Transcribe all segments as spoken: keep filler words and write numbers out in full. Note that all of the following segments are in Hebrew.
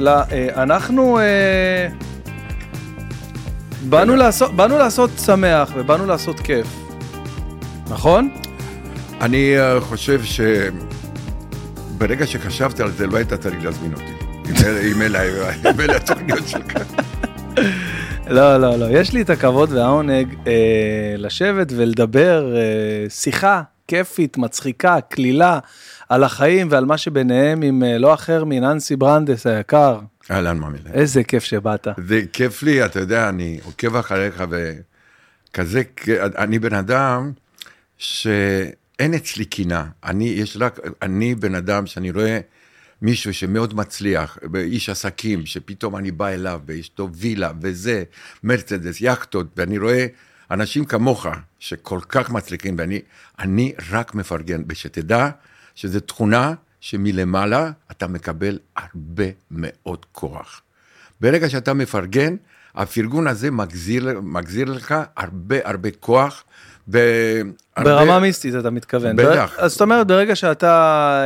נפלא. אנחנו באנו לעשות, באנו לעשות שמח ובאנו לעשות כיף. נכון? אני חושב שברגע שחשבת על זה, לא היית צריך להזמין אותי. עם אלה התוכניות שלך. לא, לא, לא. יש לי את הכבוד והעונג אה, לשבת ולדבר אה, שיחה כיפית, מצחיקה, כלילה, על החיים ועל מה שביניהם עם אה, לא אחר מננסי ברנדס היקר. אהלן מאמילה. איזה כיף שבאת. זה כיף לי, אתה יודע, אני עוקב אחריך וכזה, אני בן אדם שאין אצלי קינה. אני, יש רק, אני בן אדם שאני רואה מישהו שמאוד מצליח, איש עסקים, שפתאום אני בא אליו, באשתו וילה, וזה, מרצדס, יחטות, ואני רואה אנשים כמוך, שכל כך מצליחים, ואני אני רק מפרגן, ושתדע שזו תכונה שמלמעלה אתה מקבל הרבה מאוד כוח. ברגע שאתה מפרגן, הפרגון הזה מגזיר, מגזיר לך הרבה הרבה כוח, ברמה מיסטית אתה מתכוון. בטח. אז זאת אומרת, ברגע שאתה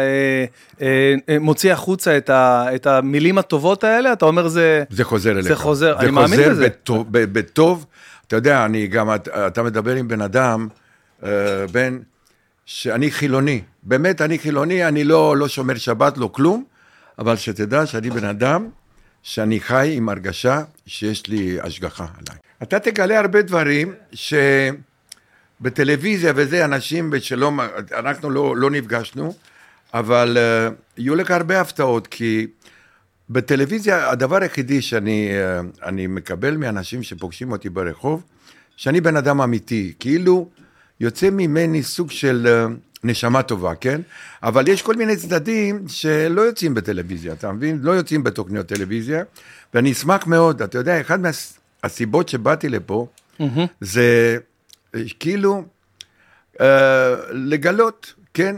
מוציא החוצה את המילים הטובות האלה, אתה אומר זה... זה חוזר אליך. זה חוזר, אני מאמין בזה. זה חוזר בטוב, אתה יודע, אני גם, אתה מדבר עם בן אדם, בן, שאני חילוני, באמת אני חילוני, אני לא שומר שבת, לא כלום, אבל שתדע שאני בן אדם, שאני חי עם הרגשה שיש לי השגחה עליי. אתה תגלה הרבה דברים ש... בטלוויזיה וזה, אנשים שלא, אנחנו לא, לא נפגשנו, אבל uh, יהיו לך הרבה הפתעות, כי בטלוויזיה, הדבר היחידי שאני uh, אני מקבל מאנשים שפוגשים אותי ברחוב, שאני בן אדם אמיתי, כאילו יוצא ממני סוג של uh, נשמה טובה, כן? אבל יש כל מיני צדדים שלא יוצאים בטלוויזיה, אתה מבין? לא יוצאים בתוכניות טלוויזיה, ואני אשמח מאוד, אתה יודע, אחד מהסיבות שבאתי לפה, mm-hmm. זה... כאילו, אה, לגלות, כן?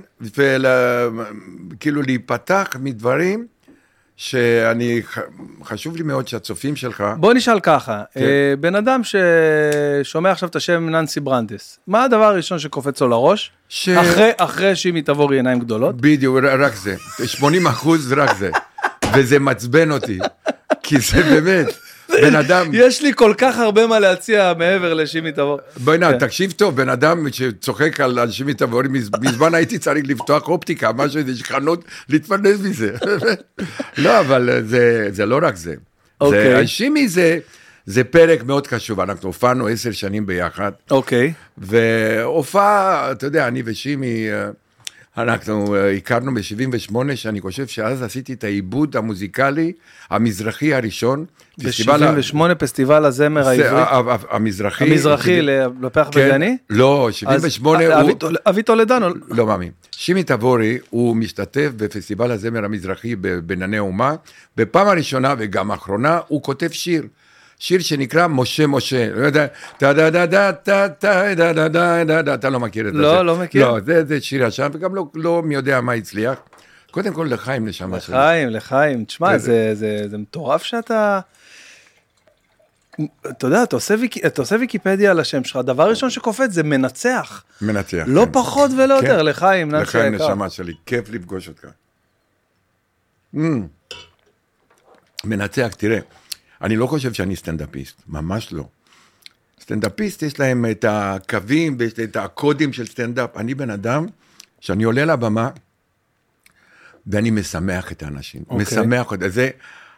וכאילו להיפתח מדברים שאני, חשוב לי מאוד שהצופים שלך... בוא נשאל ככה, כן. אה, בן אדם ששומע עכשיו את השם ננסי ברנדס, מה הדבר הראשון שקופץ לו לראש? ש... אחרי, אחרי שימי תבורי עיניים גדולות? בדיוק, רק זה. שמונים אחוז רק זה. וזה מצבן אותי. כי זה באמת... בן אדם... יש לי כל כך הרבה מה להציע מעבר לשימי תבור. בואי נה, תקשיב טוב, בן אדם שצוחק על שימי תבור, מזמן הייתי צריך לפתוח אופטיקה, משהו, יש חנות להתפרנס מזה. לא, אבל זה לא רק זה. שימי זה פרק מאוד חשוב, אנחנו הופענו עשר שנים ביחד. אוקיי. והופעה, אתה יודע, אני ושימי... אנחנו הכרנו ב-שבעים ושמונה, שאני חושב שאז עשיתי את העיבוד המוזיקלי המזרחי הראשון. ב-שבעים ושמונה פסטיבל הזמר העברי? המזרחי. המזרחי לפח בגני? לא, שבעים ושמונה הוא... אבי טולדנו? לא מאמין. שימי תבורי הוא משתתף בפסטיבל הזמר המזרחי בבנייני אומה, בפעם הראשונה וגם האחרונה הוא כותב שיר. שיר שנקרא משה משה, לא יודע, דה דה דה דה דה דה דה דה דה דה דה, אתה לא מכיר את זה. לא, לא מכיר. לא, זה שיר ישן, וגם לא מי יודע מה הצליח. קודם כל לחיים נשמה שלי. לחיים, לחיים, תשמע, זה מטורף שאתה, אתה יודע, אתה עושה ויקיפדיה על השם שלך, הדבר ראשון שקופץ זה מנצח. מנצח. לא פחות ולא יותר, לחיים, לחיים נשמה שלי, כיף לפגוש אותך. מנצח, תראה. אני לא חושב שאני סטנדאפיסט, ממש לא. סטנדאפיסט יש להם את הקווים ויש את הקודים של סטנדאפ. אני בן אדם שאני עולה לבמה ואני משמח את האנשים. Okay. משמח אותם. זה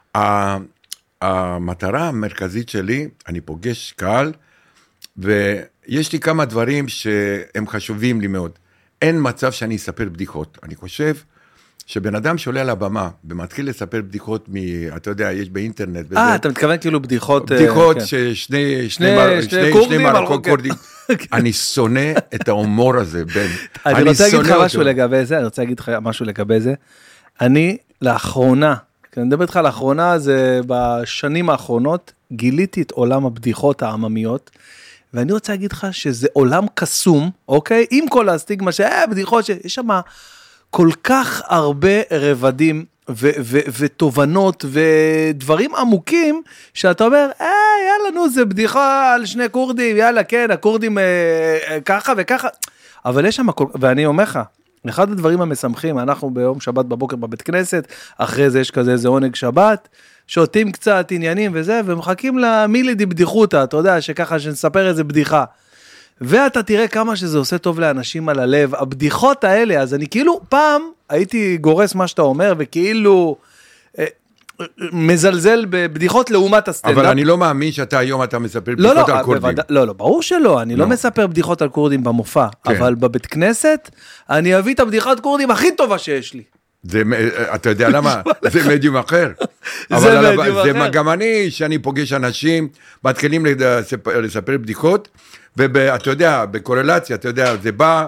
המטרה המרכזית שלי, אני פוגש קהל, ויש לי כמה דברים שהם חשובים לי מאוד. אין מצב שאני אספר בדיחות. אני חושב... שבן אדם שעולה על הבמה ומתחיל לספר בדיחות מ... אתה יודע, יש באינטרנט. אה, אתה מתכוון כאילו בדיחות... בדיחות ששני מרוקו קורדים. אני שונא את ההומור הזה, בן. אני רוצה להגיד לך משהו לגבי זה, אני רוצה להגיד לך משהו לגבי זה. אני לאחרונה, אני מדבר איתך לאחרונה, זה בשנים האחרונות, גיליתי את עולם הבדיחות העממיות, ואני רוצה להגיד לך שזה עולם קסום, אוקיי? עם כל הסטיגמה שאה, בדיחות שיש שם... כל כך הרבה רבדים ו- ו- ותובנות ודברים עמוקים, שאתה אומר, אה, יאללה, נו, זה בדיחה על שני קורדים, יאללה, כן, הקורדים אה, ככה וככה, אבל יש שם, ואני אומר לך, אחד הדברים המשמחים, אנחנו ביום שבת בבוקר בבית כנסת, אחרי זה יש כזה איזה עונג שבת, שותים קצת עניינים וזה, ומחכים למילי די בדיחותה, אתה יודע, שככה שנספר איזה בדיחה. ואתה תראה כמה שזה עושה טוב לאנשים על הלב, הבדיחות האלה, אז אני כאילו פעם הייתי גורס מה שאתה אומר, וכאילו אה, מזלזל בבדיחות לעומת הסטנדאפ. אבל אני לא מאמין שאתה היום אתה מספר בדיחות לא, לא, על קורדים. בוודא, לא, לא, ברור שלא, אני לא. לא מספר בדיחות על קורדים במופע, כן. אבל בבית כנסת, אני אביא את הבדיחת קורדים הכי טובה שיש לי. זה, אתה יודע למה? זה מדיום אחר. זה מדיום אחר. זה גם אני, שאני פוגש אנשים, מתחילים לספר, לספר בדיחות, ואתה יודע, בקורלציה, אתה יודע, זה בא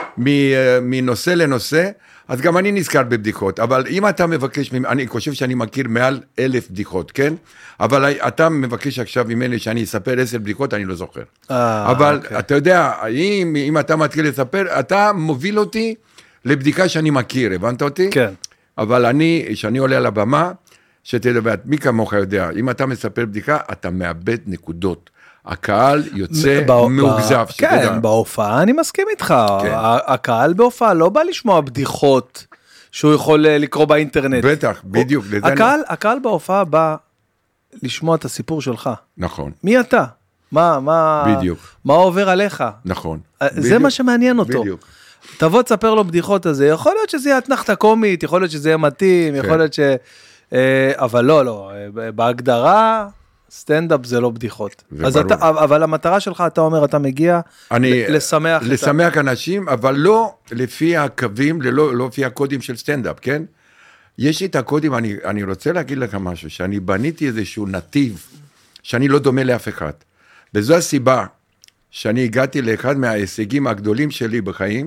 מנושא לנושא, אז גם אני נזכר בבדיחות, אבל אם אתה מבקש, אני חושב שאני מכיר מעל אלף בדיחות, כן? אבל אתה מבקש עכשיו ממני שאני אספר עשר בדיחות, אני לא זוכר. אבל אתה יודע, אם, אם אתה מתחיל לספר, אתה מוביל אותי לבדיקה שאני מכיר, הבנת אותי? כן. אבל אני, שאני עולה על הבמה, שתדבר, מי כמוך יודע, אם אתה מספר בדיקה, אתה מאבד נקודות. הקהל יוצא מאוגזב. כן, בהופעה אני מסכים איתך. הקהל בהופעה לא בא לשמוע בדיחות שהוא יכול לקרוא באינטרנט. בטח, בדיוק. הקהל בהופעה בא לשמוע את הסיפור שלך. נכון. מי אתה? מה, מה, בדיוק. מה עובר עליך? נכון. זה מה שמעניין אותו. בדיוק. תבוא תספר לו בדיחות הזה, יכול להיות שזה יהיה אתנחתה קומית, יכול להיות שזה יהיה מתאים, יכול להיות ש... אבל לא, לא, בהגדרה... סטנדאפ זה לא בדיחות. אז אתה, אבל המטרה שלך, אתה אומר, אתה מגיע אני, לשמח... לשמח אנשים, אבל לא לפי הקווים, לא, לא לפי הקודים של סטנדאפ, כן? יש לי את הקודים, אני, אני רוצה להגיד לך משהו, שאני בניתי איזשהו נתיב, שאני לא דומה לאף אחד. וזו הסיבה שאני הגעתי לאחד מההישגים הגדולים שלי בחיים,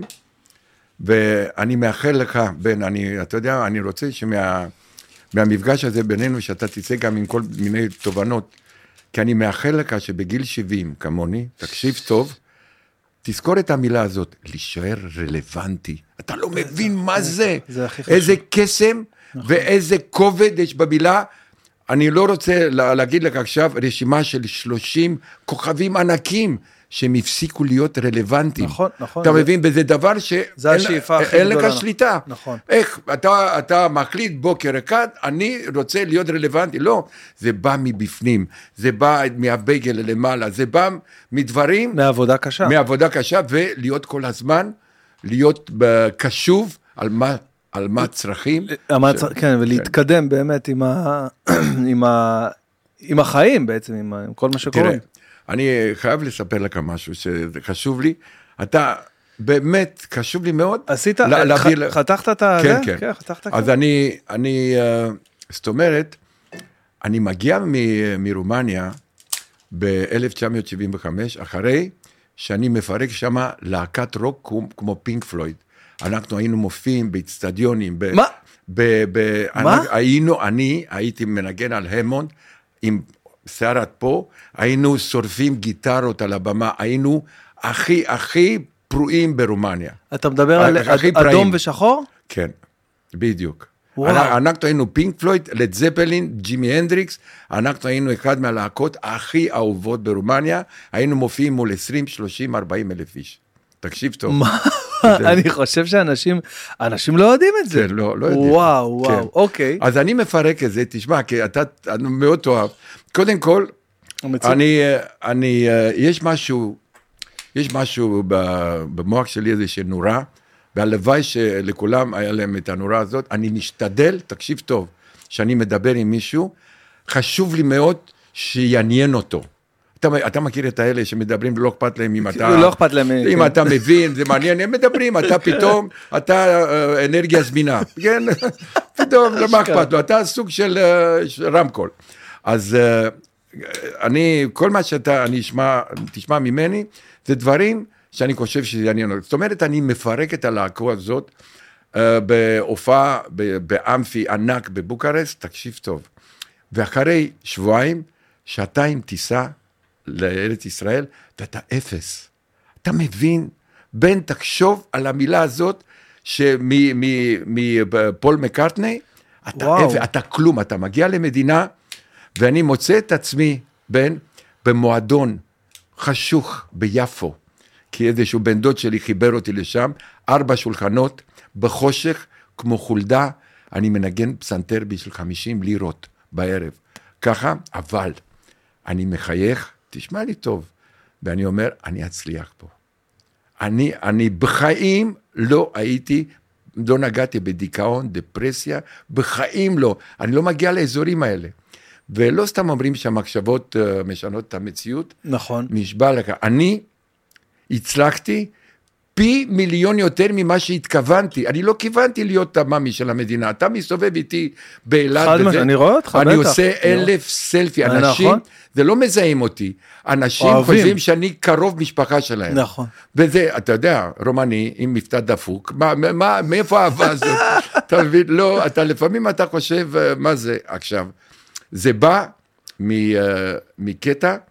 ואני מאחל לך, בן, אני, אתה יודע, אני רוצה שמה... מהמפגש הזה בינינו, שאתה תצא גם עם כל מיני תובנות, כי אני מאחל לך שבגיל שבעים, כמוני, תקשיב טוב, תזכור את המילה הזאת, להישאר רלוונטי. אתה לא מבין מה זה, איזה קסם ואיזה כובד יש במילה. אני לא רוצה להגיד לך עכשיו רשימה של שלושים כוכבים ענקים, שהם הפסיקו להיות רלוונטיים. נכון, נכון. אתה מבין, וזה דבר שאין לך שליטה. נכון. איך, אתה, אתה מחליט בוקר אחד, אני רוצה להיות רלוונטי. לא, זה בא מבפנים, זה בא מהבגל למעלה, זה בא מדברים... מעבודה קשה. מעבודה קשה, ולהיות כל הזמן, להיות קשוב על מה... על מה הצרכים. ש... כן, ולהתקדם כן. באמת עם, ה... עם, ה... עם החיים בעצם, עם, ה... עם כל מה שקורה. תראה, אני חייב לספר לך משהו שחשוב לי, אתה באמת חשוב לי מאוד. עשית, לה, ח... לה... חתכת את ה... כן, כן. כן חתכת אז כן. אני, אני, זאת אומרת, אני מגיע מ... מרומניה ב-אלף תשע מאות שבעים וחמש, אחרי שאני מפרק שם להקת רוק כמו פינק פלויד. אנחנו היינו מופיעים באצטדיונים. מה? ב, ב, מה? היינו, אני הייתי מנגן על המונד עם שערת פה, היינו שורפים גיטרות על הבמה, היינו הכי, הכי פרועים ברומניה. אתה מדבר על אדום ושחור? כן, בדיוק. אנחנו היינו פינק פלויד, לד זפלין, ג'ימי הנדריקס, אנחנו היינו אחד מהלהקות הכי אהובות ברומניה, היינו מופיעים מול עשרים, שלושים, ארבעים אלף איש. תקשיב טוב. מה? אני חושב שאנשים, אנשים לא יודעים את זה. כן, לא, לא יודעים. וואו, וואו, אוקיי. אז אני מפרק את זה, תשמע, כי אתה מאוד תאהב. קודם כל, אני, אני, יש משהו, יש משהו במוח שלי איזה שנורא, והלוואי שלכולם היה להם את הנורא הזאת, אני משתדל, תקשיב טוב, שאני מדבר עם מישהו, חשוב לי מאוד שיעניין אותו. אתה, אתה מכיר את האלה שמדברים ולא אכפת להם אם אתה... לא אכפת להם. אם כן. אתה מבין, זה מעניין, הם מדברים, אתה פתאום, אתה אנרגיה זמינה, כן? פתאום, לא מה אכפת לו, אתה סוג של, של רמקול. אז אני, כל מה שאתה, אני אשמע, תשמע ממני, זה דברים שאני חושב שזה יעניין. זאת אומרת, אני מפרק את הלהקה הזאת, בהופעה, באמפי ענק בבוקרשט, תקשיב טוב. ואחרי שבועיים, שעתיים טיסה, לארץ ישראל, ואתה אפס. אתה מבין, בן תחשוב על המילה הזאת, שמפול מקארטני, אתה, אתה כלום, אתה מגיע למדינה, ואני מוצא את עצמי, בן, במועדון חשוך ביפו, כי איזשהו בן דוד שלי חיבר אותי לשם, ארבע שולחנות, בחושך, כמו חולדה, אני מנגן פסנתר בשביל חמישים לירות, בערב. ככה, אבל אני מחייך, תשמע לי טוב, ואני אומר, אני אצליח פה. אני, אני בחיים לא הייתי, לא נגעתי בדיכאון, דפרסיה, בחיים לא. אני לא מגיע לאזורים האלה. ולא סתם אומרים שהמחשבות uh, משנות את המציאות. נכון. נשבע לך. אני הצלחתי פי מיליון יותר ממה שהתכוונתי. אני לא כיוונתי להיות המאמי של המדינה. אתה מסתובב איתי באילת. חד משמעית, אני רואה אותך, בטח. אני עושה אלף סלפי. אנשים, נכון. זה לא מזהים אותי. אנשים אוהבים. חושבים שאני קרוב משפחה שלהם. נכון. וזה, אתה יודע, רומני עם מבטא דפוק, מה, מה, מאיפה האהבה הזאת? אתה מבין? לא, אתה לפעמים אתה חושב, מה זה עכשיו? זה בא מקטע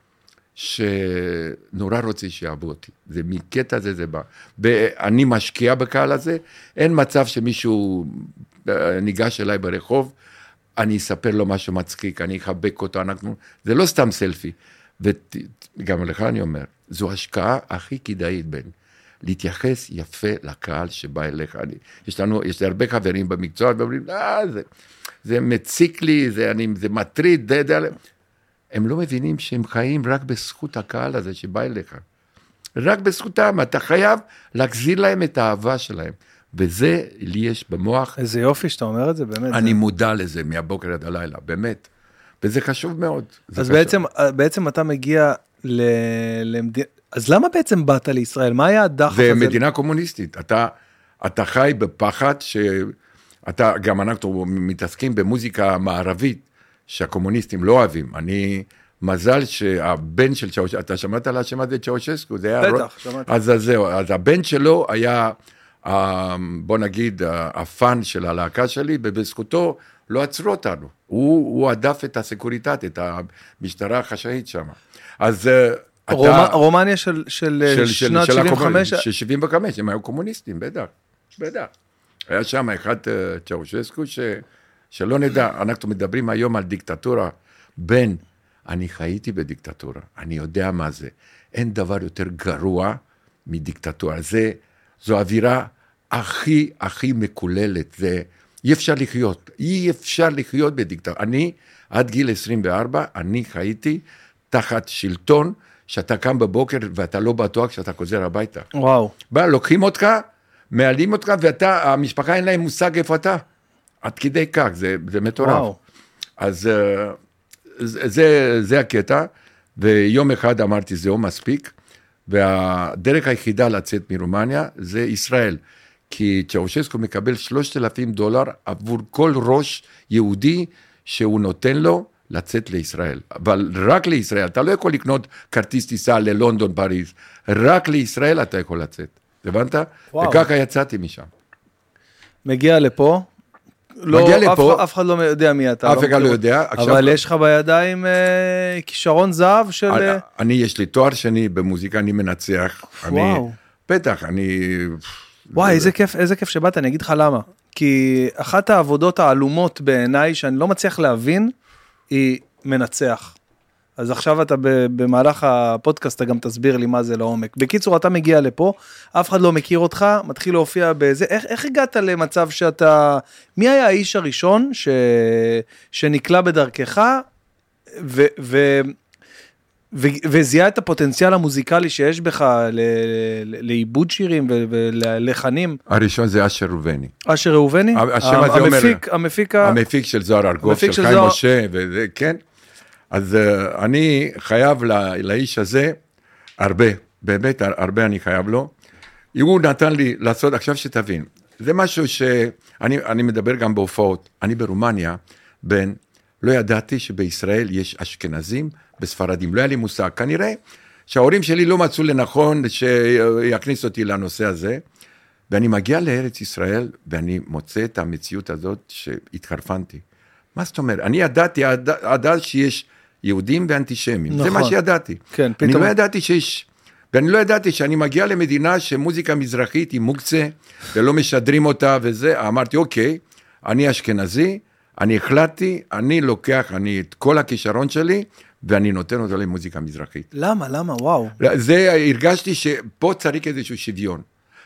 שנורא רוצה שיאהבו אותי. זה מקטע הזה זה בא. ואני משקיע בקהל הזה, אין מצב שמישהו ניגש אליי ברחוב, אני אספר לו משהו מצחיק, אני אחבק אותו, אנחנו, זה לא סתם סלפי. וגם לך אני אומר, זו השקעה הכי כדאית בין, להתייחס יפה לקהל שבא אליך. אני, יש לנו, יש לי הרבה חברים במקצוע, ואומרים, אה, זה, זה מציק לי, זה, אני, זה מטריד, זה, זה, הם לא מבינים שהם חיים רק בזכות הקהל הזה שבא אליך. רק בזכותם, אתה חייב להחזיר להם את האהבה שלהם. וזה לי יש במוח. איזה יופי שאתה אומר את זה, באמת. אני זה... מודע לזה מהבוקר עד הלילה, באמת. וזה חשוב מאוד. אז בעצם, בעצם אתה מגיע ל... למד... אז למה בעצם באת לישראל? מה היה הדחף הזה? זה מדינה קומוניסטית. אתה, אתה חי בפחד שאתה, גם אנחנו מתעסקים במוזיקה מערבית, שהקומוניסטים לא אוהבים. אני, מזל שהבן של צ'אושסקו, אתה שמעת על השם הזה צ'אושסקו? בטח, שמעתי. אז זהו, אז הבן שלו היה, בוא נגיד, הפן של הלהקה שלי, ובזכותו לא עצרו אותנו. הוא, הוא עדף את הסקוריטט, את המשטרה החשאית שם. אז אתה... רומניה של, של, של שנת שבעים וחמש? של שבעים וחמש, הם היו קומוניסטים, בטח, בטח. היה שם אחד צ'אושסקו ש... שלא נדע, אנחנו מדברים היום על דיקטטורה, בין, אני חייתי בדיקטטורה, אני יודע מה זה, אין דבר יותר גרוע מדיקטטורה, זה, זו אווירה הכי, הכי מקוללת, זה, אי אפשר לחיות, אי אפשר לחיות בדיקטטורה, אני, עד גיל עשרים וארבע, אני חייתי תחת שלטון, שאתה קם בבוקר ואתה לא בטוח שאתה חוזר הביתה. וואו. בא, לוקחים אותך, מעלים אותך, ואתה, המשפחה אין להם מושג איפה אתה. עד כדי כך, זה, זה מטורף. וואו. אז זה, זה הקטע, ויום אחד אמרתי, זהו מספיק, והדרך היחידה לצאת מרומניה זה ישראל, כי צ'אושסקו מקבל שלושת אלפים דולר עבור כל ראש יהודי שהוא נותן לו לצאת לישראל, אבל רק לישראל, אתה לא יכול לקנות כרטיס טיסה ללונדון, פריז, רק לישראל אתה יכול לצאת, הבנת? וואו. וככה יצאתי משם. מגיע לפה, לא, מגיע אף, לפה, אף אחד לא יודע מי אתה. אף אחד לא יודע. אבל יש לך בידיים אה, כישרון זהב של... אני, אני, יש לי תואר שני במוזיקה, אני מנצח. וואו. אני, בטח, אני... וואי, איזה כיף, איזה כיף שבאת, אני אגיד לך למה. כי אחת העבודות העלומות בעיניי, שאני לא מצליח להבין, היא מנצח. אז עכשיו אתה במהלך הפודקאסט, אתה גם תסביר לי מה זה לעומק. בקיצור, אתה מגיע לפה, אף אחד לא מכיר אותך, מתחיל להופיע בזה. איך, איך הגעת למצב שאתה... מי היה האיש הראשון ש... שנקלע בדרכך, ו... ו... ו... וזיהה את הפוטנציאל המוזיקלי שיש בך ל... לעיבוד שירים וללחנים? הראשון זה אשר ראובני. אשר ראובני? השם הזה אומר... המפיק, המפיק, המפיק של זוהר ארגוב, של חיים זוהר... משה, וזה, כן. אז uh, אני חייב לא, לאיש הזה הרבה, באמת הרבה אני חייב לו. הוא נתן לי לעשות, עכשיו שתבין, זה משהו שאני אני מדבר גם בהופעות, אני ברומניה, בין, לא ידעתי שבישראל יש אשכנזים בספרדים, לא היה לי מושג, כנראה שההורים שלי לא מצאו לנכון שיכניס אותי לנושא הזה, ואני מגיע לארץ ישראל, ואני מוצא את המציאות הזאת שהתחרפנתי. מה זאת אומרת? אני ידעתי עד, עד אז שיש יהודים ואנטישמים, נכון. זה מה שידעתי. כן, פתאום. אני לא ידעתי שיש, ואני לא ידעתי שאני מגיע למדינה שמוזיקה מזרחית היא מוקצה, ולא משדרים אותה וזה, אמרתי, אוקיי, אני אשכנזי, אני החלטתי, אני לוקח אני את כל הכישרון שלי, ואני נותן אותו למוזיקה מזרחית. למה, למה, וואו. זה, הרגשתי שפה צריך איזשהו שוויון.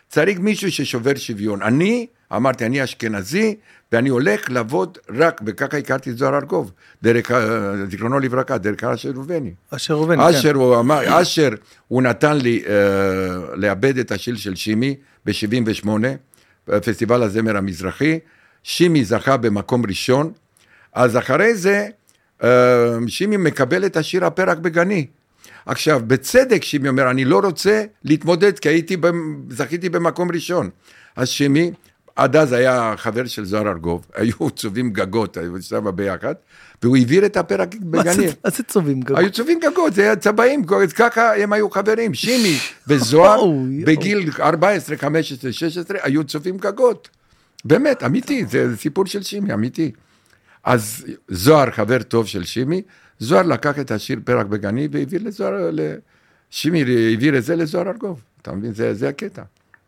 צריך מישהו ששובר שוויון. אני, אמרתי, אני אשכנזי, ואני הולך לעבוד רק, וככה הכרתי את זוהר ארגוב, דרך, זיכרונו לברכה, דרך אשר ראובני. אשר ראובני, כן. אשר הוא אמר, אשר הוא נתן לי uh, לאבד את השיר של שימי, ב-שבעים ושמונה, פסטיבל הזמר המזרחי, שימי זכה במקום ראשון, אז אחרי זה, uh, שימי מקבל את השיר הפרק בגני. עכשיו, בצדק שימי אומר, אני לא רוצה להתמודד, כי הייתי, זכיתי במקום ראשון. אז שימי, עד אז היה חבר של זוהר ארגוב, היו צובים גגות, היו צבא ביחד, והוא העביר את הפרק בגני. מה זה צובים גגות? היו צובים גגות, זה היה צבעים, ככה הם היו חברים, שימי וזוהר, בגיל ארבע עשרה, חמש עשרה, שש עשרה, היו צובים גגות. באמת, אמיתי, זה סיפור של שימי, אמיתי. אז זוהר, חבר טוב של שימי, זוהר לקח את השיר פרק בגני, והעביר לזוהר, שימי העביר את זה לזוהר ארגוב, אתה מבין, זה, זה הקטע.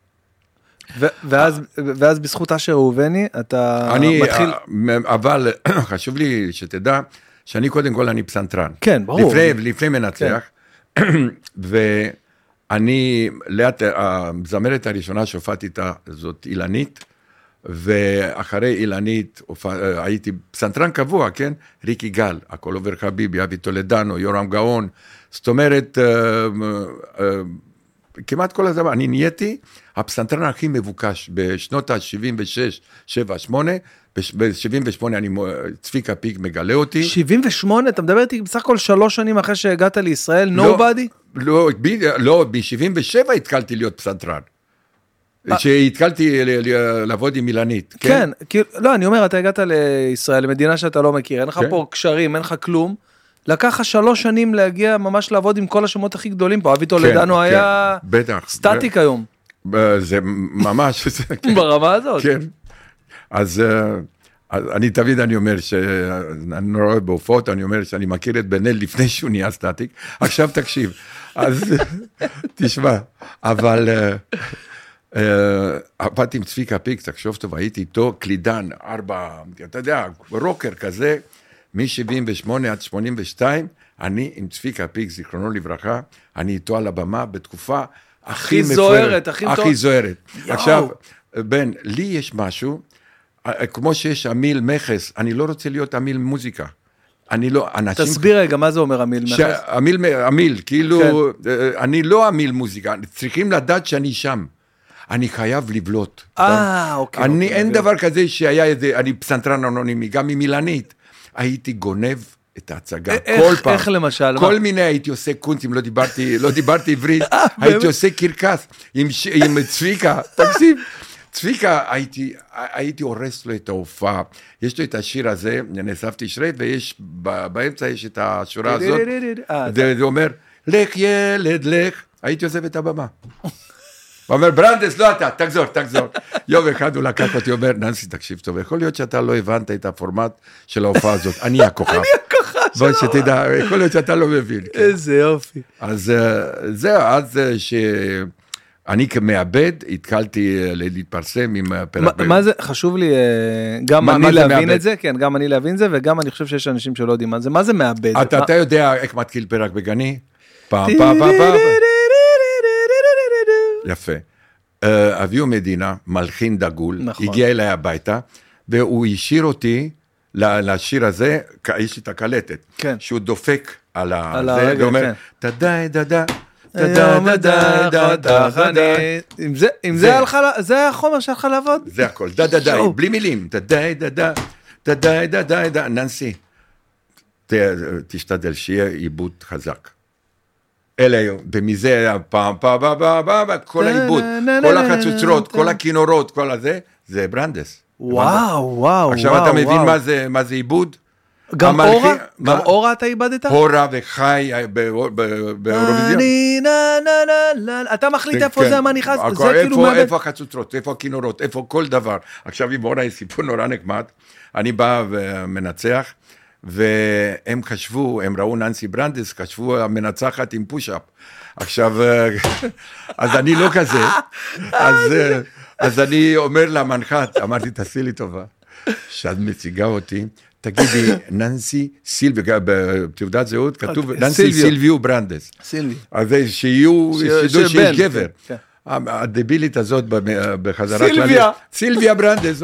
ואז, ואז בזכות אשר ראובני, אתה אני, מתחיל... אבל חשוב לי שתדע, שאני קודם כל אני פסנתרן. כן, ברור. לפני, לפני מנצח, ואני, לאט, הזמרת הראשונה שהופעתי איתה, זאת אילנית, ואחרי אילנית, הייתי פסנתרן קבוע, כן? ריקי גל, הכל עובר חביבי, אבי טולדנו, יורם גאון, זאת אומרת, כמעט כל הזמן, אני נהייתי הפסנתרן הכי מבוקש בשנות ה-שבעים ושש, שבע, שמונה, ב-שבעים ושמונה אני, צביקה פיק מגלה אותי. שבעים ושמונה, אתה מדבר איתי בסך הכל שלוש שנים אחרי שהגעת לישראל, nobody? לא, לא, ב-שבעים ושבע התקלתי להיות פסנתרן. שהתקלתי לעבוד עם אילנית. כן, לא, אני אומר, אתה הגעת לישראל, למדינה שאתה לא מכיר, אין לך פה קשרים, אין לך כלום, לקח שלוש שנים להגיע ממש לעבוד עם כל השמות הכי גדולים פה, אבי טולדנו היה סטטיק היום. זה ממש... ברמה הזאת. כן. אז אני תמיד אני אומר, שאני רואה בהופעות, אני אומר שאני מכיר את בן-אל לפני שהוא נהיה סטטיק, עכשיו תקשיב. אז תשמע, אבל... עבדתי עם צביקה פיק, תחשוב טוב, הייתי איתו קלידן, ארבע, אתה יודע, רוקר כזה, מ-שבעים ושמונה עד שמונים ושתיים, אני עם צביקה פיק, זיכרונו לברכה, אני איתו על הבמה בתקופה הכי זוהרת, הכי הכי זוהרת. עכשיו, בן, לי יש משהו, כמו שיש עמיל מכס, אני לא רוצה להיות עמיל מוזיקה. אני לא, אנשים... תסביר רגע, מה זה אומר עמיל מכס? עמיל, עמיל, כאילו, אני לא עמיל מוזיקה, צריכים לדעת שאני שם. אני חייב לבלוט. אה, אוקיי. אני, אין דבר כזה שהיה איזה, אני פסנתרן אנונימי, גם עם אילנית, הייתי גונב את ההצגה, כל פעם. איך למשל? כל מיני, הייתי עושה קונצים, לא דיברתי, לא דיברתי עברית, הייתי עושה קרקס, עם צביקה, תקשיב, צביקה, הייתי, הייתי הורס לו את ההופעה, יש לו את השיר הזה, נאספתי שרת, ויש, באמצע יש את השורה הזאת, זה אומר, לך ילד, לך, הייתי עוזב את הבמה. הוא אומר, ברנדס, לא אתה, תחזור, תחזור. יום אחד הוא לקח אותי, אומר, ננסי, תקשיב טוב, יכול להיות שאתה לא הבנת את הפורמט של ההופעה הזאת, אני הכוכב. אני הכוכב שלו. בוא שתדע, יכול להיות שאתה לא מבין. איזה יופי. אז זהו, אז שאני כמעבד, התחלתי להתפרסם עם פרק... מה זה, חשוב לי גם אני להבין את זה, כן, גם אני להבין את זה, וגם אני חושב שיש אנשים שלא יודעים מה זה, מה זה מעבד? אתה יודע איך מתחיל פרק בגני? פעם, פעם, פעם, פעם. יפה. אביהו מדינה, מלחין דגול, נכון. הגיע אליי הביתה, והוא השאיר אותי לשיר הזה, יש את הקלטת, כן. שהוא דופק על, על זה, הרגע, ואומר, כן. תדאי, דדה, תדאי, דדה, דדה, אם זה היה החומר שהלך לעבוד? זה הכל, דדה, דדה, בלי מילים, תדאי, דדה, תדאי, דדה, דדה, ננסי, תשתדל שיהיה עיבוד חזק. אלה היו, ומזה פעם, פעם, פעם, פעם, פעם, כל העיבוד, כל החצוצרות, כל הכינורות, כל הזה, זה ברנדס. וואו, וואו, עכשיו אתה מבין מה זה עיבוד? גם אורה? גם אורה אתה איבדת? אורה וחי באירוויזיון. אתה מחליט איפה זה המניחה, זה כאילו מעבד. איפה החצוצרות, איפה הכינורות, איפה כל דבר. עכשיו עם אורה יש סיפור נורא נחמד, אני בא ומנצח, והם חשבו, הם ראו ננסי ברנדס, חשבו המנצחת עם פוש-אפ. עכשיו, אז אני לא כזה, אז, אז אני אומר למנחת, אמרתי, תעשי לי טובה, שאת מציגה אותי, תגידי, ננסי סילביו, בתעודת זהות כתוב, ננסי סילביו ברנדס. סילביו. אז שיהיו, שידעו שיש גבר. הדבילית הזאת בחזרה כללית. סילביה. סילביה ברנדס.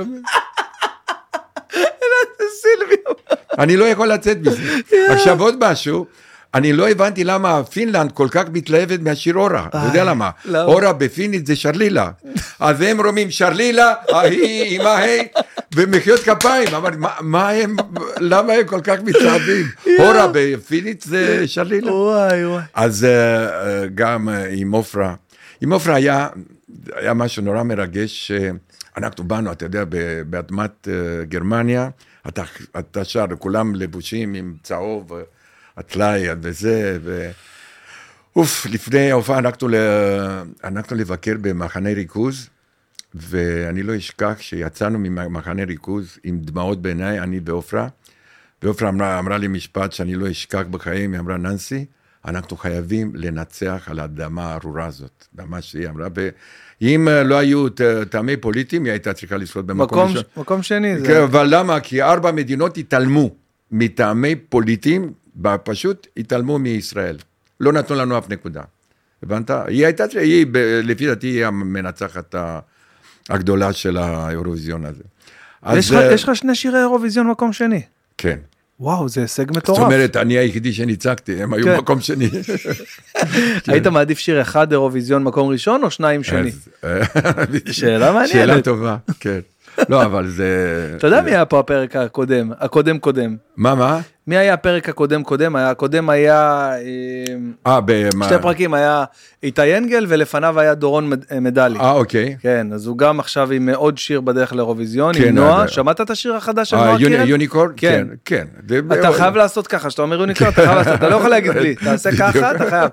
סילביה. אני לא יכול לצאת בזה. עכשיו עוד משהו, אני לא הבנתי למה פינלנד כל כך מתלהבת מהשיר אורה. אתה יודע למה? אורה בפינית זה שרלילה. אז הם רומים שרלילה, ההיא, אמא, היי, ומחיאות כפיים. אמרתי, מה הם, למה הם כל כך מתלהבים? אורה בפינית זה שרלילה. וואי וואי. אז גם עם עופרה. עם עופרה היה, היה משהו נורא מרגש, אנחנו באנו, אתה יודע, באדמת גרמניה, אתה, אתה שר, כולם לבושים עם צהוב, הטלאי וזה, ו... אוף, לפני ההופעה אנחנו, אנחנו לבקר במחנה ריכוז, ואני לא אשכח שיצאנו ממחנה ריכוז עם דמעות בעיניי, אני ועופרה, ועופרה אמרה, אמרה לי משפט שאני לא אשכח בחיים, היא אמרה, ננסי, אנחנו חייבים לנצח על האדמה הארורה הזאת, ממש היא אמרה, ואם לא היו טעמי פוליטיים, היא הייתה צריכה לשחות במקום ראשון. מקום שני. כן, זה... אבל למה? כי ארבע מדינות התעלמו מטעמי פוליטיים, פשוט התעלמו מישראל. לא נתנו לנו אף נקודה. הבנת? היא הייתה, היא, לפי דעתי, היא המנצחת הגדולה של האירוויזיון הזה. יש לך, יש לך שני שירי אירוויזיון מקום שני? כן. וואו, זה הישג מטורף. זאת אומרת, אני היחידי שניצחתי, הם היו כן. מקום שני. היית מעדיף שיר אחד אירוויזיון מקום ראשון או שניים שני? שאלה מעניינת. שאלה טובה, כן. לא, אבל זה... אתה יודע מי היה פה הפרק הקודם? הקודם קודם. מה, מה? מי היה הפרק הקודם קודם? הקודם היה... אה, במה? שתי פרקים היה איתי אנגל, ולפניו היה דורון מדלי. אה, אוקיי. כן, אז הוא גם עכשיו עם עוד שיר בדרך לאירוויזיון, עם נועה. שמעת את השיר החדש של נועה קירל? יוניקורן? כן, כן. אתה חייב לעשות ככה, שאתה אומר יוניקורן, אתה חייב לעשות, אתה לא יכול להגיד בלי. תעשה ככה, אתה חייב.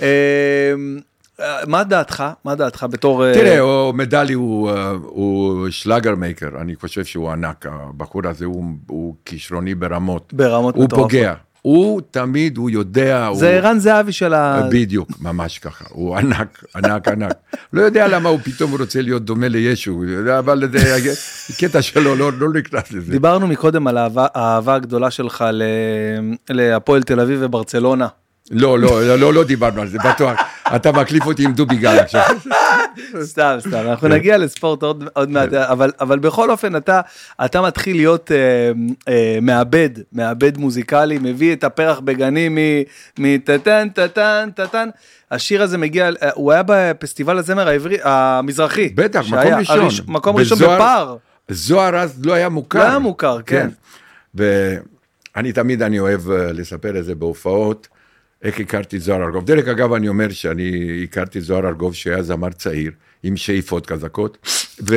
מה דעתך? מה דעתך בתור... תראה, מדלי הוא שלאגר מייקר, אני חושב שהוא ענק, הבחור הזה הוא כישרוני ברמות. ברמות מטורפות. הוא פוגע. הוא תמיד, הוא יודע... זה ערן זהבי של ה... בדיוק, ממש ככה. הוא ענק, ענק, ענק. לא יודע למה הוא פתאום רוצה להיות דומה לישו, אבל קטע שלו לא נכנס לזה. דיברנו מקודם על האהבה הגדולה שלך להפועל תל אביב וברצלונה. לא, לא, לא, לא דיברנו על זה, בטוח. אתה מקליף אותי עם דובי גל עכשיו. סתם, סתם, אנחנו נגיע לספורט עוד מעט, אבל בכל אופן אתה מתחיל להיות מעבד, מעבד מוזיקלי, מביא את הפרח בגנים מטטן, טטן, טטן. השיר הזה מגיע, הוא היה בפסטיבל הזמר העברי, המזרחי. בטח, מקום ראשון. מקום ראשון בפער. זוהר אז לא היה מוכר. לא היה מוכר, כן. ואני תמיד, אני אוהב לספר את זה בהופעות, איך הכרתי זוהר ארגוב. דרך אגב, אני אומר שאני הכרתי זוהר ארגוב שהיה זמר צעיר, עם שאיפות חזקות, ו...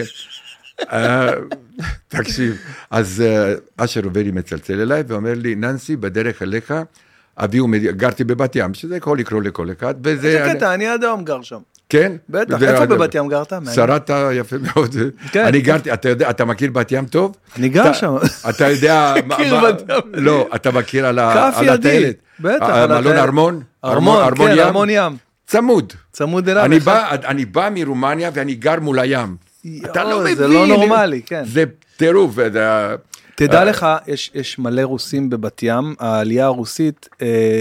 תקשיב, אז אשר עובדי מצלצל אליי, ואומר לי, ננסי, בדרך אליך, אביהו, גרתי בבת ים, שזה יכול לקרוא לכל אחד, וזה... זה קטע, אני עד היום גר שם. כן? בטח, איפה בבת ים גרת? שרת יפה מאוד. אני גרתי, אתה יודע, אתה מכיר בת ים טוב? אני גר שם. אתה יודע... מכיר בת ים. לא, אתה מכיר על הטיילת. בטח. מלון ארמון? ארמון, כן, ארמון ים. צמוד. צמוד אליו. אני בא מרומניה ואני גר מול הים. אתה לא מבין. זה לא נורמלי, כן. זה טירוף. תדע לך, יש מלא רוסים בבת ים, העלייה הרוסית,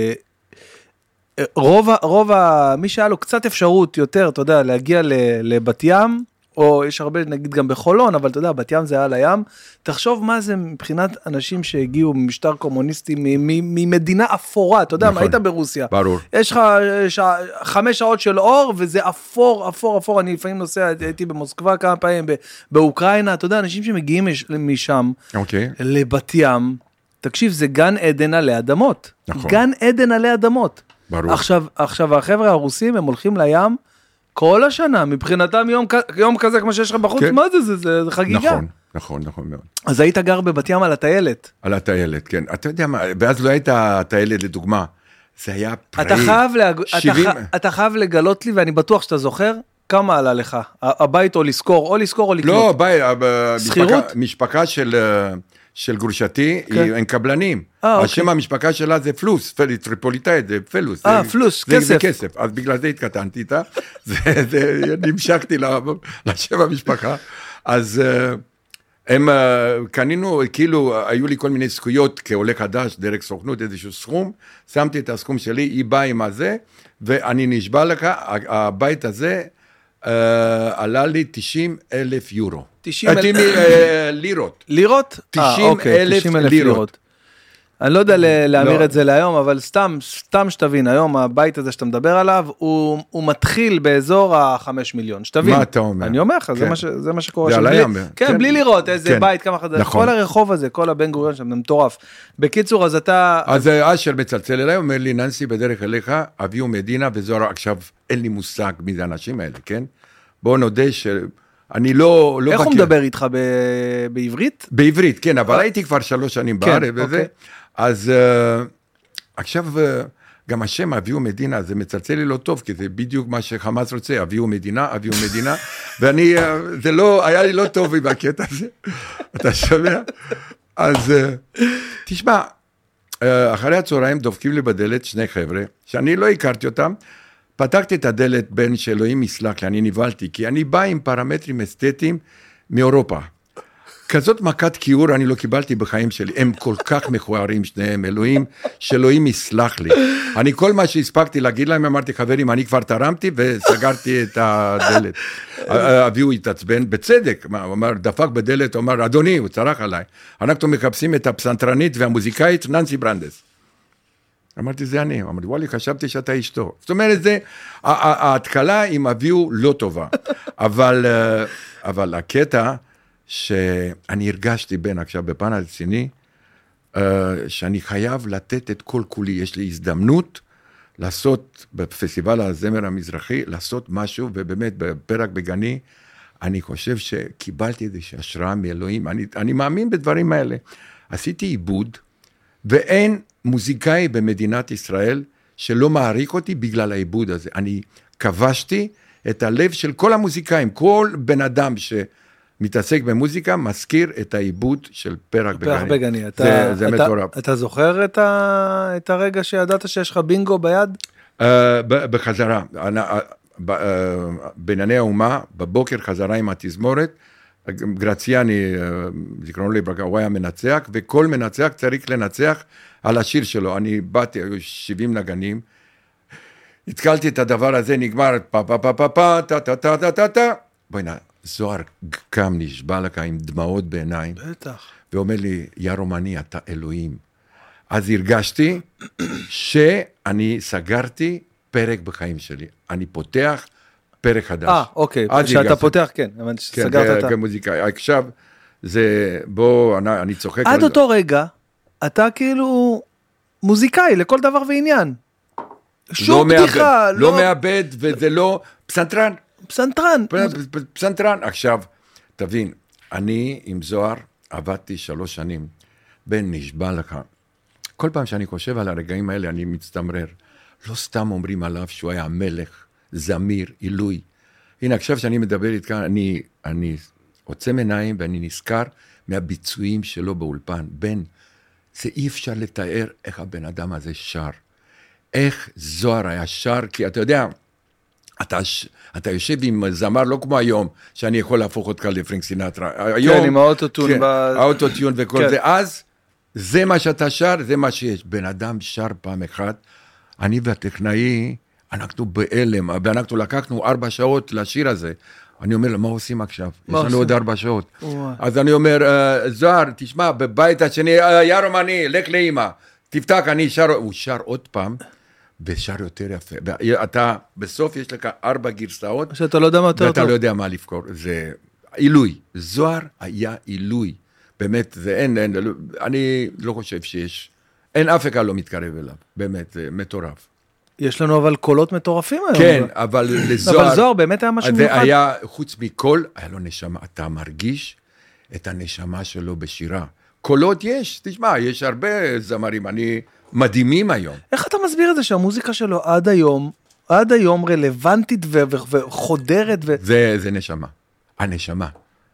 רוב, רוב, מי שהיה לו קצת אפשרות יותר, אתה יודע, להגיע לבת ים, או יש הרבה, נגיד גם בחולון, אבל אתה יודע, בת ים זה היה לים, תחשוב מה זה מבחינת אנשים שהגיעו ממשטר קומוניסטי, ממדינה אפורה, אתה יודע, מה היית ברוסיה? ברור. יש לך חמש שעות של אור, וזה אפור, אפור, אפור, אני לפעמים נוסע, הייתי במוסקבה כמה פעמים, באוקראינה, אתה יודע, אנשים שמגיעים משם, לבת ים, תקשיב, זה גן עדן עלי אדמות. גן עדן עלי אדמות. ברור. עכשיו, עכשיו, החבר'ה הרוסים, הם הולכים לים, כל השנה, מבחינתם יום, יום כזה כמו שיש לך בחוץ, כן. מה זה, זה, זה, זה חגיגה. נכון, נכון, נכון מאוד. אז היית גר בבת ים על הטיילת. על הטיילת, כן. אתה יודע מה, ואז לא היית הטיילת לדוגמה, זה היה פראי. אתה חייב, להג... שבעים... אתה, ח... אתה חייב לגלות לי, ואני בטוח שאתה זוכר, כמה עלה לך, הבית או לזכור, או לזכור או לקנות. לא, הבית, משפחה, משפחה של... של גרושתי, הם קבלנים. השם המשפחה שלה זה פלוס, טריפוליטאית, זה פלוס. אה, פלוס, כסף. זה כסף, אז בגלל זה התקטנתי איתה, נמשכתי לשם המשפחה. אז הם קנינו, כאילו, היו לי כל מיני זכויות כעולה חדש, דרך סוכנות, איזשהו סכום, שמתי את הסכום שלי, היא באה עם הזה, ואני נשבע לך, הבית הזה, עלה לי תשעים אלף יורו. תשעים אלף לירות. לירות? תשעים אלף לירות. אני לא יודע להמיר את זה להיום, אבל סתם, סתם שתבין, היום הבית הזה שאתה מדבר עליו, הוא מתחיל באזור החמש מיליון. שתבין. מה אתה אומר? אני אומר לך, זה מה שקורה. זה על הים. כן, בלי לראות איזה בית, כמה חדש. כל הרחוב הזה, כל הבן גוריון שם, זה מטורף. בקיצור, אז אתה... אז אשר מצלצל אליי, אומר לי, ננסי, בדרך אליך, אביהו מדינה וזוהר, עכשיו אין לי מושג מי זה האנשים האלה, כן? בואו נודה ש... אני לא... איך הוא מדבר איתך בעברית? בעברית, כן, אבל הייתי כבר שלוש שנים בארץ וזה. אז עכשיו גם השם אביהו מדינה, זה מצלצל לי לא טוב, כי זה בדיוק מה שחמאס רוצה, אביהו מדינה, אביהו מדינה, ואני, זה לא, היה לי לא טוב עם הקטע הזה, אתה שומע? אז תשמע, אחרי הצהריים דופקים לי בדלת שני חבר'ה, שאני לא הכרתי אותם, פתחתי את הדלת בין שאלוהים יסלח לי, אני נבלתי, כי אני בא עם פרמטרים אסתטיים מאירופה. כזאת מכת כיעור אני לא קיבלתי בחיים שלי, הם כל כך מכוערים שניהם, אלוהים, שאלוהים יסלח לי. אני כל מה שהספקתי להגיד להם, אמרתי, חברים, אני כבר תרמתי וסגרתי את הדלת. אביהו התעצבן, בצדק, הוא אמר, דפק בדלת, הוא אמר, אדוני, הוא צרח עליי, אנחנו מחפשים את הפסנתרנית והמוזיקאית ננסי ברנדס. אמרתי, זה אני. אמרתי, וואלי, חשבתי שאתה אשתו. זאת אומרת, זה, ההתקלה עם אביהו לא טובה. אבל, אבל הקטע שאני הרגשתי בין עכשיו בפן הרציני, שאני חייב לתת את כל כולי. יש לי הזדמנות לעשות בפסטיבל הזמר המזרחי, לעשות משהו, ובאמת בפרק בגני, אני חושב שקיבלתי איזושהי השראה מאלוהים. אני, אני מאמין בדברים האלה. עשיתי עיבוד, ואין מוזיקאי במדינת ישראל שלא מעריך אותי בגלל העיבוד הזה. אני כבשתי את הלב של כל המוזיקאים, כל בן אדם שמתעסק במוזיקה, מזכיר את העיבוד של פרק בגני. פרק בגני. זה, אתה, זה אתה, מטורף. אתה זוכר את, ה, את הרגע שידעת שיש לך בינגו ביד? Uh, בחזרה, בענייני האומה, בבוקר חזרה עם התזמורת, גרציאני, זיכרונו לברכה, הוא היה מנצח, וכל מנצח צריך לנצח על השיר שלו. אני באתי, היו שבעים נגנים, התקלתי את הדבר הזה, נגמר, פה פה פה פה פה, טה טה טה טה טה טה, בואי נה, זוהר קם, נשבע לך עם דמעות בעיניים, בטח. ואומר לי, יא רומני, אתה אלוהים. אז הרגשתי שאני סגרתי פרק בחיים שלי. אני פותח פרק חדש. אה, אוקיי, שאתה פותח, כן, סגרת את... כמוזיקאי. עכשיו, זה, בוא, אני צוחק... עד אותו רגע, אתה כאילו מוזיקאי לכל דבר ועניין. שום בדיחה, לא מאבד, וזה לא... פסנתרן. פסנתרן. פסנתרן. עכשיו, תבין, אני עם זוהר עבדתי שלוש שנים, בן נשבע לך. כל פעם שאני חושב על הרגעים האלה, אני מצטמרר. לא סתם אומרים עליו שהוא היה מלך, זמיר, עילוי. הנה, עכשיו שאני מדבר איתך, אני, אני עוצם עיניים ואני נזכר מהביצועים שלו באולפן. בן, זה אי אפשר לתאר איך הבן אדם הזה שר. איך זוהר היה שר, כי אתה יודע, אתה, אתה יושב עם זמר לא כמו היום, שאני יכול להפוך אותך לפרנק סינטרה. כן, עם האוטוטיון. כן, ב... האוטוטיון וכל כן. זה. אז, זה מה שאתה שר, זה מה שיש. בן אדם שר פעם אחת, אני והטכנאי, אנחנו באלם, ואנחנו לקחנו ארבע שעות לשיר הזה. אני אומר לו, מה עושים עכשיו? יש לנו עוד ארבע שעות. אז אני אומר, זוהר, תשמע, בבית השני, יא רומני, לך לאמא, תפתח, אני שר, הוא שר עוד פעם, ושר יותר יפה. אתה, בסוף יש לך ארבע גרסאות, שאתה לא יודע מה יותר טוב. ואתה לא יודע מה לבחור. זה עילוי. זוהר היה עילוי. באמת, זה אין, אין, אני לא חושב שיש, אין אף אחד לא מתקרב אליו. באמת, זה מטורף. יש לנו אבל קולות מטורפים היום. כן, אבל לזוהר... אבל זוהר באמת היה משהו מיוחד. זה היה, חוץ מכל, היה לו נשמה. אתה מרגיש את הנשמה שלו בשירה. קולות יש, תשמע, יש הרבה זמרים, אני מדהימים היום. איך אתה מסביר את זה שהמוזיקה שלו עד היום, עד היום רלוונטית וחודרת? ו... זה, זה נשמה. הנשמה.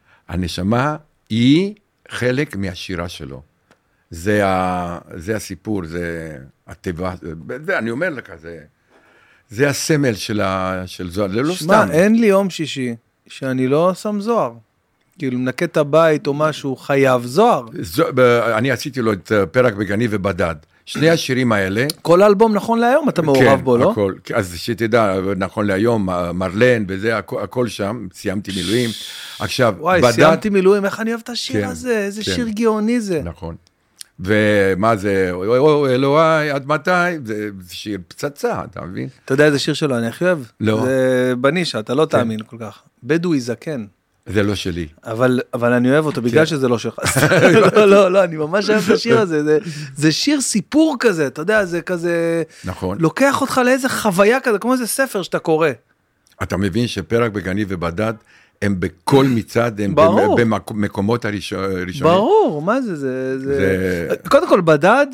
הנשמה היא חלק מהשירה שלו. זה, ה, זה הסיפור, זה הטבע, זה, אני אומר לך, זה, זה הסמל של, ה, של זוהר, זה לא שמה, סתם. אין לי יום שישי שאני לא שם זוהר. כאילו, מנקט הבית או משהו, חייב זוהר. זו, אני עשיתי לו את פרק בגני ובדד. שני השירים האלה. כל האלבום נכון להיום, אתה מעורב בו, לא? כן, הכל. אז שתדע, נכון להיום, מרלן וזה, הכל שם, סיימתי מילואים. עכשיו, וואי, סיימתי מילואים, איך אני אוהב את השיר הזה, איזה שיר גאוני זה. נכון. ומה זה, אלוהי, עד מתי? זה שיר פצצה, אתה מבין? אתה יודע איזה שיר שלו, אני הכי אוהב? לא. זה בנישה, אתה לא תאמין כל כך. בדואי זקן. זה לא שלי. אבל, אבל אני אוהב אותו, בגלל שזה לא שלך. לא, לא, לא, אני ממש אוהב את השיר הזה. זה, זה שיר סיפור כזה, אתה יודע, זה כזה... נכון. לוקח אותך לאיזה חוויה כזה, כמו איזה ספר שאתה קורא. אתה מבין שפרק בגני ובדד, הם בכל מצד, הם במקומות הראשונים. ברור, מה זה? זה, זה... קודם כל, בדד,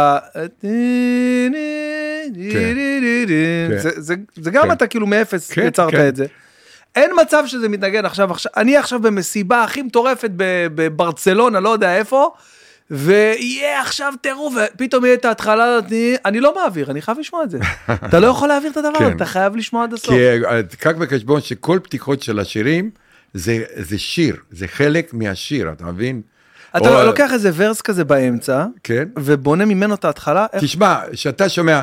זה גם אתה כאילו מאפס יצרת את זה. אין מצב שזה מתנגן עכשיו, אני עכשיו במסיבה הכי מטורפת בברצלונה, לא יודע איפה, ויהיה עכשיו טירוף, ופתאום יהיה את ההתחלה, אני לא מעביר, אני חייב לשמוע את זה. אתה לא יכול להעביר את הדבר, אתה חייב לשמוע עד הסוף. כי קח בחשבון שכל פתיחות של השירים, זה שיר, זה חלק מהשיר, אתה מבין? אתה לוקח איזה ורס כזה באמצע, ובונה ממנו את ההתחלה. תשמע, שאתה שומע,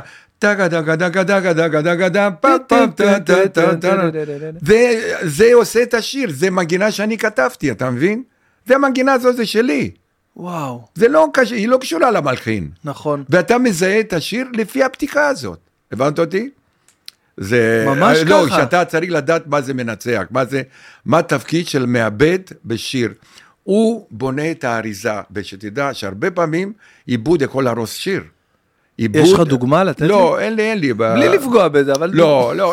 וזה עושה את השיר, זה מנגינה שאני כתבתי, אתה מבין? והמנגינה הזו זה שלי. וואו. זה לא קשה, היא לא קשורה למלחין. נכון. ואתה מזהה את השיר לפי הפתיחה הזאת. הבנת אותי? זה... ממש ככה. לא, שאתה צריך לדעת מה זה מנצח, מה זה, מה התפקיד של מעבד בשיר. הוא בונה את האריזה, ושתדע שהרבה פעמים עיבוד יכול להרוס שיר. יש לך דוגמה לתת לי? לא, אין לי, אין לי. בלי לפגוע בזה, אבל... לא, לא,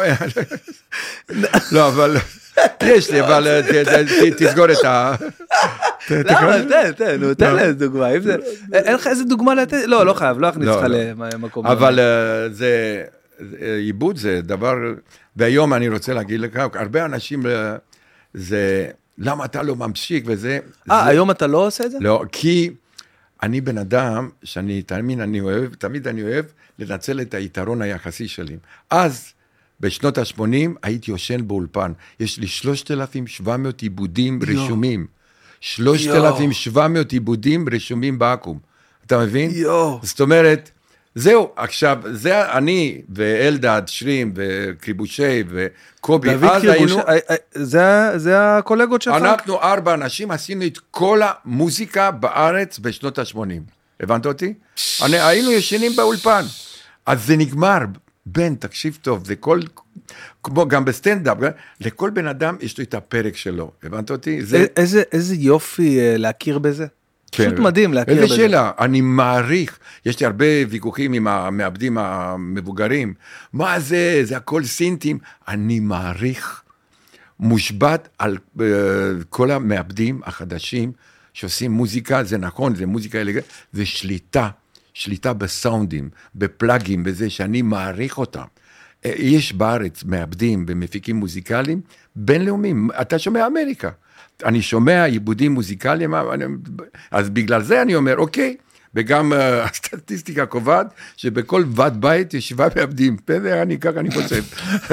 לא, אבל... יש לי, אבל תסגור את ה... למה? תן, תן, נו, תן לי דוגמה. אין לך איזה דוגמה לתת? לא, לא חייב, לא אכניס לך למקום. אבל זה... עיבוד זה דבר... והיום אני רוצה להגיד לך, הרבה אנשים זה... למה אתה לא ממשיך וזה... אה, היום אתה לא עושה את זה? לא, כי... אני בן אדם שאני תמיד אני אוהב, תמיד אני אוהב לנצל את היתרון היחסי שלי. אז, בשנות ה-שמונים, הייתי יושן באולפן. יש לי שלושת אלפים שבע מאות עיבודים רשומים. שלושת אלפים שבע מאות עיבודים רשומים באקום. אתה מבין? יו. זאת אומרת, זהו, עכשיו, זה אני ואלדד, שרים וקריבושי וקובי, אז היינו... זה, זה הקולגות שלך? אנחנו ארבע אנשים עשינו את כל המוזיקה בארץ בשנות ה-שמונים. הבנת אותי? אני, היינו ישנים באולפן. אז זה נגמר. בן, תקשיב טוב, זה כל... כמו גם בסטנדאפ, לכל בן אדם יש לו את הפרק שלו. הבנת אותי? זה... איזה, איזה יופי להכיר בזה. פשוט מדהים להכיר בזה. איזה שאלה, אני מעריך, יש לי הרבה ויכוחים עם המעבדים המבוגרים, מה זה, זה הכל סינטים, אני מעריך, מושבת על uh, כל המעבדים החדשים, שעושים מוזיקה, זה נכון, זה מוזיקה אלגנטית, זה שליטה, שליטה בסאונדים, בפלאגים, בזה שאני מעריך אותם. יש בארץ מעבדים ומפיקים מוזיקליים, בינלאומיים, אתה שומע אמריקה, אני שומע עיבודים מוזיקליים, אז בגלל זה אני אומר, אוקיי, וגם הסטטיסטיקה קובעת, שבכל ועד בית יש שבעה מעבדים, אני ככה אני חושב,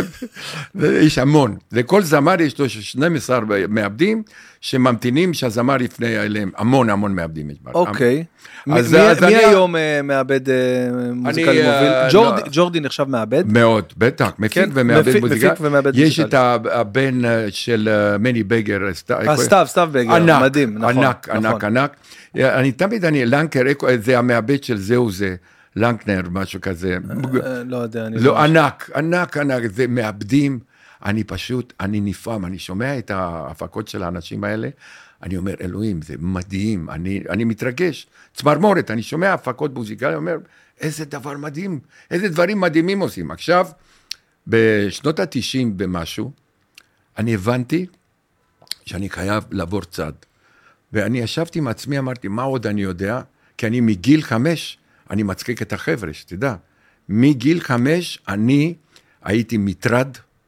ויש המון, וכל זמר יש לו שנים עשר מעבדים, שממתינים שהזמר יפנה אליהם, המון המון מעבדים יש בארץ. אוקיי, מי היום מעבד מוזיקלי מוביל? ג'ורדי נחשב מעבד? מאוד, בטח, מפיק ומעבד מוזיקה, יש את הבן של מני בגר, סתיו, סתיו בגר, מדהים, נכון. ענק, ענק, ענק, אני תמיד, אני, לנקר, זה המעבד של זהו זה, לנקנר, משהו כזה. לא יודע, אני לא, ענק, ענק, ענק, זה מעבדים, אני פשוט, אני נפעם, אני שומע את ההפקות של האנשים האלה, אני אומר, אלוהים, זה מדהים, אני, אני מתרגש, צמרמורת, אני שומע הפקות מוזיקליות, אומר, איזה דבר מדהים, איזה דברים מדהימים עושים. עכשיו, בשנות ה-תשעים במשהו, אני הבנתי שאני חייב לעבור צד. ואני ישבתי עם עצמי, אמרתי, מה עוד אני יודע? כי אני מגיל חמש, אני מצחיק את החבר'ה, שתדע. מגיל חמש, אני הייתי מטרד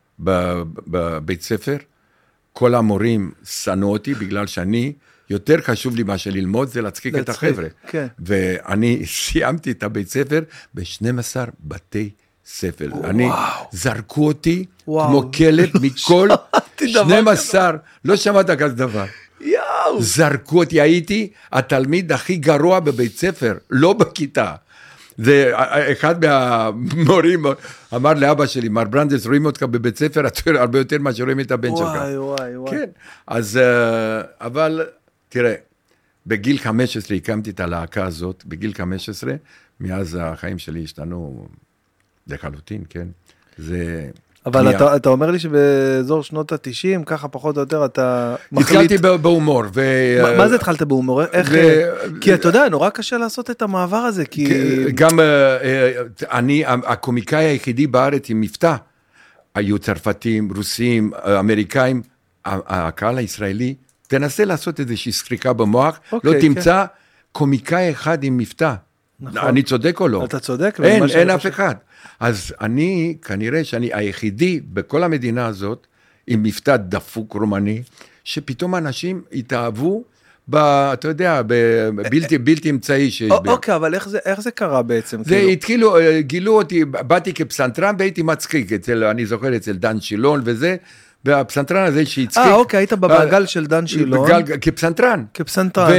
בבית ספר, כל המורים שנאו אותי, בגלל שאני, יותר חשוב לי מה שללמוד, זה להצחיק את החבר'ה. כן. ואני סיימתי את הבית ספר ב-שנים עשר בתי ספר. וואו. אני, זרקו אותי, וואו. כמו כלב מכל שנים עשר, לא שמעת כזה דבר. יאו. זרקו אותי, הייתי התלמיד הכי גרוע בבית ספר, לא בכיתה. זה אחד מהמורים אמר לאבא שלי, מר ברנדס, רואים אותך בבית ספר, הרבה יותר מה שרואים את הבן שלך. וואי, וואי, וואי. כן, אז, אבל תראה, בגיל חמש עשרה הקמתי את הלהקה הזאת, בגיל חמש עשרה, מאז החיים שלי השתנו לחלוטין, כן? זה... אבל אתה, אתה אומר לי שבאזור שנות ה-תשעים, ככה פחות או יותר, אתה מחליט... התחלתי בהומור. ו... מה, מה זה התחלת בהומור? איך... ו... כי אתה יודע, נורא קשה לעשות את המעבר הזה, כי... גם אני, הקומיקאי היחידי בארץ עם מבטא, היו צרפתים, רוסים, אמריקאים, הקהל הישראלי, תנסה לעשות איזושהי סריקה במוח, לא תמצא קומיקאי אחד עם מבטא. אני צודק או לא? אתה צודק. אין, אין אף אחד. אז אני, כנראה שאני היחידי בכל המדינה הזאת, עם מבטא דפוק רומני, שפתאום אנשים התאהבו, ב, אתה יודע, בבלתי, בלתי אמצעי. אוקיי, אבל איך זה, איך זה קרה בעצם? זה התחילו, גילו אותי, באתי כפסנתרן והייתי מצחיק, אצל, אני זוכר אצל דן שילון וזה, והפסנתרן הזה שהצחיק. אה, אוקיי, היית במעגל של דן שילון. כפסנתרן. כפסנתרן.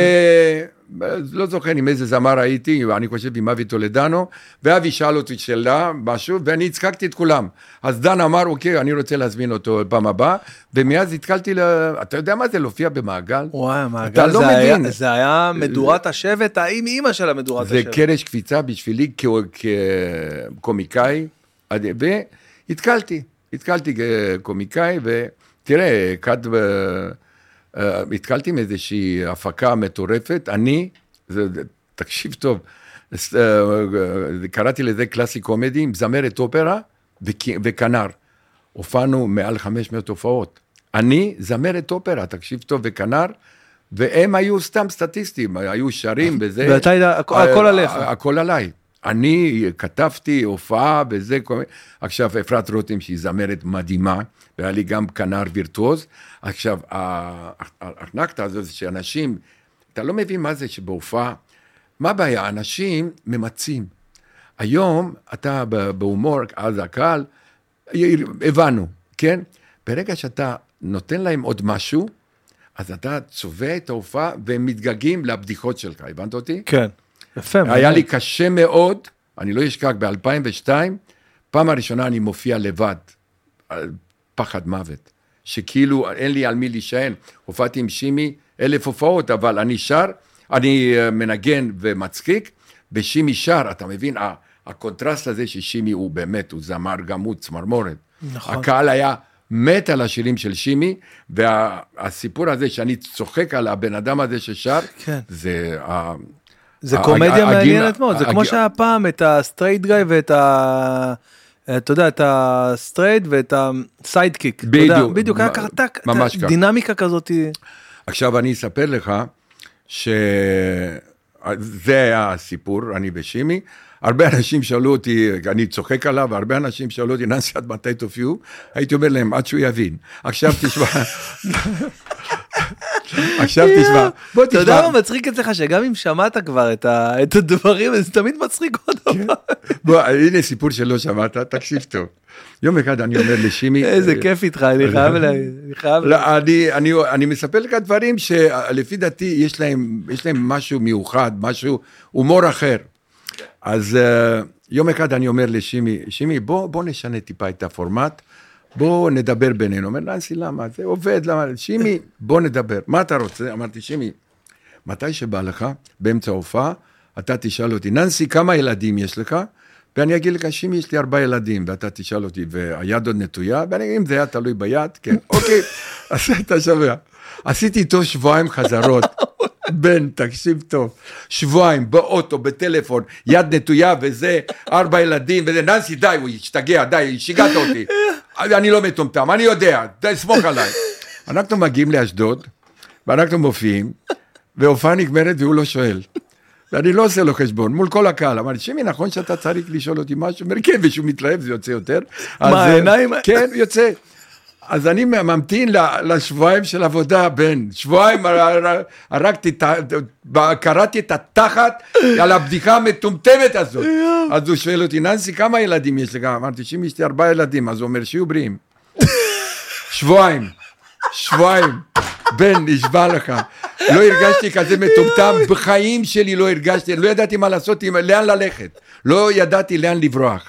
לא זוכר עם איזה זמר הייתי, אני חושב עם אבי טולדנו, ואבי שאל אותי שאלה, משהו, ואני הצחקתי את כולם. אז דן אמר, אוקיי, אני רוצה להזמין אותו פעם הבאה, ומאז התקלתי, לה... אתה יודע מה זה להופיע במעגל? וואי, המעגל זה, לא היה, זה היה מדורת השבט, האם אימא של המדורת זה השבט. זה קרש קפיצה בשבילי כקומיקאי, והתקלתי, התקלתי כקומיקאי, ותראה, כת... Uh, התקלתי עם איזושהי הפקה מטורפת, אני, זה, תקשיב טוב, uh, uh, קראתי לזה קלאסי קומדי, עם זמרת אופרה וכנר, הופענו מעל חמש מאות הופעות, אני זמרת אופרה, תקשיב טוב, וכנר, והם היו סתם סטטיסטים, היו שרים וזה, ואתה היית, הכל עליך. הכל עליי, אני כתבתי הופעה וזה, עכשיו אפרת רותם שהיא זמרת מדהימה, והיה לי גם כנר וירטואוז, עכשיו, הנקטה הזו זה שאנשים, אתה לא מבין מה זה שבהופעה, מה הבעיה? אנשים ממצים. היום, אתה בהומור, אז הקהל, הבנו, כן? ברגע שאתה נותן להם עוד משהו, אז אתה צובע את ההופעה, והם מתגעגעים לבדיחות שלך, הבנת אותי? כן, יפה. היה לי קשה מאוד, אני לא אשכח, ב-אלפיים ושתיים, פעם הראשונה אני מופיע לבד, פחד מוות, שכאילו אין לי על מי להישען, הופעתי עם שימי אלף הופעות, אבל אני שר, אני מנגן ומצחיק, ושימי שר, אתה מבין, הקונטרסט הזה ששימי הוא באמת, הוא זמר גמוד, צמרמורת, נכון. הקהל היה מת על השירים של שימי, והסיפור הזה שאני צוחק על הבן אדם הזה ששר, כן. זה... זה קומדיה מעניינת מאוד, זה כמו שהיה פעם את הסטרייט גאי ואת ה... אתה יודע, את הסטרייט ואת הסיידקיק. בדיוק. בדיוק, היה ככה, דינמיקה כזאת. עכשיו אני אספר לך, שזה היה הסיפור, אני ושימי, הרבה אנשים שאלו אותי, אני צוחק עליו, והרבה אנשים שאלו אותי, ננסי עד מתי תופיעו, הייתי אומר להם, עד שהוא יבין. עכשיו תשמע, עכשיו תשמע, בוא תשמע. אתה יודע מה מצחיק אצלך, שגם אם שמעת כבר את הדברים, זה תמיד מצחיק עוד דבר. בוא, הנה סיפור שלא שמעת, תקשיב טוב. יום אחד אני אומר לשימי... איזה כיף איתך, אני חייב לה... אני מספר לך דברים שלפי דעתי יש להם משהו מיוחד, משהו, הומור אחר. אז יום אחד אני אומר לשימי, שימי, בוא נשנה טיפה את הפורמט, בוא נדבר בינינו. אומר, ננסי, למה? זה עובד, למה? שימי, בוא נדבר. מה אתה רוצה? אמרתי, שימי, מתי שבא לך, באמצע ההופעה, אתה תשאל אותי, ננסי, כמה ילדים יש לך? ואני אגיד לך, שימי, יש לי ארבעה ילדים, ואתה תשאל אותי, והיד עוד נטויה, ואני אגיד, אם זה היה תלוי ביד, כן, אוקיי, אז אתה שווה. עשיתי איתו שבועיים חזרות, בן, תקשיב טוב, שבועיים, באוטו, בטלפון, יד נטויה, וזה, ארבע ילדים, וזה, ננסי, די, הוא ישתגע, די, שיגעת אותי. אני לא מטומטם, אני יודע, די, סמוך עליי. אנחנו מגיעים לאשדוד, ואנחנו מופיעים, והופעה נגמרת והוא לא שואל. ואני לא עושה לו חשבון, מול כל הקהל. אמרתי, שימי, נכון שאתה צריך לשאול אותי משהו? אומר, כן, ושהוא מתלהב, זה יוצא יותר. מה, העיניים? כן, יוצא. אז אני ממתין לשבועיים של עבודה, בן. שבועיים הרגתי, קראתי את התחת על הבדיחה המטומטמת הזאת. אז הוא שואל אותי, ננסי, כמה ילדים יש לך? אמרתי, שימי, יש לי ארבעה ילדים. אז הוא אומר, שיהיו בריאים. שבועיים, שבועיים. בן, נשבע לך. לא הרגשתי כזה מטומטם, בחיים שלי לא הרגשתי, לא ידעתי מה לעשות, לאן ללכת. לא ידעתי לאן לברוח.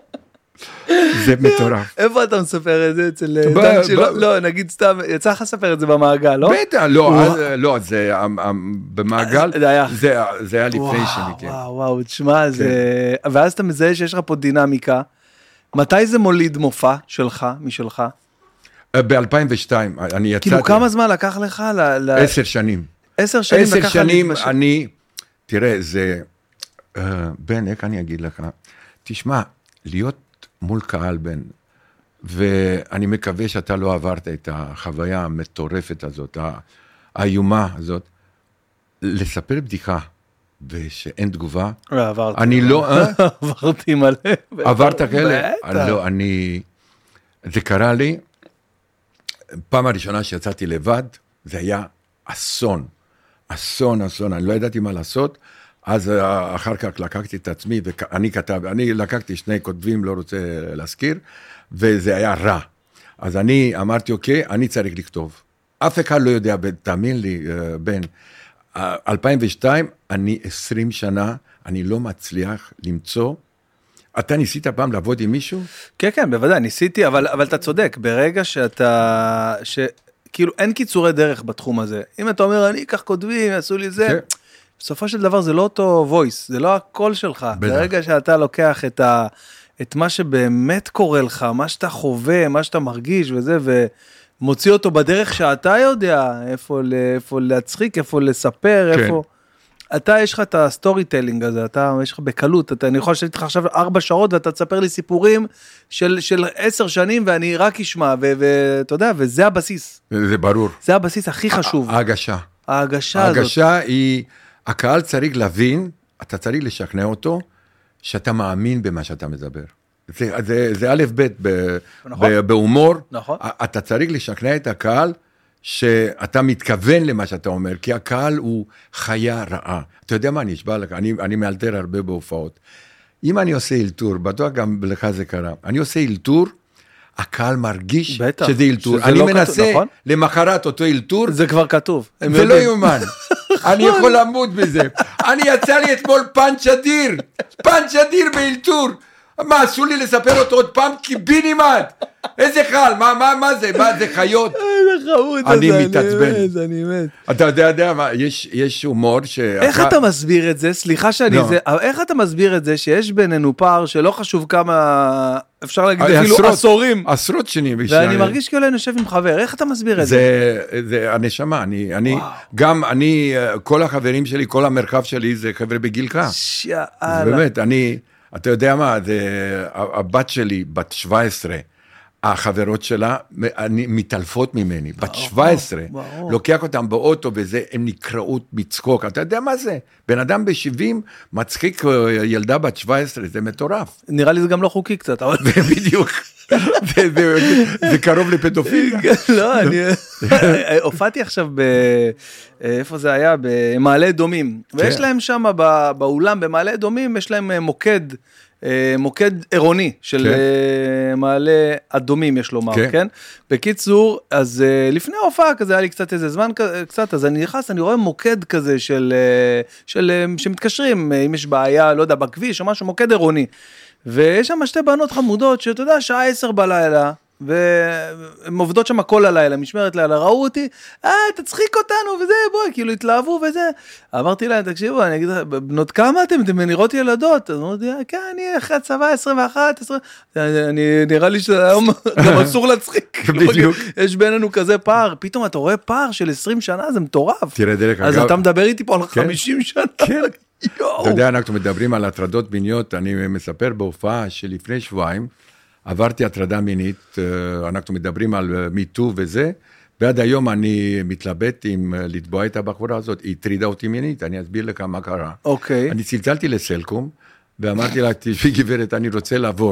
זה מטורף. איפה אתה מספר את זה? אצל דן שלו? לא, נגיד סתם, יצא לך לספר את זה במעגל, לא? בטח, לא, זה במעגל, זה היה לפני שלי. וואו, וואו, תשמע, ואז אתה מזהה שיש לך פה דינמיקה. מתי זה מוליד מופע שלך, משלך? ב-אלפיים ושתיים, אני יצאתי. כאילו, כמה זמן לקח לך? עשר שנים. עשר שנים לקח לך? עשר שנים, אני, תראה, זה, בן, איך אני אגיד לך? תשמע, להיות מול קהל, בן, ואני מקווה שאתה לא עברת את החוויה המטורפת הזאת, האיומה הזאת, לספר בדיחה, ושאין תגובה. לא, עברתי. אני לא, עברתי מלא. עברת כאלה? לא, אני, זה קרה לי, פעם הראשונה שיצאתי לבד, זה היה אסון, אסון, אסון, אני לא ידעתי מה לעשות, אז אחר כך לקחתי את עצמי, ואני כתב, אני לקחתי שני כותבים, לא רוצה להזכיר, וזה היה רע. אז אני אמרתי, אוקיי, אני צריך לכתוב. אף אחד לא יודע, תאמין לי, בן, אלפיים ושתיים, אני עשרים שנה, אני לא מצליח למצוא, אתה ניסית פעם לעבוד עם מישהו? כן, כן, בוודאי, ניסיתי, אבל, אבל אתה צודק, ברגע שאתה, שכאילו אין קיצורי דרך בתחום הזה. אם אתה אומר, אני אקח כותבים, יעשו לי זה, כן. בסופו של דבר זה לא אותו voice, זה לא הקול שלך. בטח. ברגע שאתה לוקח את, ה, את מה שבאמת קורה לך, מה שאתה חווה, מה שאתה מרגיש וזה, ומוציא אותו בדרך שאתה יודע, איפה, איפה להצחיק, איפה לספר, כן. איפה... אתה, יש לך את הסטורי טלינג הזה, אתה, יש לך בקלות, אתה, אני יכול לשבת איתך עכשיו ארבע שעות, ואתה תספר לי סיפורים של, של עשר שנים, ואני רק אשמע, ואתה יודע, וזה הבסיס. זה ברור. זה הבסיס הכי חשוב. ההגשה. ההגשה הזאת. ההגשה היא, הקהל צריך להבין, אתה צריך לשכנע אותו, שאתה מאמין במה שאתה מדבר. זה, זה, זה א' ב' ב, נכון. ב, בהומור. נכון. אתה צריך לשכנע את הקהל, שאתה מתכוון למה שאתה אומר, כי הקהל הוא חיה רעה. אתה יודע מה, אני אשבע לך, אני, אני מאלתר הרבה בהופעות. אם אני עושה אילתור, בטוח גם לך זה קרה, אני עושה אילתור, הקהל מרגיש בטח, שזה אילתור. אני לא מנסה כתוב, נכון? למחרת אותו אילתור. זה כבר כתוב. זה לא יומן. אני יכול למות בזה. אני יצא לי אתמול פאנץ' אדיר, פאנץ' אדיר באילתור. מה, עשו לי לספר אותו עוד פעם? קיבינימט. איזה חל, מה, מה, מה זה? מה זה חיות? איזה חמוד. אני מתעצבן. אני מת. אתה יודע, יודע מה, יש, יש הומור ש... איך אתה מסביר את זה? סליחה שאני זה... איך אתה מסביר את זה שיש בינינו פער שלא חשוב כמה... אפשר להגיד אפילו עשורים. עשרות שנים. ואני מרגיש כאילו אני יושב עם חבר. איך אתה מסביר את זה? זה הנשמה. אני, אני, גם אני, כל החברים שלי, כל המרחב שלי זה חבר'ה בגילך. שאלה. באמת, אני... אתה יודע מה, זה, הבת שלי, בת שבע עשרה, החברות שלה, אני, מתעלפות ממני, בת שבע עשרה, לוקח אותם באוטו וזה, הם נקראות מצחוק, אתה יודע מה זה? בן אדם ב-שבעים, מצחיק ילדה בת שבע עשרה, זה מטורף. נראה לי זה גם לא חוקי קצת. בדיוק. זה קרוב לפדופיליה. לא, אני הופעתי עכשיו איפה זה היה? במעלה אדומים, ויש להם שם באולם במעלה אדומים, יש להם מוקד, מוקד עירוני של מעלה אדומים יש לומר, כן? בקיצור, אז לפני ההופעה כזה היה לי קצת איזה זמן קצת, אז אני נכנס, אני רואה מוקד כזה של שמתקשרים, אם יש בעיה, לא יודע, בכביש או משהו, מוקד עירוני. ויש שם שתי בנות חמודות, שאתה יודע, שעה עשר בלילה, והן עובדות שם כל הלילה, משמרת לילה, ראו אותי, אה, תצחיק אותנו, וזה, בואי, כאילו התלהבו וזה. אמרתי להם, תקשיבו, אני אגיד, בנות כמה אתם, אתם נראות ילדות? אז אמרתי, כן, אני אחרי הצבא, עשרים ואחת, עשרים, אני, נראה לי שהיום גם אסור להצחיק. בדיוק. יש בינינו כזה פער, פתאום אתה רואה פער של עשרים שנה, זה מטורף. תראה, דרך אגב. אז אתה מדבר איתי פה על חמישים שנה. כן. אתה יודע, אנחנו מדברים על הטרדות מיניות, אני מספר בהופעה שלפני שבועיים, עברתי הטרדה מינית, אנחנו מדברים על מיטו וזה, ועד היום אני מתלבט עם לתבוע את הבחורה הזאת, היא הטרידה אותי מינית, אני אסביר לך מה קרה. אוקיי. אני צלצלתי לסלקום, ואמרתי לה, תשבי גברת, אני רוצה לעבור.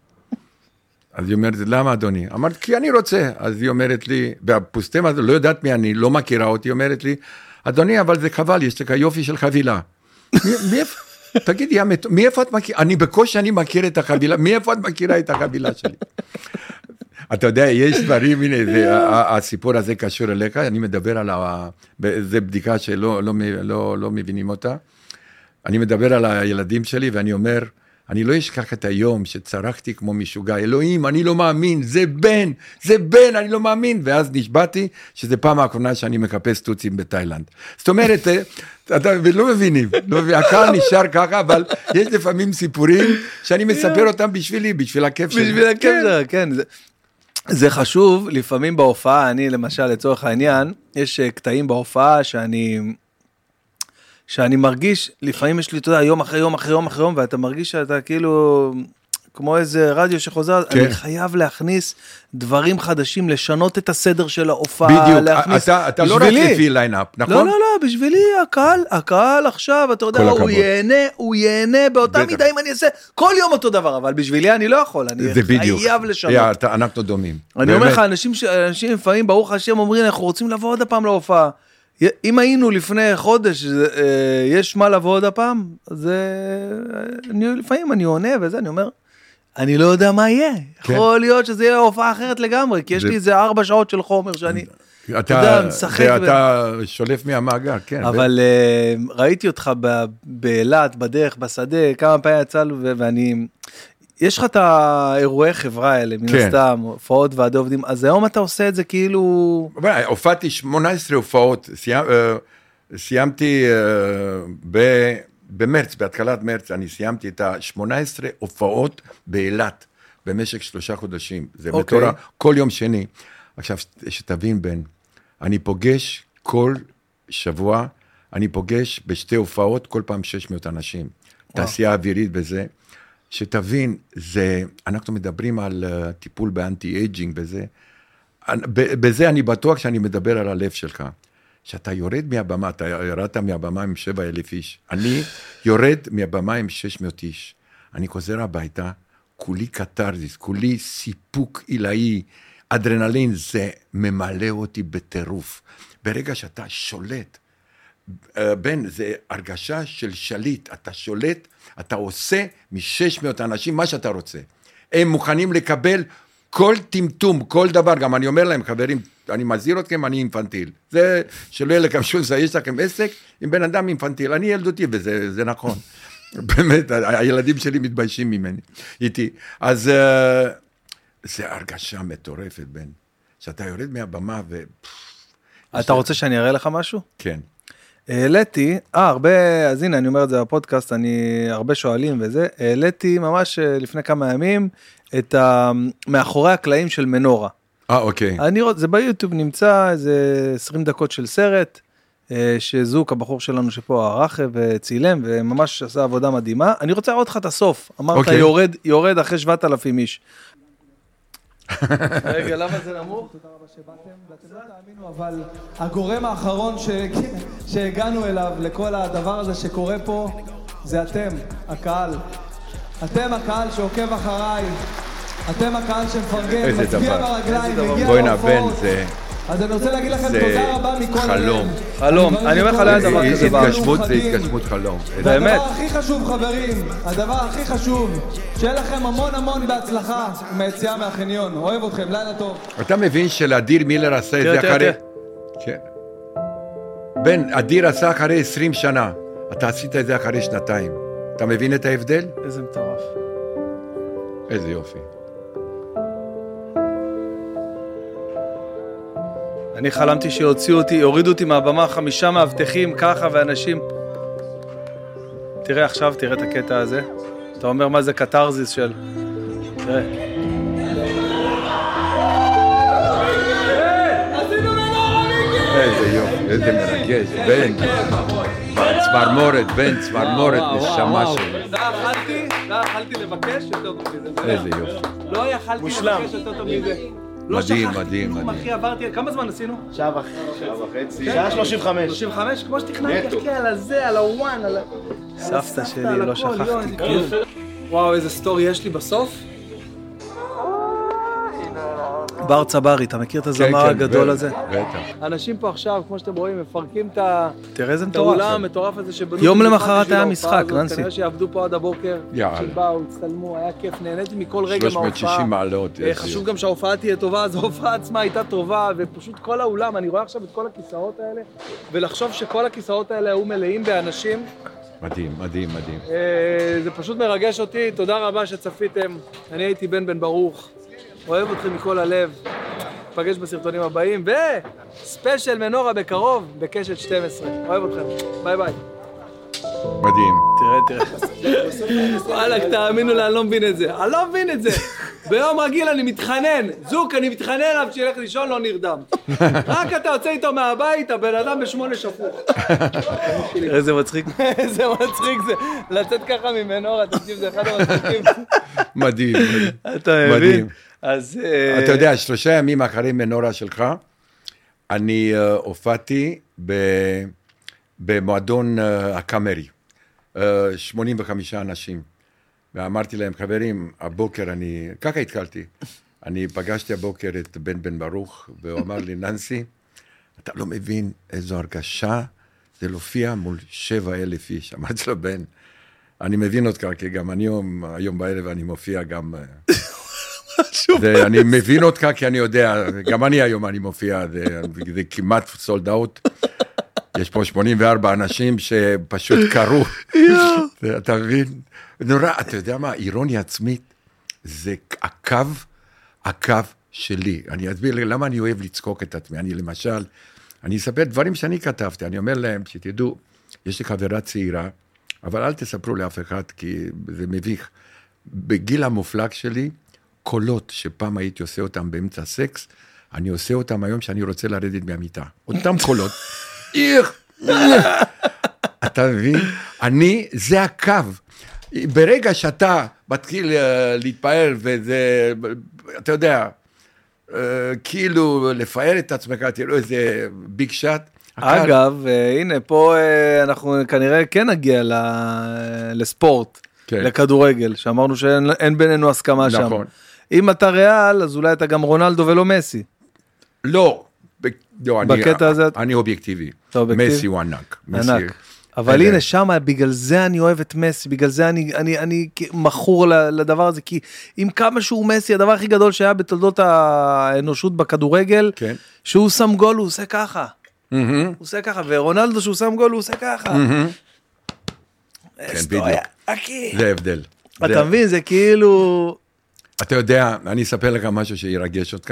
אז היא אומרת, למה אדוני? אמרתי, כי אני רוצה. אז היא אומרת לי, והפוסטמה הזאת, לא יודעת מי אני, לא מכירה אותי, אומרת לי, אדוני, אבל זה חבל, יש לך יופי של חבילה. מאיפה? תגידי, מאיפה את מכירה? אני בקושי אני מכיר את החבילה, מאיפה את מכירה את החבילה שלי? אתה יודע, יש דברים, הנה, הסיפור הזה קשור אליך, אני מדבר על, זה בדיקה שלא לא מבינים אותה, אני מדבר על הילדים שלי, ואני אומר, אני לא אשכח את היום שצרחתי כמו משוגע, אלוהים, אני לא מאמין, זה בן, זה בן, אני לא מאמין, ואז נשבעתי שזה פעם האחרונה שאני מחפש טוצים בתאילנד. זאת אומרת, אתה לא מבינים, הקהל נשאר ככה, אבל יש לפעמים סיפורים שאני מספר אותם בשבילי, בשביל הכיף שלי. בשביל הכיף שלי, כן. זה חשוב, לפעמים בהופעה, אני למשל, לצורך העניין, יש קטעים בהופעה שאני... שאני מרגיש, לפעמים יש לי, אתה יודע, יום אחרי יום אחרי יום אחרי יום, ואתה מרגיש שאתה כאילו, כמו איזה רדיו שחוזר, כן. אני חייב להכניס דברים חדשים, לשנות את הסדר של ההופעה. בדיוק, להכניס, אתה, אתה לא רק לפי ליינאפ, נכון? לא, לא, לא, בשבילי הקהל, הקהל עכשיו, אתה יודע, הוא ייהנה, הוא ייהנה, באותה בטח. מידה אם אני אעשה כל יום אותו דבר, אבל בשבילי אני לא יכול, אני חייב לשנות. יא, אתה, אנחנו דומים. אני באמת. אומר לך, אנשים, אנשים לפעמים, ברוך השם, אומרים, אנחנו רוצים לבוא עוד הפעם להופעה. אם היינו לפני חודש, יש מה לבוא עוד הפעם, אז לפעמים אני עונה וזה, אני אומר, אני לא יודע מה יהיה. יכול להיות שזה יהיה הופעה אחרת לגמרי, כי יש לי איזה ארבע שעות של חומר שאני, אתה יודע, משחק. ואתה שולף מהמאגר, כן. אבל ראיתי אותך באילת, בדרך, בשדה, כמה פעמים יצא לו, ואני... יש לך את האירועי חברה האלה, מן הסתם, הופעות ועדי עובדים, אז היום אתה עושה את זה כאילו... הופעתי שמונה עשרה הופעות, סיימתי במרץ, בהתחלת מרץ, אני סיימתי את ה-שמונה עשרה הופעות באילת, במשך שלושה חודשים, זה בתור כל יום שני. עכשיו, שתבין בן, אני פוגש כל שבוע, אני פוגש בשתי הופעות, כל פעם שש מאות אנשים, תעשייה אווירית בזה, שתבין, זה, אנחנו מדברים על uh, טיפול באנטי-אייג'ינג בזה, בזה אני בטוח שאני מדבר על הלב שלך, שאתה יורד מהבמה, אתה ירדת מהבמה עם שבע אלף איש, אני יורד מהבמה עם שש מאות איש, אני חוזר הביתה, כולי קטרזיס, כולי סיפוק עילאי, אדרנלין, זה ממלא אותי בטירוף, ברגע שאתה שולט, בן, זה הרגשה של שליט, אתה שולט, אתה עושה מ-שש מאות אנשים מה שאתה רוצה. הם מוכנים לקבל כל טמטום, כל דבר, גם אני אומר להם, חברים, אני מזהיר אתכם, אני אינפנטיל. זה שלא יהיה לכם שום, יש לכם עסק עם בן אדם אינפנטיל, אני ילדותי, וזה זה נכון. באמת, הילדים שלי מתביישים ממני, איתי. אז זה הרגשה מטורפת, בן, שאתה יורד מהבמה ו... אתה רוצה שאני אראה לך משהו? כן. העליתי, אה, הרבה, אז הנה, אני אומר את זה בפודקאסט, אני, הרבה שואלים וזה, העליתי ממש לפני כמה ימים, את ה... מאחורי הקלעים של מנורה. אה, אוקיי. אני רואה, זה ביוטיוב נמצא איזה עשרים דקות של סרט, שזוק, הבחור שלנו שפה ערך וצילם, וממש עשה עבודה מדהימה. אני רוצה לראות לך את הסוף. אמרת, אוקיי. יורד, יורד אחרי שבעת אלפים איש. רגע, למה זה נמוך? תודה רבה שבאתם, ואתם לא תאמינו, אבל הגורם האחרון שהגענו אליו לכל הדבר הזה שקורה פה, זה אתם, הקהל. אתם הקהל שעוקב אחריי, אתם הקהל שמפרגן, מצביע ברגליים, מגיע להופעות. אז אני רוצה להגיד לכם תודה רבה מכל חלום. חלום, אני אומר לך ליד דבר כזה דבר. התגשמות זה התגשמות חלום. באמת. הדבר הכי חשוב חברים, הדבר הכי חשוב, שיהיה לכם המון המון בהצלחה מהיציאה מהחניון. אוהב אתכם, לילה טוב. אתה מבין שלאדיר מילר עשה את זה אחרי... כן. בן, אדיר עשה אחרי עשרים שנה. אתה עשית את זה אחרי שנתיים. אתה מבין את ההבדל? איזה מטורף. איזה יופי. אני חלמתי שיוציאו אותי, יורידו אותי מהבמה חמישה מאבטחים ככה ואנשים. תראה עכשיו, תראה את הקטע הזה. אתה אומר מה זה קטרזיס של... תראה. איזה יופי, איזה מרגש, בן. צמרמורת, בן, צמרמורת, נשמה שלי. לא יכלתי, לא יכלתי לבקש יותר טוב מזה. איזה יופי. לא יכלתי לבקש יותר טוב מזה. מדהים, מדהים, מדהים. אחי, עברתי, כמה זמן עשינו? שעה וחצי. שעה שלושים וחמש. שלושים וחמש, כמו שתכננתי, אחי, על הזה, על הוואן, על ה... סבתא שלי, לא שכחתי כלום. וואו, איזה סטורי יש לי בסוף. בר צברי, אתה מכיר את הזמר הגדול הזה? בטח. אנשים פה עכשיו, כמו שאתם רואים, מפרקים את האולם המטורף הזה שבנו... יום למחרת היה משחק, ננסי. כנראה שיעבדו פה עד הבוקר, שבאו, הצטלמו, היה כיף, נהניתי מכל רגע מההופעה. שלוש מאות ושישים מעלות. חשוב גם שההופעה תהיה טובה, אז ההופעה עצמה הייתה טובה, ופשוט כל האולם, אני רואה עכשיו את כל הכיסאות האלה, ולחשוב שכל הכיסאות האלה היו מלאים באנשים. מדהים, מדהים, מדהים. זה פשוט מרגש אותי, תודה רבה שצפיתם. אני הייתי בן בן ברוך, אוהב אתכם מכל הלב. נפגש בסרטונים הבאים, וספיישל מנורה בקרוב, בקשת שתים עשרה. אוהב אתכם, ביי ביי. מדהים. תראה, תראה. וואלק, תאמינו לי, אני לא מבין את זה. אני לא מבין את זה. ביום רגיל אני מתחנן, זוק, אני מתחנן עליו שילך לישון, לא נרדם. רק אתה יוצא איתו מהבית, הבן אדם בשמונה שפוך. איזה מצחיק. איזה מצחיק זה. לצאת ככה ממנורה, תקשיב, זה אחד המצחיקים. מדהים. אתה מבין? אז... אתה יודע, שלושה ימים אחרי מנורה שלך, אני הופעתי במועדון הקאמרי, שמונים וחמישה אנשים. ואמרתי להם, חברים, הבוקר אני, ככה התקלתי, אני פגשתי הבוקר את בן בן ברוך, והוא אמר לי, ננסי, אתה לא מבין איזו הרגשה, זה להופיע מול שבע אלף איש. אמרתי לו, בן, אני מבין אותך, כי גם אני היום, היום בערב אני מופיע גם... אני מבין אותך, כי אני יודע, גם אני היום אני מופיע, זה, זה כמעט סולד אאוט. יש פה שמונים וארבע אנשים שפשוט קרו. אתה מבין? נורא, אתה יודע מה, אירוניה עצמית, זה הקו, הקו שלי. אני אסביר למה אני אוהב לצחוק את עצמי. אני למשל, אני אספר דברים שאני כתבתי, אני אומר להם, שתדעו, יש לי חברה צעירה, אבל אל תספרו לאף אחד, כי זה מביך. בגיל המופלג שלי, קולות שפעם הייתי עושה אותם באמצע סקס, אני עושה אותם היום שאני רוצה לרדת מהמיטה. אותם קולות. איך, אתה מבין? אני, זה הקו. ברגע שאתה מתחיל להתפאר, וזה, אתה יודע, כאילו לפאר את עצמך, תראו איזה ביג שאט. אגב, הנה, פה אנחנו כנראה כן נגיע לספורט, לכדורגל, שאמרנו שאין בינינו הסכמה שם. נכון. אם אתה ריאל, אז אולי אתה גם רונלדו ולא מסי. לא, לא, בקטע הזה... אני אובייקטיבי. מסי הוא ענק. ענק. אבל הנה שם, בגלל זה אני אוהב את מסי, בגלל זה אני, אני, אני מכור לדבר הזה, כי עם כמה שהוא מסי, הדבר הכי גדול שהיה בתולדות האנושות בכדורגל, כן. שהוא שם גול, הוא עושה ככה. הוא עושה ככה, ורונלדו שהוא שם גול, הוא עושה ככה. כן, בדיוק. זה הבדל. אתה מבין, זה כאילו... אתה יודע, אני אספר לך משהו שירגש אותך.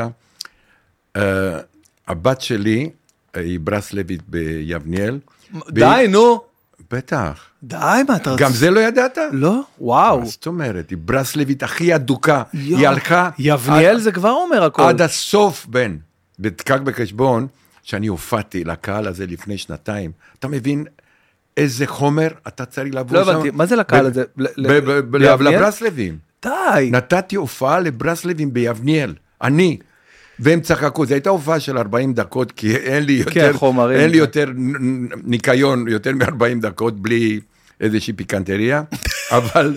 הבת שלי היא ברסלבית ביבניאל. די, נו. בטח. די, מה אתה... גם זה לא ידעת? לא, וואו. מה זאת אומרת? היא ברסלבית הכי אדוקה. היא הלכה... יבניאל זה כבר אומר הכל. עד הסוף, בן. ותקק בחשבון שאני הופעתי לקהל הזה לפני שנתיים. אתה מבין איזה חומר אתה צריך לעבור שם? לא הבנתי, מה זה לקהל הזה? לברסלבים. די. נתתי הופעה לברסלבים ביבניאל. אני... והם צחקו, זו הייתה הופעה של ארבעים דקות, כי אין לי יותר, אין לי יותר ניקיון, יותר מ-ארבעים דקות, בלי איזושהי פיקנטריה, אבל,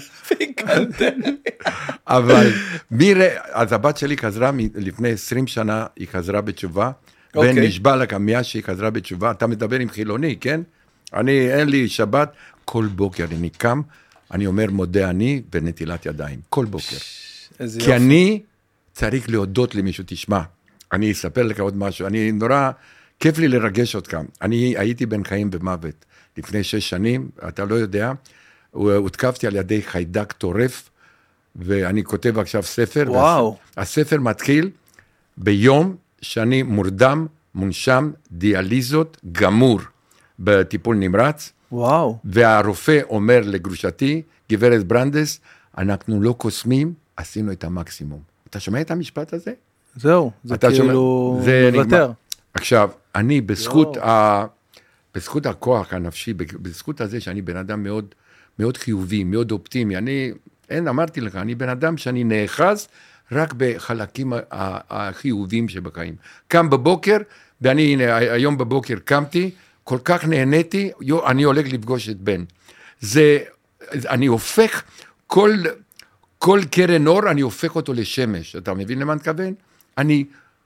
אבל, אז הבת שלי חזרה, לפני עשרים שנה, היא חזרה בתשובה, ואין נשבע לה כמיה שהיא חזרה בתשובה, אתה מדבר עם חילוני, כן? אני, אין לי שבת, כל בוקר אני קם, אני אומר מודה אני, בנטילת ידיים, כל בוקר. כי אני... צריך להודות למישהו, תשמע, אני אספר לך עוד משהו, אני נורא, כיף לי לרגש אותך, אני הייתי בין חיים ומוות, לפני שש שנים, אתה לא יודע, הותקפתי על ידי חיידק טורף, ואני כותב עכשיו ספר, וואו. הספר מתחיל ביום שאני מורדם, מונשם, דיאליזות, גמור, בטיפול נמרץ, וואו. והרופא אומר לגרושתי, גברת ברנדס, אנחנו לא קוסמים, עשינו את המקסימום. אתה שומע את המשפט הזה? זהו, זה כאילו מוותר. עכשיו, אני בזכות, ה... בזכות הכוח הנפשי, בזכות הזה שאני בן אדם מאוד, מאוד חיובי, מאוד אופטימי, אני, אין, אמרתי לך, אני בן אדם שאני נאחז רק בחלקים החיוביים שבחיים. קם בבוקר, ואני היום בבוקר קמתי, כל כך נהניתי, אני הולך לפגוש את בן. זה, אני הופך כל... כל קרן אור, אני הופך אותו לשמש. אתה מבין למה אני מתכוון? אני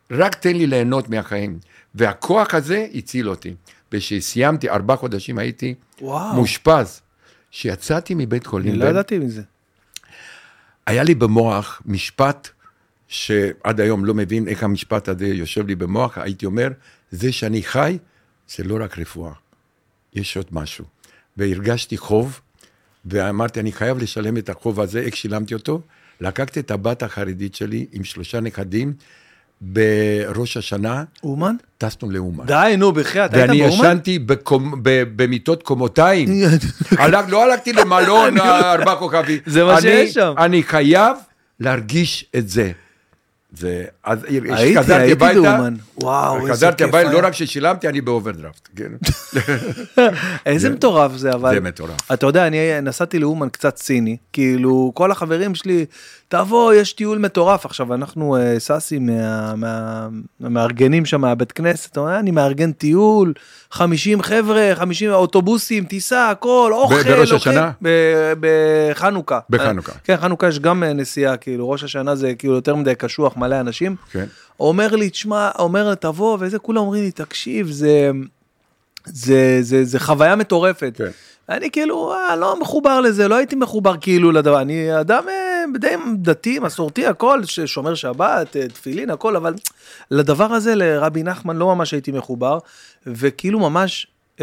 רק תן לי ליהנות מהחיים. והכוח הזה הציל אותי. ושסיימתי, ארבעה חודשים הייתי וואו. מושפז. שיצאתי מבית חולים. אני לא ידעתי מזה. היה לי במוח משפט, שעד היום לא מבין איך המשפט הזה יושב לי במוח, הייתי אומר, זה שאני חי, זה לא רק רפואה. יש עוד משהו. והרגשתי חוב, ואמרתי, אני חייב לשלם את החוב הזה, איך שילמתי אותו? לקחתי את הבת החרדית שלי עם שלושה נכדים, בראש השנה. אומן? טסנו לאומן. די, נו, בחייאת, היית באומן? ואני ישנתי במיטות קומותיים. לא הלכתי למלון ארבע כוכבי. זה מה שיש שם. אני חייב להרגיש את זה. זה, אז הייתי, הייתי באומן. וואו, איזה חזרתי הבית, לא רק ששילמתי, אני באוברדרפט, כן. איזה מטורף זה, אבל... זה מטורף. אתה יודע, אני נסעתי לאומן קצת ציני, כאילו, כל החברים שלי, תבוא, יש טיול מטורף. עכשיו, אנחנו ססים מהמארגנים שם, מהבית כנסת, אני מארגן טיול, חמישים חבר'ה, חמישים אוטובוסים, טיסה, הכל, אוכל. בראש השנה? בחנוכה. בחנוכה. כן, חנוכה יש גם נסיעה, כאילו, ראש השנה זה כאילו יותר מדי קשוח, מלא אנשים. כן. אומר לי, תשמע, אומר, תבוא, וזה, כולם אומרים לי, תקשיב, זה, זה, זה, זה חוויה מטורפת. כן. אני כאילו, אה, לא מחובר לזה, לא הייתי מחובר כאילו לדבר, אני אדם די דתי, מסורתי, הכל, שומר שבת, תפילין, הכל, אבל לדבר הזה, לרבי נחמן, לא ממש הייתי מחובר, וכאילו ממש אה,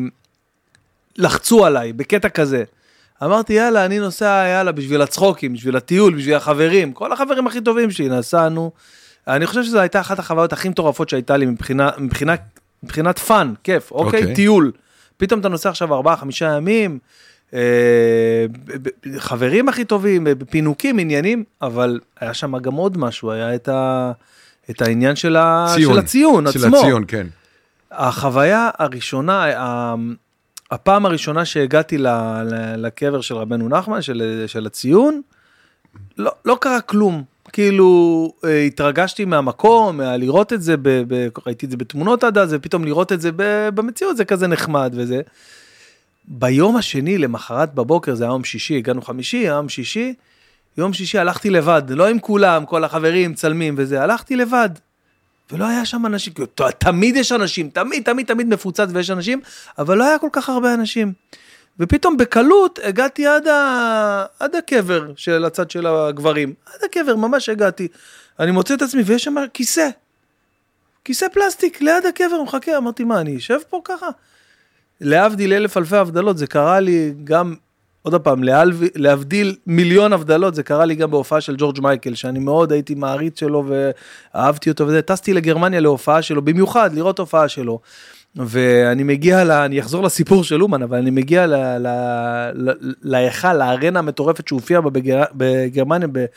לחצו עליי, בקטע כזה. אמרתי, יאללה, אני נוסע, יאללה, בשביל הצחוקים, בשביל הטיול, בשביל החברים, כל החברים הכי טובים שלי, נסענו. אני חושב שזו הייתה אחת החוויות הכי מטורפות שהייתה לי מבחינה, מבחינה, מבחינת פן, כיף, אוקיי, אוקיי. טיול. פתאום אתה נוסע עכשיו ארבעה, חמישה ימים, אה, חברים הכי טובים, בפינוקים, עניינים, אבל היה שם גם עוד משהו, היה את, ה, את העניין של, ה, ציון, של הציון של עצמו. הציון, כן. החוויה הראשונה, הפעם הראשונה שהגעתי לקבר של רבנו נחמן, של, של הציון, לא, לא קרה כלום. כאילו, התרגשתי מהמקום, לראות את זה, ב, ב, ראיתי את זה בתמונות עד אז, ופתאום לראות את זה ב, במציאות, זה כזה נחמד וזה. ביום השני, למחרת בבוקר, זה היום שישי, הגענו חמישי, היום שישי, יום שישי הלכתי לבד, לא עם כולם, כל החברים, צלמים וזה, הלכתי לבד. ולא היה שם אנשים, תמיד יש אנשים, תמיד, תמיד, תמיד מפוצץ ויש אנשים, אבל לא היה כל כך הרבה אנשים. ופתאום בקלות הגעתי עד, ה... עד הקבר של הצד של הגברים. עד הקבר, ממש הגעתי. אני מוצא את עצמי ויש שם כיסא. כיסא פלסטיק ליד הקבר, מחכה. אמרתי, מה, אני אשב פה ככה? להבדיל אלף אלפי הבדלות, זה קרה לי גם, עוד הפעם, להבדיל מיליון הבדלות, זה קרה לי גם בהופעה של ג'ורג' מייקל, שאני מאוד הייתי מעריץ שלו ואהבתי אותו וזה. טסתי לגרמניה להופעה שלו, במיוחד לראות הופעה שלו. ואני מגיע, לה, אני אחזור לסיפור של אומן, אבל אני מגיע להיכל, לארנה המטורפת שהופיעה בגר, בגרמניה, ב,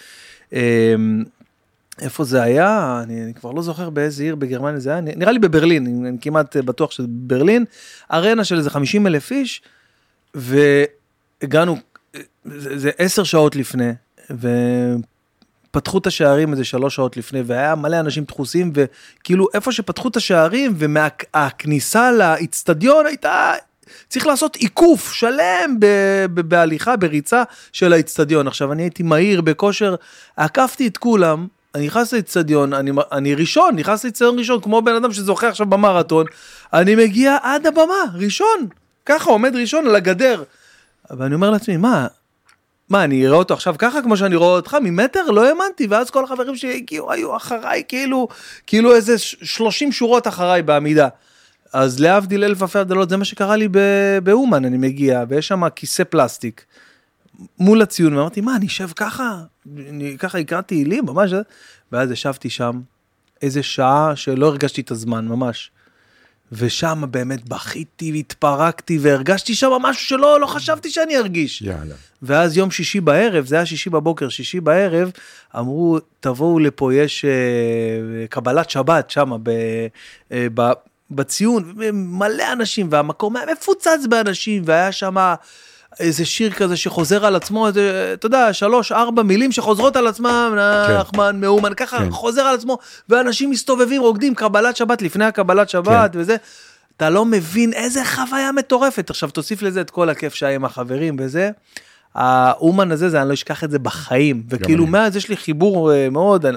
איפה זה היה? אני, אני כבר לא זוכר באיזה עיר בגרמניה זה היה, נראה לי בברלין, אני, אני כמעט בטוח שזה ברלין, ארנה של איזה חמישים אלף איש, והגענו, זה, זה עשר שעות לפני, ו... פתחו את השערים איזה שלוש שעות לפני, והיה מלא אנשים דחוסים, וכאילו איפה שפתחו את השערים, ומהכניסה לאצטדיון הייתה, צריך לעשות עיקוף שלם ב- ב- בהליכה, בריצה של האצטדיון. עכשיו אני הייתי מהיר בכושר, עקפתי את כולם, אני נכנס לאצטדיון, אני, אני ראשון, נכנס לאצטדיון ראשון, כמו בן אדם שזוכה עכשיו במרתון, אני מגיע עד הבמה, ראשון, ככה עומד ראשון על הגדר, אבל אני אומר לעצמי, מה, מה, אני אראה אותו עכשיו ככה, כמו שאני רואה אותך, ממטר? לא האמנתי, ואז כל החברים שהגיעו, היו אחריי, כאילו, כאילו איזה שלושים שורות אחריי בעמידה. אז להבדיל אלף אלפי הבדלות, זה מה שקרה לי באומן, אני מגיע, ויש שם כיסא פלסטיק, מול הציון, ואמרתי, מה, אני אשב ככה? אני ככה הקראתי עילים, ממש, ואז ישבתי שם, איזה שעה שלא הרגשתי את הזמן, ממש. ושם באמת בכיתי והתפרקתי, והרגשתי שם משהו שלא לא חשבתי שאני ארגיש. יאללה. ואז יום שישי בערב, זה היה שישי בבוקר, שישי בערב, אמרו, תבואו לפה, יש uh, קבלת שבת שם, ב, uh, ב, בציון, מלא אנשים, והמקום היה מפוצץ באנשים, והיה שם איזה שיר כזה שחוזר על עצמו, איזה, אתה יודע, שלוש, ארבע מילים שחוזרות על עצמם, כן. נחמן, מאומן, ככה כן. חוזר על עצמו, ואנשים מסתובבים, רוקדים, קבלת שבת, לפני הקבלת שבת, כן. וזה, אתה לא מבין איזה חוויה מטורפת. עכשיו תוסיף לזה את כל הכיף שהיה עם החברים וזה, האומן הזה, זה, אני לא אשכח את זה בחיים, וכאילו מאז יש לי חיבור מאוד,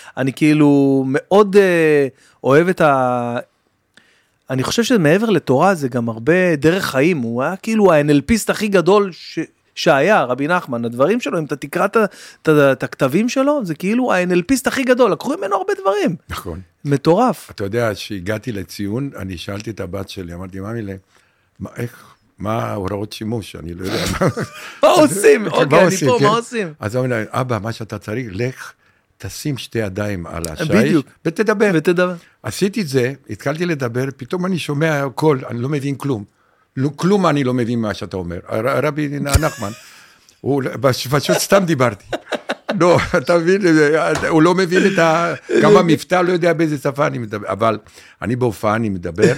אני כאילו מאוד אוהב את ה... אני חושב שמעבר לתורה זה גם הרבה דרך חיים, הוא היה כאילו ה-אן אל פיסט הכי גדול ש... שהיה, רבי נחמן, הדברים שלו, אם אתה תקרא את, את, את הכתבים שלו, זה כאילו ה-אן אל פיסט הכי גדול, לקחו ממנו הרבה דברים. נכון. מטורף. אתה יודע, שהגעתי לציון, אני שאלתי את הבת שלי, אמרתי, מה מילה, מה, איך, מה ההוראות שימוש, אני לא יודע. מה עושים? אוקיי, אני פה, מה עושים? אז הוא אומר, אבא, מה שאתה צריך, לך, תשים שתי ידיים על השייש, ותדבר. ותדבר. עשיתי את זה, התחלתי לדבר, פתאום אני שומע הכל, אני לא מבין כלום. כלום אני לא מבין מה שאתה אומר. רבי נחמן, הוא פשוט סתם דיברתי. לא, אתה מבין, הוא לא מבין את ה... גם המבטא, לא יודע באיזה שפה אני מדבר, אבל אני בהופעה אני מדבר,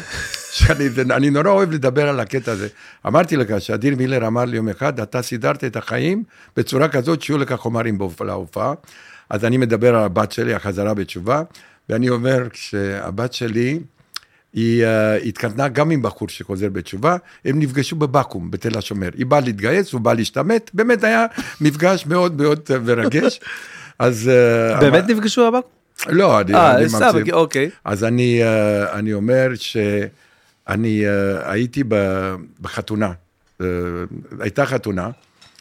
שאני נורא אוהב לדבר על הקטע הזה. אמרתי לך שאדיר מילר אמר לי יום אחד, אתה סידרת את החיים בצורה כזאת שיהיו לך חומרים להופעה, אז אני מדבר על הבת שלי, החזרה בתשובה, ואני אומר שהבת שלי, היא uh, התקנתה גם עם בחור שחוזר בתשובה, הם נפגשו בבקום, בתל השומר. היא באה להתגייס, הוא בא להשתמט, באמת היה מפגש מאוד מאוד מרגש. אז... Uh, באמת אבל... נפגשו בבקום? לא, אני, 아, אני ממציא. אוקיי. אז אני, uh, אני אומר שאני uh, הייתי בחתונה, uh, הייתה חתונה,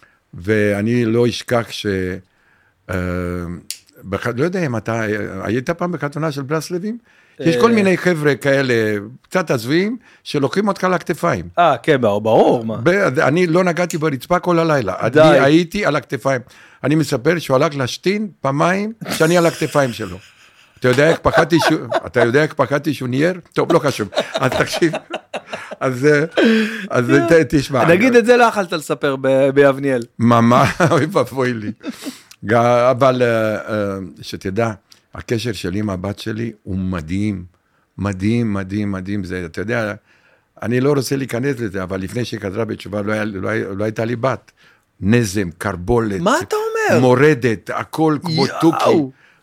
ואני לא אשכח ש... Uh, בח... לא יודע אם אתה, היית פעם בחתונה של ברסלבים? יש כל מיני חבר'ה כאלה, קצת עזבים, שלוקחים אותך לכתפיים. אה, כן, ברור, מה? אני לא נגעתי ברצפה כל הלילה. אני הייתי על הכתפיים. אני מספר שהוא הלך לשתין פעמיים, שאני על הכתפיים שלו. אתה יודע איך פחדתי שהוא, אתה יודע איך פחדתי שהוא נייר? טוב, לא חשוב. אז תקשיב. אז, אז תשמע. נגיד את זה לא יכלת לספר ביבניאל. ממש, אוי ואבוי לי. אבל שתדע, הקשר שלי עם הבת שלי הוא מדהים, מדהים, מדהים, מדהים. זה, אתה יודע, אני לא רוצה להיכנס לזה, אבל לפני שחזרה בתשובה לא, היה, לא, היה, לא הייתה לי בת. נזם, קרבולת. מה אתה אומר? מורדת, הכל כמו תוכי.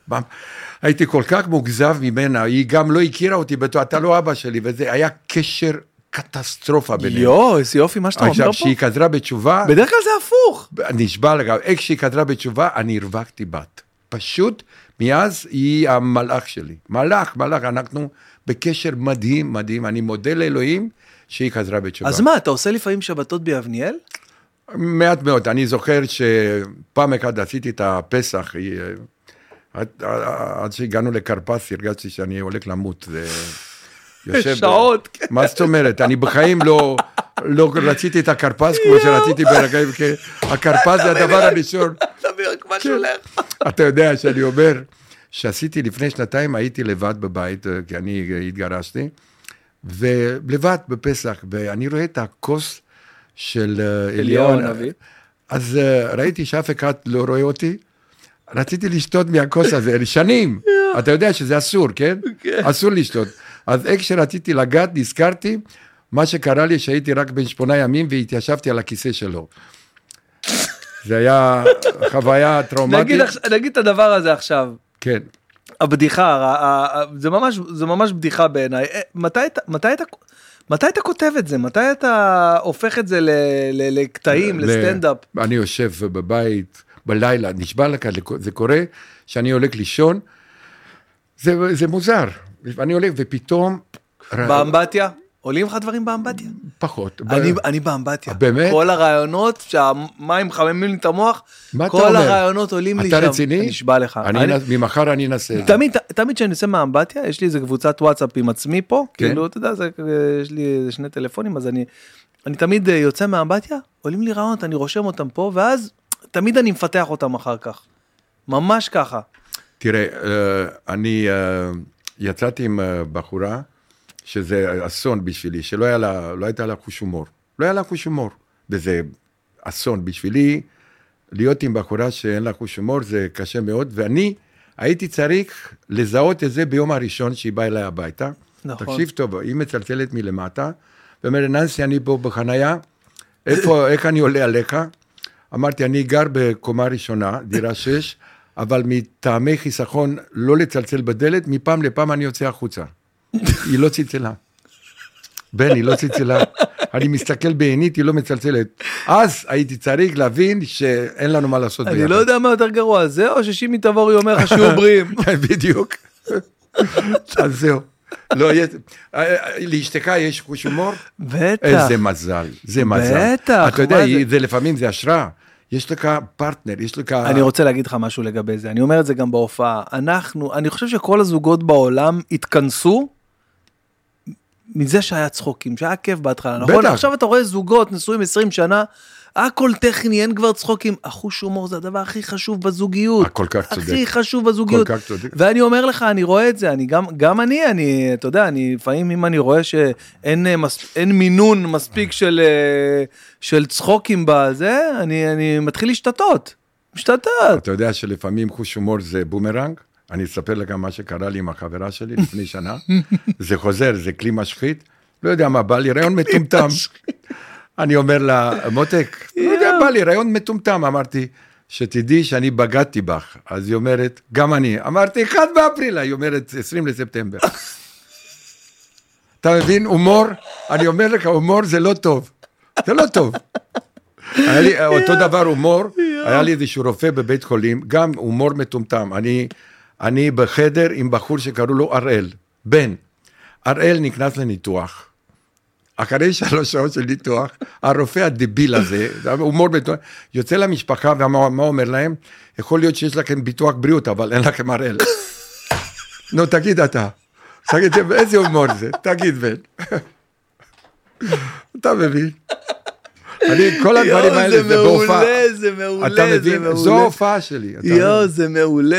הייתי כל כך מוגזב ממנה, היא גם לא הכירה אותי, בתור, אתה לא אבא שלי, וזה היה קשר קטסטרופה ביניהם. יואו, איזה יופי מה שאתה אומר פה. עכשיו, כשהיא חזרה בתשובה... בדרך כלל זה הפוך. נשבע לך, איך שהיא חזרה בתשובה, אני הרווחתי בת. פשוט, מאז היא המלאך שלי. מלאך, מלאך, אנחנו בקשר מדהים, מדהים. אני מודה לאלוהים שהיא חזרה בתשובה. אז מה, אתה עושה לפעמים שבתות ביבניאל? מעט מאוד. אני זוכר שפעם אחת עשיתי את הפסח, עד, עד שהגענו לקרפס, הרגשתי שאני הולך למות. זה יושב... שעות. מה זאת אומרת? אני בחיים לא... לא רציתי את הקרפס כמו שרציתי ברגעים, כי הקרפס זה הדבר הראשון. תביא רק מה שהולך. אתה יודע שאני אומר, שעשיתי לפני שנתיים, הייתי לבד בבית, כי אני התגרשתי, ולבד בפסח, ואני רואה את הכוס של אליהו הנביא, אז ראיתי שאף אחד לא רואה אותי, רציתי לשתות מהכוס הזה, שנים, אתה יודע שזה אסור, כן? אסור לשתות. אז איך שרציתי לגעת, נזכרתי, מה שקרה לי שהייתי רק בין שמונה ימים והתיישבתי על הכיסא שלו. זה היה חוויה טראומטית. נגיד, נגיד את הדבר הזה עכשיו. כן. הבדיחה, זה ממש, זה ממש בדיחה בעיניי. מתי, מתי אתה, מתי אתה כותב את זה? מתי אתה הופך את זה לקטעים, לסטנדאפ? אני יושב בבית בלילה, נשבע לך, זה קורה שאני הולך לישון, זה, זה מוזר. אני הולך ופתאום... באמבטיה? עולים לך דברים באמבטיה? פחות. אני, אני באמבטיה. באמת? כל הרעיונות שהמים מחממים לי את המוח, מה אתה כל אומר? הרעיונות עולים לי שם. אתה רציני? אני נשבע לך. אני, אני, ממחר אני אנסה. תמיד, תמיד שאני עושה מהאמבטיה, יש לי איזה קבוצת וואטסאפ עם עצמי פה, כן? כאילו, אתה יודע, זה, יש לי שני טלפונים, אז אני, אני תמיד יוצא מהאמבטיה, עולים לי רעיונות, אני רושם אותם פה, ואז תמיד אני מפתח אותם אחר כך. ממש ככה. תראה, אני יצאתי עם בחורה, שזה אסון בשבילי, שלא היה לה, לא הייתה לה חוש הומור. לא היה לה חוש הומור. וזה אסון בשבילי, להיות עם בחורה שאין לה חוש הומור, זה קשה מאוד, ואני הייתי צריך לזהות את זה ביום הראשון שהיא באה אליי הביתה. נכון. תקשיב טוב, היא מצלצלת מלמטה, ואומרת, ננסי, אני פה בחנייה, איפה, איך אני עולה עליך? אמרתי, אני גר בקומה ראשונה, דירה שש, אבל מטעמי חיסכון לא לצלצל בדלת, מפעם לפעם אני יוצא החוצה. היא לא צלצלה. בן, היא לא צלצלה. אני מסתכל בעינית, היא לא מצלצלת. אז הייתי צריך להבין שאין לנו מה לעשות ביחד. אני לא יודע מה יותר גרוע, זה או ששימי תבורי אומר לך שיהיו בריאים. בדיוק. אז זהו. לא, לאשתך יש חוש הומור? בטח. איזה מזל, זה מזל. בטח. אתה יודע, זה לפעמים זה השראה. יש לך פרטנר, יש לך... אני רוצה להגיד לך משהו לגבי זה, אני אומר את זה גם בהופעה. אנחנו, אני חושב שכל הזוגות בעולם התכנסו, מזה שהיה צחוקים, שהיה כיף בהתחלה, נכון? בטח. עכשיו אתה רואה זוגות, נשואים עשרים שנה, הכל טכני, אין כבר צחוקים. החוש הומור זה הדבר הכי חשוב בזוגיות. כל כך צודק. הכי חשוב בזוגיות. כל כך צודק. ואני אומר לך, אני רואה את זה, אני גם, גם אני, אני, אתה יודע, אני, לפעמים אם אני רואה שאין אין מינון מספיק של, של צחוקים בזה, אני, אני מתחיל להשתתות. משתתת. אתה יודע שלפעמים חוש הומור זה בומרנג? אני אספר לך מה שקרה לי עם החברה שלי לפני שנה. זה חוזר, זה כלי משחית. לא יודע מה, בא לי רעיון מטומטם. אני אומר לה, מותק, לא יודע, בא לי רעיון מטומטם. אמרתי, שתדעי שאני בגדתי בך. אז היא אומרת, גם אני. אמרתי, אחד באפריל, היא אומרת, עשרים לספטמבר. אתה מבין, הומור, אני אומר לך, הומור זה לא טוב. זה לא טוב. היה לי אותו דבר הומור, היה לי איזשהו רופא בבית חולים, גם הומור מטומטם. אני, אני בחדר עם בחור שקראו לו אראל, בן. אראל נכנס לניתוח. אחרי שלוש שעות של ניתוח, הרופא הדביל הזה, הומור מטומטם, יוצא למשפחה, ומה אומר להם? יכול להיות שיש לכם ביטוח בריאות, אבל אין לכם אראל. נו, תגיד אתה. תגיד, איזה הומור זה? תגיד, בן. אתה מבין? אני, כל הדברים האלה, זה בהופעה. זה מעולה, אתה מבין? זו ההופעה שלי. יו, זה מעולה.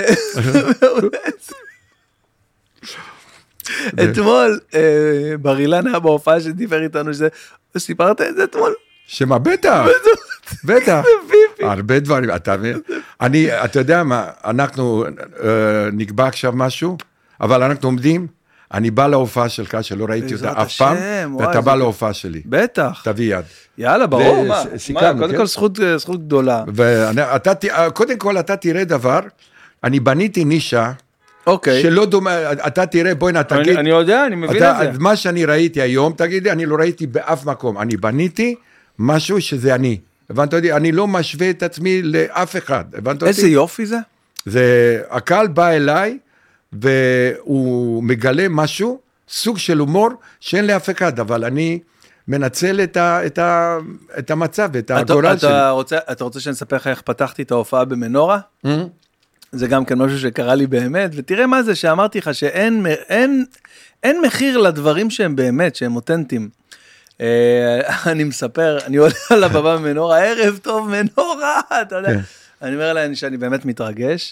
אתמול, בר אילן היה בהופעה שדיבר איתנו, סיפרת את זה אתמול? שמה, בטח. בטח. הרבה דברים, אתה מבין? אני, אתה יודע מה, אנחנו נקבע עכשיו משהו, אבל אנחנו עומדים, אני בא להופעה שלך, שלא ראיתי אותה אף פעם, ואתה בא להופעה שלי. בטח. תביא יד. יאללה, ברור, מה? קודם כל זכות גדולה. קודם כל אתה תראה דבר, אני בניתי נישה, אוקיי. שלא דומה, אתה תראה, בואי נה, תגיד. אני יודע, אני מבין את זה. מה שאני ראיתי היום, תגיד לי, אני לא ראיתי באף מקום. אני בניתי משהו שזה אני. הבנת אותי? אני לא משווה את עצמי לאף אחד. הבנת אותי? איזה יופי זה? זה, הקהל בא אליי, והוא מגלה משהו, סוג של הומור, שאין לאף אחד, אבל אני מנצל את, ה, את, ה, את המצב, את הגורל שלי. אתה רוצה, אתה רוצה שנספר לך איך פתחתי את ההופעה במנורה? Mm-hmm. זה גם כן משהו שקרה לי באמת, ותראה מה זה שאמרתי לך, שאין אין, אין מחיר לדברים שהם באמת, שהם אותנטיים. אני מספר, אני עולה על הבמה במנורה, ערב טוב מנורה, אתה יודע. אני אומר להם שאני באמת מתרגש,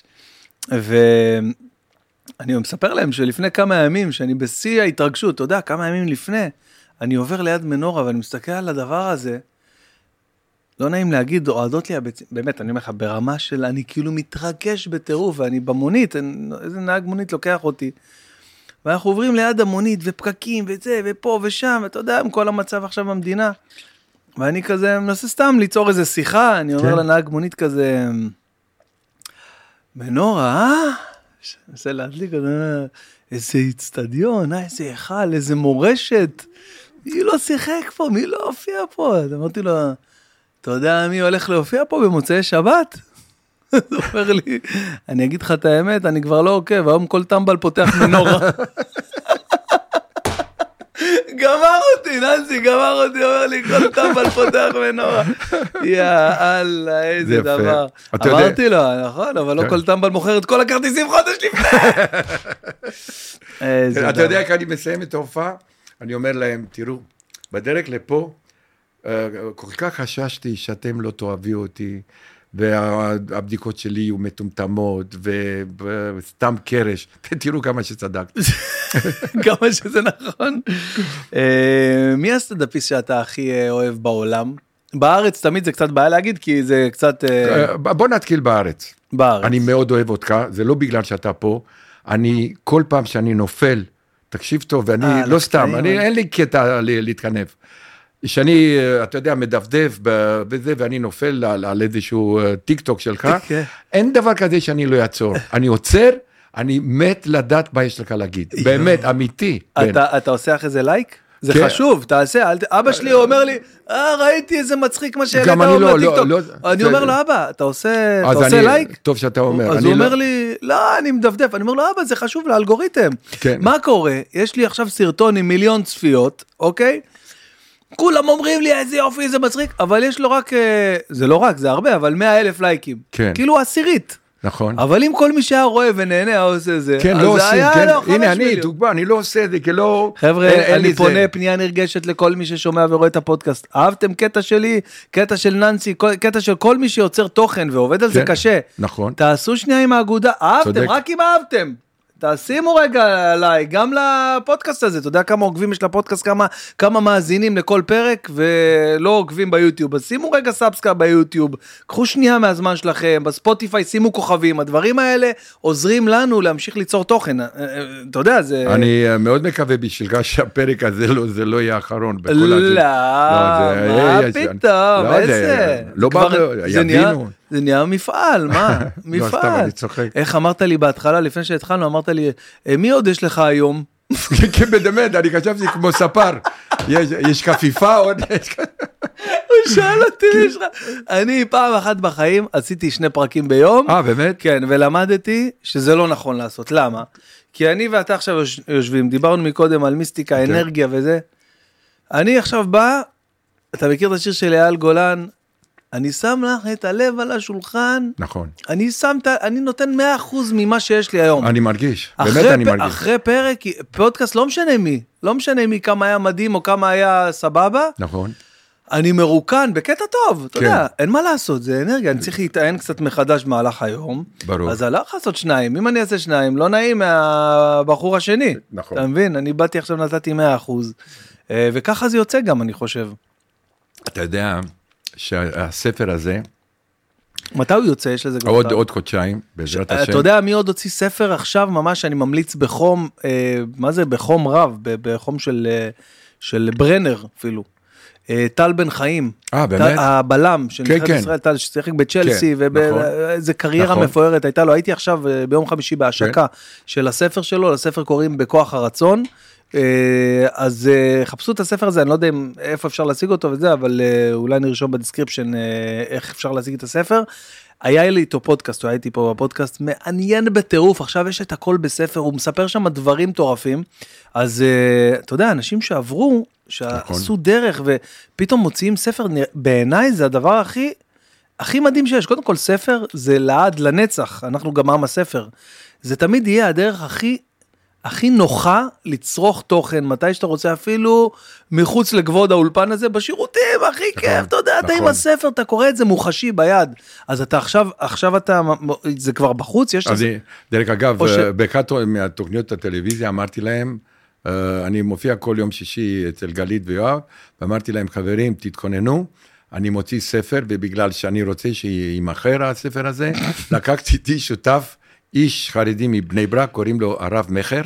ואני מספר להם שלפני כמה ימים, שאני בשיא ההתרגשות, אתה יודע, כמה ימים לפני, אני עובר ליד מנורה, ואני מסתכל על הדבר הזה, לא נעים להגיד, אוהדות לי, באמת, אני אומר לך, ברמה של, אני כאילו מתרגש בטירוף, ואני במונית, איזה נהג מונית לוקח אותי, ואנחנו עוברים ליד המונית, ופקקים, וזה, ופה ושם, ואתה יודע, עם כל המצב עכשיו במדינה, ואני כזה, מנסה סתם ליצור איזה שיחה, אני אומר לנהג מונית כזה, מנורה, אה? מנסה להדליק, איזה אצטדיון, איזה היכל, איזה מורשת, מי לא שיחק פה, מי לא הופיע פה? אמרתי לו, אתה יודע מי הולך להופיע פה במוצאי שבת? הוא אומר לי, אני אגיד לך את האמת, אני כבר לא עוקב, היום כל טמבל פותח מנורה. גמר אותי, ננסי, גמר אותי, אומר לי, כל טמבל פותח מנורה. יאללה, איזה דבר. אמרתי לו, נכון, אבל לא כל טמבל מוכר את כל הכרטיסים חודש לפני. אתה יודע, כי אני מסיים את ההופעה, אני אומר להם, תראו, בדרך לפה, כל כך חששתי שאתם לא תאהביו אותי, והבדיקות שלי יהיו מטומטמות, וסתם קרש, תראו כמה שצדקת. כמה שזה נכון. מי הסטנדאפיסט שאתה הכי אוהב בעולם? בארץ תמיד זה קצת בעיה להגיד, כי זה קצת... בוא נתחיל בארץ. בארץ. אני מאוד אוהב אותך, זה לא בגלל שאתה פה, אני כל פעם שאני נופל, תקשיב טוב, ואני לא סתם, אין לי קטע להתכנף. שאני, אתה יודע, מדפדף בזה, ואני נופל על, על איזשהו טיק טוק שלך, אין דבר כזה שאני לא יעצור. אני עוצר, אני מת לדעת מה יש לך להגיד. באמת, אמיתי. אתה, אתה עושה אחרי זה לייק? זה חשוב, תעשה, אבא שלי אומר לי, אה, ראיתי איזה מצחיק מה שהעלית גם אני לא, לא, לא. אני אומר לו, אבא, אתה עושה לייק? טוב שאתה אומר. אז הוא אומר לי, לא, אני מדפדף, אני אומר לו, אבא, זה חשוב לאלגוריתם. מה קורה? יש לי עכשיו סרטון עם מיליון צפיות, אוקיי? כולם אומרים לי, איזה יופי, איזה מצחיק, אבל יש לו רק, זה לא רק, זה הרבה, אבל מאה אלף לייקים. כאילו עשירית. נכון. אבל אם כל מי שהיה רואה ונהנה היה עושה זה, כן, לא עושים, כן. הנה, אני, דוגמה, אני לא עושה את זה, כי לא... חבר'ה, אני פונה פנייה נרגשת לכל מי ששומע ורואה את הפודקאסט. אהבתם קטע שלי, קטע של ננסי, קטע של כל מי שיוצר תוכן ועובד על זה קשה. נכון. תעשו שנייה עם האגודה, אהבתם, רק אם אהבתם. תשימו רגע עליי, גם לפודקאסט הזה, אתה יודע כמה עוקבים יש לפודקאסט, כמה, כמה מאזינים לכל פרק, ולא עוקבים ביוטיוב, אז שימו רגע סאבסקרייב ביוטיוב, קחו שנייה מהזמן שלכם, בספוטיפיי שימו כוכבים, הדברים האלה עוזרים לנו להמשיך ליצור תוכן, אתה יודע, זה... אני מאוד מקווה בשבילך שהפרק הזה לא, זה לא יהיה האחרון. לא, מה פתאום, איזה... לא בא, יבינו. זה נהיה מפעל, מה? מפעל. איך אמרת לי בהתחלה, לפני שהתחלנו, אמרת לי, מי עוד יש לך היום? כן, בדמת, אני חשבתי כמו ספר. יש כפיפה עוד? הוא שאל אותי, יש לך... אני פעם אחת בחיים עשיתי שני פרקים ביום. אה, באמת? כן, ולמדתי שזה לא נכון לעשות. למה? כי אני ואתה עכשיו יושבים, דיברנו מקודם על מיסטיקה, אנרגיה וזה. אני עכשיו בא, אתה מכיר את השיר של אייל גולן, אני שם לך את הלב על השולחן. נכון. אני שם, אני נותן מאה אחוז ממה שיש לי היום. אני מרגיש, באמת אני מרגיש. אחרי פרק, פודקאסט לא משנה מי, לא משנה מי כמה היה מדהים או כמה היה סבבה. נכון. אני מרוקן בקטע טוב, אתה יודע, אין מה לעשות, זה אנרגיה, אני צריך להתעין קצת מחדש במהלך היום. ברור. אז הלך לעשות שניים, אם אני אעשה שניים, לא נעים מהבחור השני. נכון. אתה מבין, אני באתי עכשיו נתתי מאה אחוז, וככה זה יוצא גם, אני חושב. אתה יודע... שהספר הזה... מתי הוא יוצא? יש לזה גם... עוד, עוד חודשיים, בעזרת השם. אתה יודע מי עוד הוציא ספר עכשיו ממש, אני ממליץ בחום, מה זה? בחום רב, בחום של, של ברנר אפילו. טל בן חיים. אה, באמת? הבלם של נבחרת ישראל, טל ששיחק בצ'לסי, וזה קריירה מפוארת הייתה לו. הייתי עכשיו ביום חמישי בהשקה של הספר שלו, לספר קוראים בכוח הרצון. אז חפשו את הספר הזה, אני לא יודע איפה אפשר להשיג אותו וזה, אבל אולי נרשום בדיסקריפשן איך אפשר להשיג את הספר. היה לי איתו פודקאסט, הוא היה איתי פה בפודקאסט, מעניין בטירוף, עכשיו יש את הכל בספר, הוא מספר שם דברים טורפים, אז אתה יודע, אנשים שעברו, שעשו דרך ופתאום מוציאים ספר, בעיניי זה הדבר הכי, הכי מדהים שיש, קודם כל ספר זה לעד לנצח, אנחנו גם עם הספר, זה תמיד יהיה הדרך הכי, הכי נוחה לצרוך תוכן, מתי שאתה רוצה אפילו מחוץ לגבוד האולפן הזה, בשירותים, הכי כיף, אתה יודע, אתה עם הספר, אתה קורא את זה מוחשי ביד, אז אתה עכשיו, עכשיו אתה, זה כבר בחוץ, יש לזה. דרך אגב, באחת מהתוכניות הטלוויזיה אמרתי להם, אני מופיע כל יום שישי אצל גלית ויואב, ואמרתי להם, חברים, תתכוננו, אני מוציא ספר, ובגלל שאני רוצה שימחר הספר הזה, לקחתי איתי שותף, איש חרדי מבני ברק, קוראים לו הרב מחר,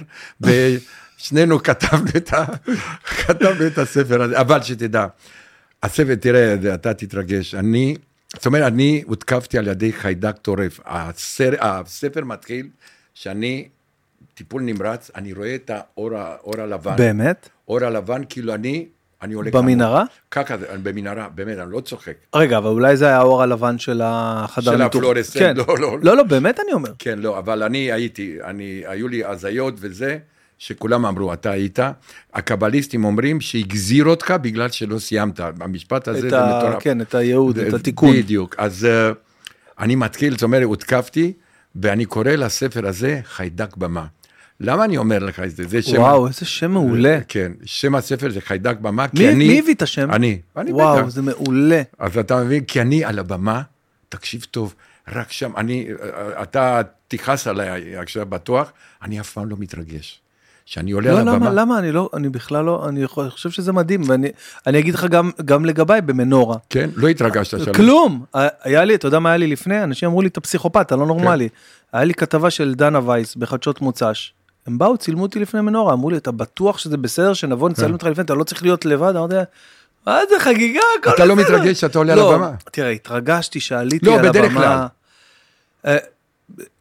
ושנינו כתבנו את, ה... כתבנו את הספר הזה, אבל שתדע, הספר, תראה, אתה תתרגש, אני, זאת אומרת, אני הותקפתי על ידי חיידק טורף, הספר, הספר מתחיל, שאני, טיפול נמרץ, אני רואה את האור, האור הלבן. באמת? אור הלבן, כאילו אני, אני עולה במנהרה? ככה, במנהרה, באמת, אני לא צוחק. רגע, אבל אולי זה היה האור הלבן של החדר ניתוח. של הפלורסנט, כן. לא, לא. לא, לא, באמת אני אומר. כן, לא, אבל אני הייתי, אני, היו לי הזיות וזה, שכולם אמרו, אתה היית, הקבליסטים אומרים שהגזיר אותך בגלל שלא סיימת, המשפט הזה זה ה... מטורף. כן, את הייעוד, את התיקון. בדיוק, אז uh, אני מתחיל, זאת אומרת, הותקפתי, ואני קורא לספר הזה חיידק במה. למה אני אומר לך את זה? זה שם... וואו, איזה שם מעולה. כן, שם הספר זה חיידק במה, מי, כי אני... מי הביא את השם? אני. אני וואו, בטח. זה מעולה. אז אתה מבין, כי אני על הבמה, תקשיב טוב, רק שם, אני, אתה תיחס עליי עכשיו בטוח, אני אף פעם לא מתרגש. שאני עולה לא, על הבמה. למה, למה? אני לא, אני בכלל לא, אני חושב שזה מדהים, ואני, אני אגיד לך גם, גם לגביי במנורה. כן, לא התרגשת שלום. כלום. היה לי, אתה יודע מה היה לי לפני? אנשים אמרו לי, אתה פסיכופת, אתה לא נורמלי. היה לי כתבה של דנה וייס בחדשות מוצ"ש. הם באו, צילמו אותי לפני מנורה, אמרו לי, אתה בטוח שזה בסדר, שנבוא, נצלם אותך לפני, אתה לא צריך להיות לבד, אמרתי, מה זה חגיגה? אתה לא מתרגש שאתה עולה על הבמה? תראה, התרגשתי שעליתי על הבמה.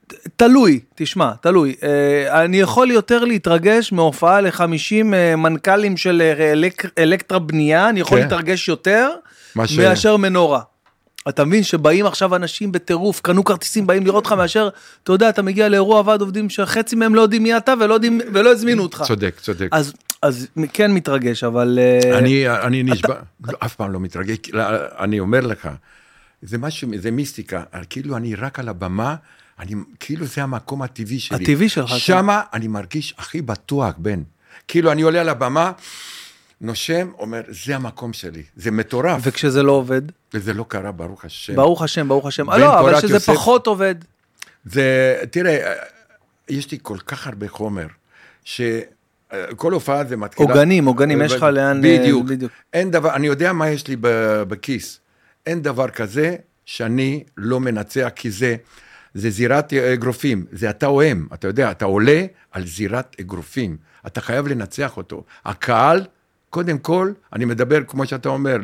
תלוי, תשמע, תלוי. אני יכול יותר להתרגש מהופעה ל-חמישים מנכ"לים של אלקטרה בנייה, אני יכול להתרגש יותר מאשר מנורה. אתה מבין שבאים עכשיו אנשים בטירוף, קנו כרטיסים, באים לראות אותך מאשר, אתה יודע, אתה מגיע לאירוע ועד עובדים שחצי מהם לא יודעים מי אתה ולא הזמינו אותך. צודק, צודק. אז, אז כן מתרגש, אבל... אני, אני נשבע, אף פעם לא מתרגש, אני אומר לך, זה משהו, זה מיסטיקה, כאילו אני רק על הבמה, אני, כאילו זה המקום הטבעי שלי. הטבעי שלך. שמה אני מרגיש הכי בטוח, בן. כאילו אני עולה על הבמה, נושם, אומר, זה המקום שלי, זה מטורף. וכשזה לא עובד? וזה לא קרה, ברוך השם. ברוך השם, ברוך השם. לא, אבל שזה יוסף, פחות עובד. זה, תראה, יש לי כל כך הרבה חומר, שכל הופעה זה מתחילה... עוגנים, עוגנים, יש לך לאן... בדיוק. בדיוק. אין דבר, אני יודע מה יש לי בכיס. אין דבר כזה שאני לא מנצח, כי זה, זה זירת אגרופים, זה אתה אוהם, אתה יודע, אתה עולה על זירת אגרופים, אתה חייב לנצח אותו. הקהל, קודם כל, אני מדבר, כמו שאתה אומר,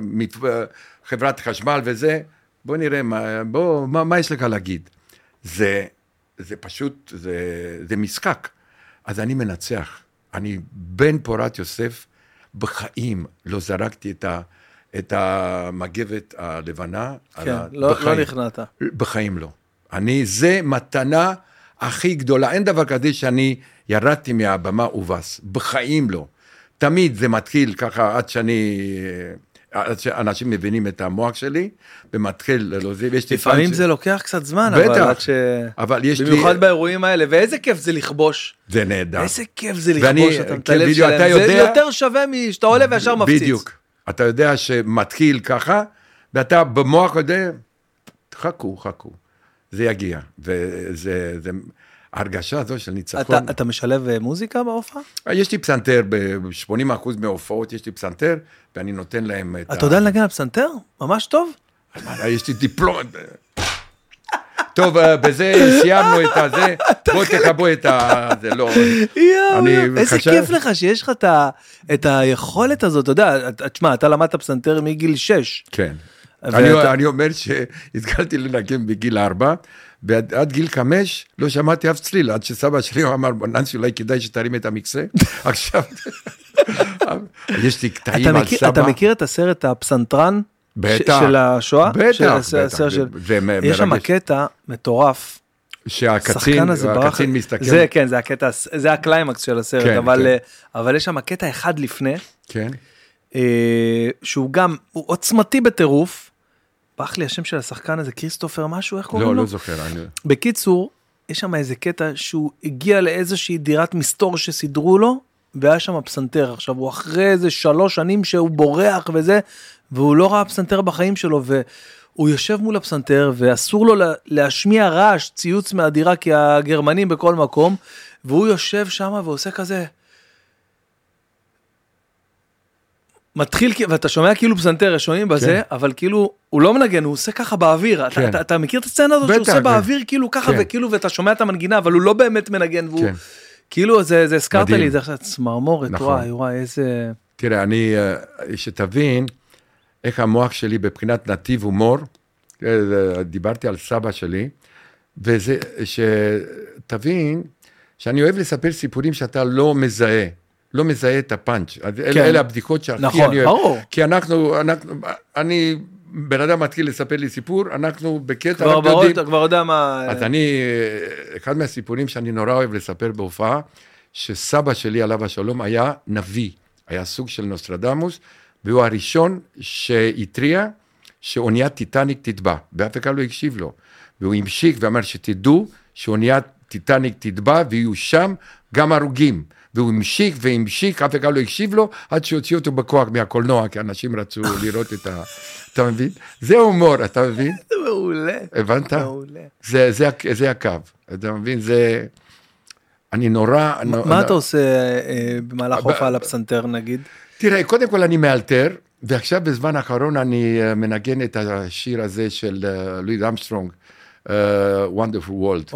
חברת חשמל וזה, בוא נראה, מה, בוא, מה, מה יש לך להגיד? זה, זה פשוט, זה, זה משחק. אז אני מנצח. אני בן פורת יוסף, בחיים לא זרקתי את ה... את המגבת הלבנה. כן, לא, לא נכנעת. בחיים לא. אני, זה מתנה הכי גדולה. אין דבר כזה שאני ירדתי מהבמה ובס. בחיים לא. תמיד זה מתחיל ככה עד שאני, עד שאנשים מבינים את המוח שלי, ומתחיל, לא זה, ויש לפעמים ש... זה לוקח קצת זמן, בטח, אבל עד ש... אבל יש במיוחד לי... באירועים האלה, ואיזה כיף זה לכבוש. זה נהדר. איזה כיף זה לכבוש, אתה מתעלב שלהם. זה יודע... יותר שווה משאתה עולה וישר מפציץ. בדיוק. אתה יודע שמתחיל ככה, ואתה במוח יודע, חכו, חכו. זה יגיע, וזה... זה... ההרגשה הזו של ניצחון. אתה, אתה משלב מוזיקה בהופעה? יש לי פסנתר, ב-שמונים אחוז מההופעות יש לי פסנתר, ואני נותן להם את ה... אתה יודע לנגן על פסנתר? ממש טוב? יש לי דיפלום. טוב, בזה סיימנו את הזה, בוא תקבו את ה... זה לא... איזה כיף לך שיש לך את היכולת הזאת, אתה יודע, תשמע, אתה למדת פסנתר מגיל שש. כן. אני אומר שהתגלתי לנגן בגיל ארבע, ועד גיל חמש לא שמעתי אף צליל, עד שסבא שלי אמר, ננסי, אולי כדאי שתרים את המקסה. עכשיו, יש לי קטעים על סבא. אתה מכיר את הסרט הפסנתרן של השואה? בטח, בטח. יש שם קטע מטורף. שהקצין מסתכל. זה, כן, זה הקטע, זה הקליימקס של הסרט, אבל יש שם קטע אחד לפני, שהוא גם, הוא עוצמתי בטירוף, ברח לי השם של השחקן הזה, כריסטופר משהו, איך קוראים לו? לא, לא זוכר. בקיצור, יש שם איזה קטע שהוא הגיע לאיזושהי דירת מסתור שסידרו לו, והיה שם פסנתר. עכשיו, הוא אחרי איזה שלוש שנים שהוא בורח וזה, והוא לא ראה פסנתר בחיים שלו, והוא יושב מול הפסנתר, ואסור לו להשמיע רעש, ציוץ מהדירה, כי הגרמנים בכל מקום, והוא יושב שם ועושה כזה... מתחיל, ואתה שומע כאילו פסנתר, שומעים בזה, אבל כאילו, הוא לא מנגן, הוא עושה ככה באוויר. אתה מכיר את הסצנה הזאת שהוא עושה באוויר כאילו ככה, וכאילו, ואתה שומע את המנגינה, אבל הוא לא באמת מנגן, והוא, כאילו, זה הזכרת לי, זה צמרמורת, וואי, וואי, איזה... תראה, אני, שתבין, איך המוח שלי בבחינת נתיב הומור, דיברתי על סבא שלי, וזה, שתבין, שאני אוהב לספר סיפורים שאתה לא מזהה. לא מזהה את הפאנץ'. אלה הבדיקות שהכי אני אוהב. כי אנחנו, אני, בן אדם מתחיל לספר לי סיפור, אנחנו בקטע רק יודעים. אתה כבר יודע מה... אז אני, אחד מהסיפורים שאני נורא אוהב לספר בהופעה, שסבא שלי עליו השלום היה נביא, היה סוג של נוסטרדמוס, והוא הראשון שהתריע שאוניית טיטניק תטבע, ואף אחד לא הקשיב לו. והוא המשיך ואמר שתדעו שאוניית טיטניק תטבע, ויהיו שם גם הרוגים. והוא המשיך והמשיך, אף אחד לא הקשיב לו, עד שהוציאו אותו בכוח מהקולנוע, כי אנשים רצו לראות את ה... אתה מבין? זה הומור, אתה מבין? זה מעולה. הבנת? מעולה. זה, זה, זה הקו, אתה מבין? זה... אני נורא... מה אתה עושה במהלך הופעה על הפסנתר, נגיד? תראה, קודם כל אני מאלתר, ועכשיו בזמן האחרון אני מנגן את השיר הזה של לואיס ארמסטרונג, Wonderful World.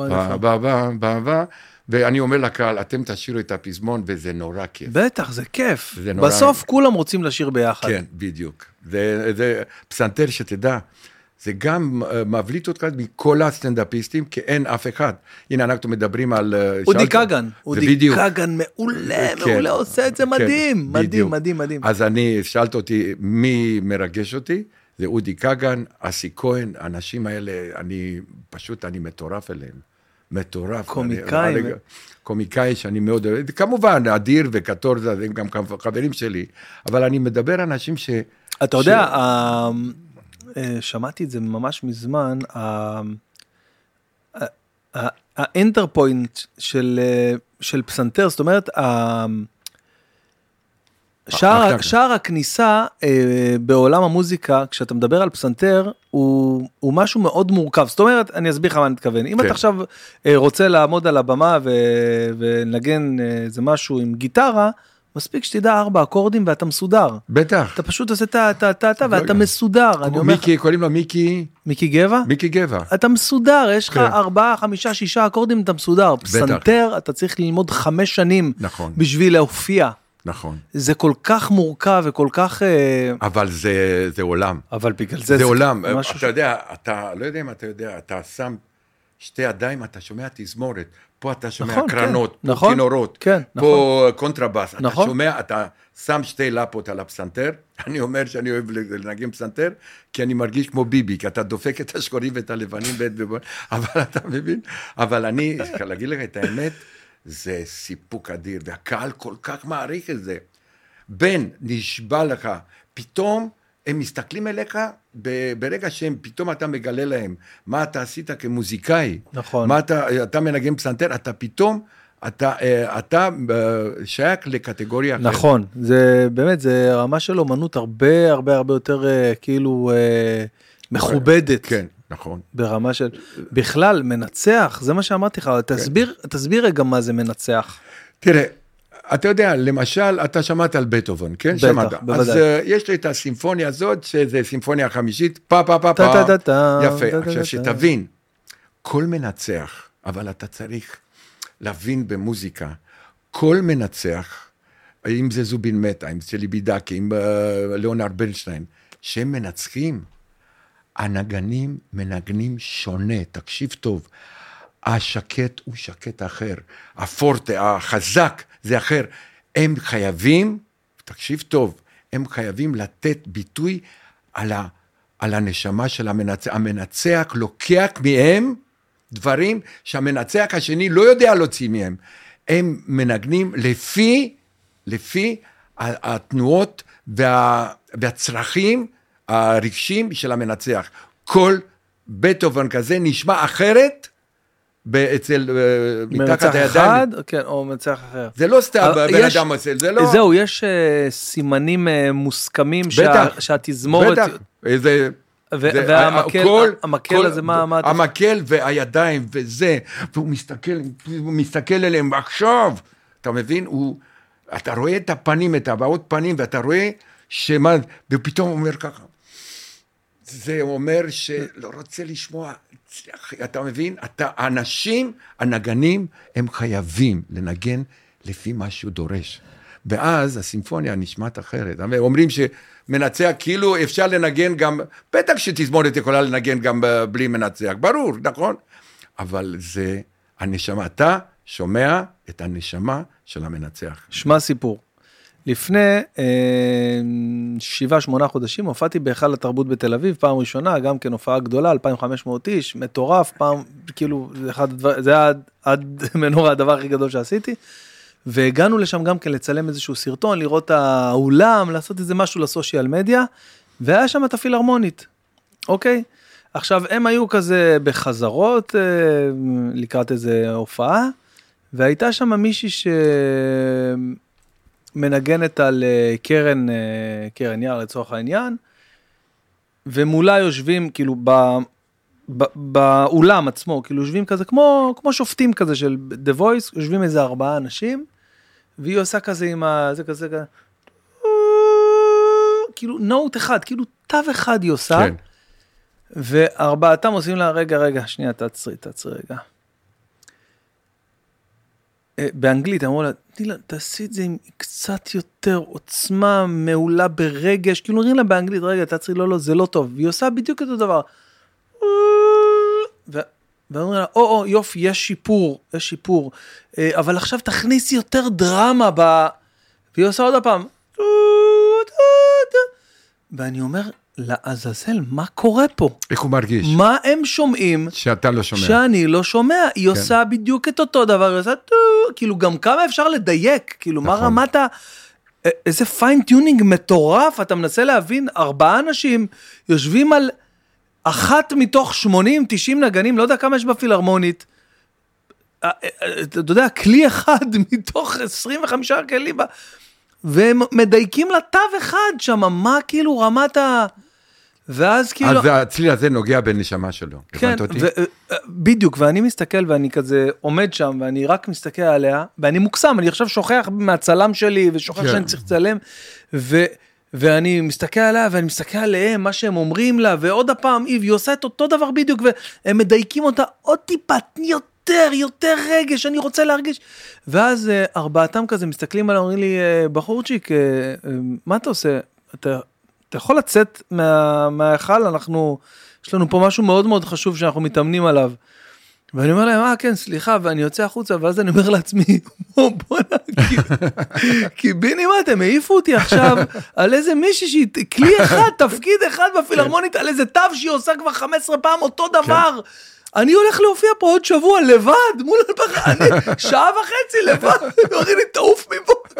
ואני אומר לקהל, אתם תשירו את הפזמון, וזה נורא כיף. בטח, זה כיף. זה נורא... בסוף כולם רוצים לשיר ביחד. כן, בדיוק. זה, זה פסנתר שתדע, זה גם מבליט אותך מכל הסטנדאפיסטים, כי אין אף אחד. הנה, אנחנו מדברים על... אודי קגן, אודי קגן מעולה, מעולה, עושה את זה מדהים, מדהים, מדהים, מדהים. אז אני, שאלת אותי, מי מרגש אותי? זה אודי קגן, אסי כהן, האנשים האלה, אני, פשוט אני מטורף אליהם. מטורף. קומיקאי. קומיקאי שאני מאוד אוהב, כמובן, אדיר וקטור, זה גם חברים שלי, אבל אני מדבר על אנשים ש... אתה יודע, שמעתי את זה ממש מזמן, האנטר פוינט של פסנתר, זאת אומרת, שער הכניסה בעולם המוזיקה, כשאתה מדבר על פסנתר, הוא משהו מאוד מורכב. זאת אומרת, אני אסביר לך מה אני מתכוון. אם אתה עכשיו רוצה לעמוד על הבמה ולנגן איזה משהו עם גיטרה, מספיק שתדע ארבע אקורדים ואתה מסודר. בטח. אתה פשוט עושה טה-טה-טה ואתה מסודר. מיקי, קוראים לו מיקי... מיקי גבע? מיקי גבע. אתה מסודר, יש לך ארבעה, חמישה, שישה אקורדים, אתה מסודר. פסנתר, אתה צריך ללמוד חמש שנים בשביל להופיע. נכון. זה כל כך מורכב וכל כך... אבל זה, זה עולם. אבל בגלל זה... זה עולם. אתה יודע, אתה, לא יודע אם אתה יודע, אתה שם שתי ידיים, אתה שומע תזמורת. פה אתה שומע קרנות, פה כינורות, פה קונטרבאס. אתה שומע, אתה שם שתי לפות על הפסנתר. אני אומר שאני אוהב לנגן פסנתר, כי אני מרגיש כמו ביבי, כי אתה דופק את השחורים ואת הלבנים, אבל אתה מבין? אבל אני, להגיד לך את האמת, זה סיפוק אדיר, והקהל כל כך מעריך את זה. בן, נשבע לך, פתאום הם מסתכלים אליך, ברגע שהם, פתאום אתה מגלה להם, מה אתה עשית כמוזיקאי, נכון. מה אתה, אתה מנגן פסנתר, אתה פתאום, אתה, אתה שייך לקטגוריה אחרת. נכון, זה באמת, זה רמה של אומנות הרבה, הרבה, הרבה יותר, כאילו, מכובדת. כן. נכון. ברמה של, בכלל, מנצח, זה מה שאמרתי לך, תסביר, תסביר רגע מה זה מנצח. תראה, אתה יודע, למשל, אתה שמעת על בטהובן, כן? בטח, שמעת. בוודאי. אז יש לי את הסימפוניה הזאת, שזה סימפוניה החמישית, פה, פה, פה, פה. יפה, עכשיו שתבין, כל מנצח, אבל אתה צריך להבין במוזיקה, כל מנצח, אם זה זובין מטה, אם זה ליבידקי, אם ליאונרד ברנשטיין, שהם מנצחים, הנגנים מנגנים שונה, תקשיב טוב, השקט הוא שקט אחר, הפורטה, החזק זה אחר, הם חייבים, תקשיב טוב, הם חייבים לתת ביטוי על, ה, על הנשמה של המנצח, המנצח לוקח מהם דברים שהמנצח השני לא יודע להוציא מהם, הם מנגנים לפי, לפי התנועות וה, והצרכים, הרגשים של המנצח. כל בטהובן כזה נשמע אחרת אצל מתחת הידיים. מנצח אחד, כן, או מנצח אחר. זה לא סתם בן אדם עושה, זה לא... זהו, יש סימנים מוסכמים שהתזמורת... בטח, איזה... והמקל הזה, מה... המקל והידיים וזה, והוא מסתכל, הוא מסתכל אליהם עכשיו, אתה מבין? אתה רואה את הפנים, את הבעות פנים, ואתה רואה שמה, ופתאום הוא אומר ככה, זה אומר שלא רוצה לשמוע, אתה מבין? אתה, האנשים, הנגנים, הם חייבים לנגן לפי מה שהוא דורש. ואז הסימפוניה נשמעת אחרת. אומרים שמנצח, כאילו אפשר לנגן גם, בטח שתזמורת יכולה לנגן גם בלי מנצח, ברור, נכון? אבל זה הנשמה, אתה שומע את הנשמה של המנצח. שמע סיפור. לפני אה, שבעה, שמונה חודשים, הופעתי בהיכל התרבות בתל אביב, פעם ראשונה, גם כן הופעה גדולה, אלפיים וחמש מאות איש, מטורף, פעם, כאילו, זה, אחד הדבר, זה היה עד, עד מנורה הדבר הכי גדול שעשיתי, והגענו לשם גם כן לצלם איזשהו סרטון, לראות את האולם, לעשות איזה משהו לסושיאל מדיה, והיה שם את הפילהרמונית, אוקיי? עכשיו, הם היו כזה בחזרות, אה, לקראת איזה הופעה, והייתה שם מישהי ש... מנגנת על קרן, קרן יער לצורך העניין, ומולה יושבים, כאילו, ב, ב, באולם עצמו, כאילו יושבים כזה, כמו, כמו שופטים כזה של The Voice, יושבים איזה ארבעה אנשים, והיא עושה כזה עם ה... זה כזה, כזה, כאילו, נוט אחד, כאילו, תו אחד היא עושה, כן. וארבעתם עושים לה, רגע, רגע, שנייה, תעצרי, תעצרי רגע. באנגלית, אמרו לה, דילה, תעשי את זה עם קצת יותר עוצמה, מעולה ברגש, כאילו נראים לה באנגלית, רגע, תעצרי, לא, לא, זה לא טוב, והיא עושה בדיוק את הדבר, ואומרים לה, או, או, יופי, יש שיפור, יש שיפור, אבל עכשיו תכניס יותר דרמה ב... והיא עושה עוד הפעם, ואני אומר, לעזאזל, מה קורה פה? איך הוא מרגיש? מה הם שומעים? שאתה לא שומע. שאני לא שומע. היא כן. עושה בדיוק את אותו דבר, היא עושה, כאילו, גם כמה אפשר לדייק, כאילו, נכון. מה רמת ה... איזה פיין-טיונינג מטורף, אתה מנסה להבין, ארבעה אנשים יושבים על אחת מתוך שמונים, תשעים נגנים, לא יודע כמה יש בפילהרמונית, אתה יודע, כלי אחד מתוך עשרים וחמישה כלים, והם מדייקים לתו אחד שם, מה כאילו רמת ה... ואז כאילו... אז הצליל הזה נוגע בנשמה שלו, כן, ו- בדיוק, ואני מסתכל ואני כזה עומד שם, ואני רק מסתכל עליה, ואני מוקסם, אני עכשיו שוכח מהצלם שלי, ושוכח כן. שאני צריך לצלם, ו... ואני מסתכל עליה, ואני מסתכל עליהם, מה שהם אומרים לה, ועוד הפעם, היא עושה את אותו דבר בדיוק, והם מדייקים אותה עוד טיפה, יותר, יותר רגש, אני רוצה להרגיש. ואז ארבעתם כזה מסתכלים עליה, אומרים לי, בחורצ'יק, מה אתה עושה? אתה, אתה יכול לצאת מה, מהאחל, אנחנו, יש לנו פה משהו מאוד מאוד חשוב שאנחנו מתאמנים עליו. ואני אומר להם, אה, כן, סליחה, ואני יוצא החוצה, ואז אני אומר לעצמי, בוא, בוא נגיד, כי ביני מה, אתם העיפו אותי עכשיו, על איזה מישהי שהיא, כלי אחד, תפקיד אחד בפילהרמונית, על איזה תו שהיא עושה כבר חמש עשרה פעם, אותו דבר, אני הולך להופיע פה עוד שבוע, לבד, מול אלפח, אני שעה וחצי לבד, ואומרים לי, תעוף מפה,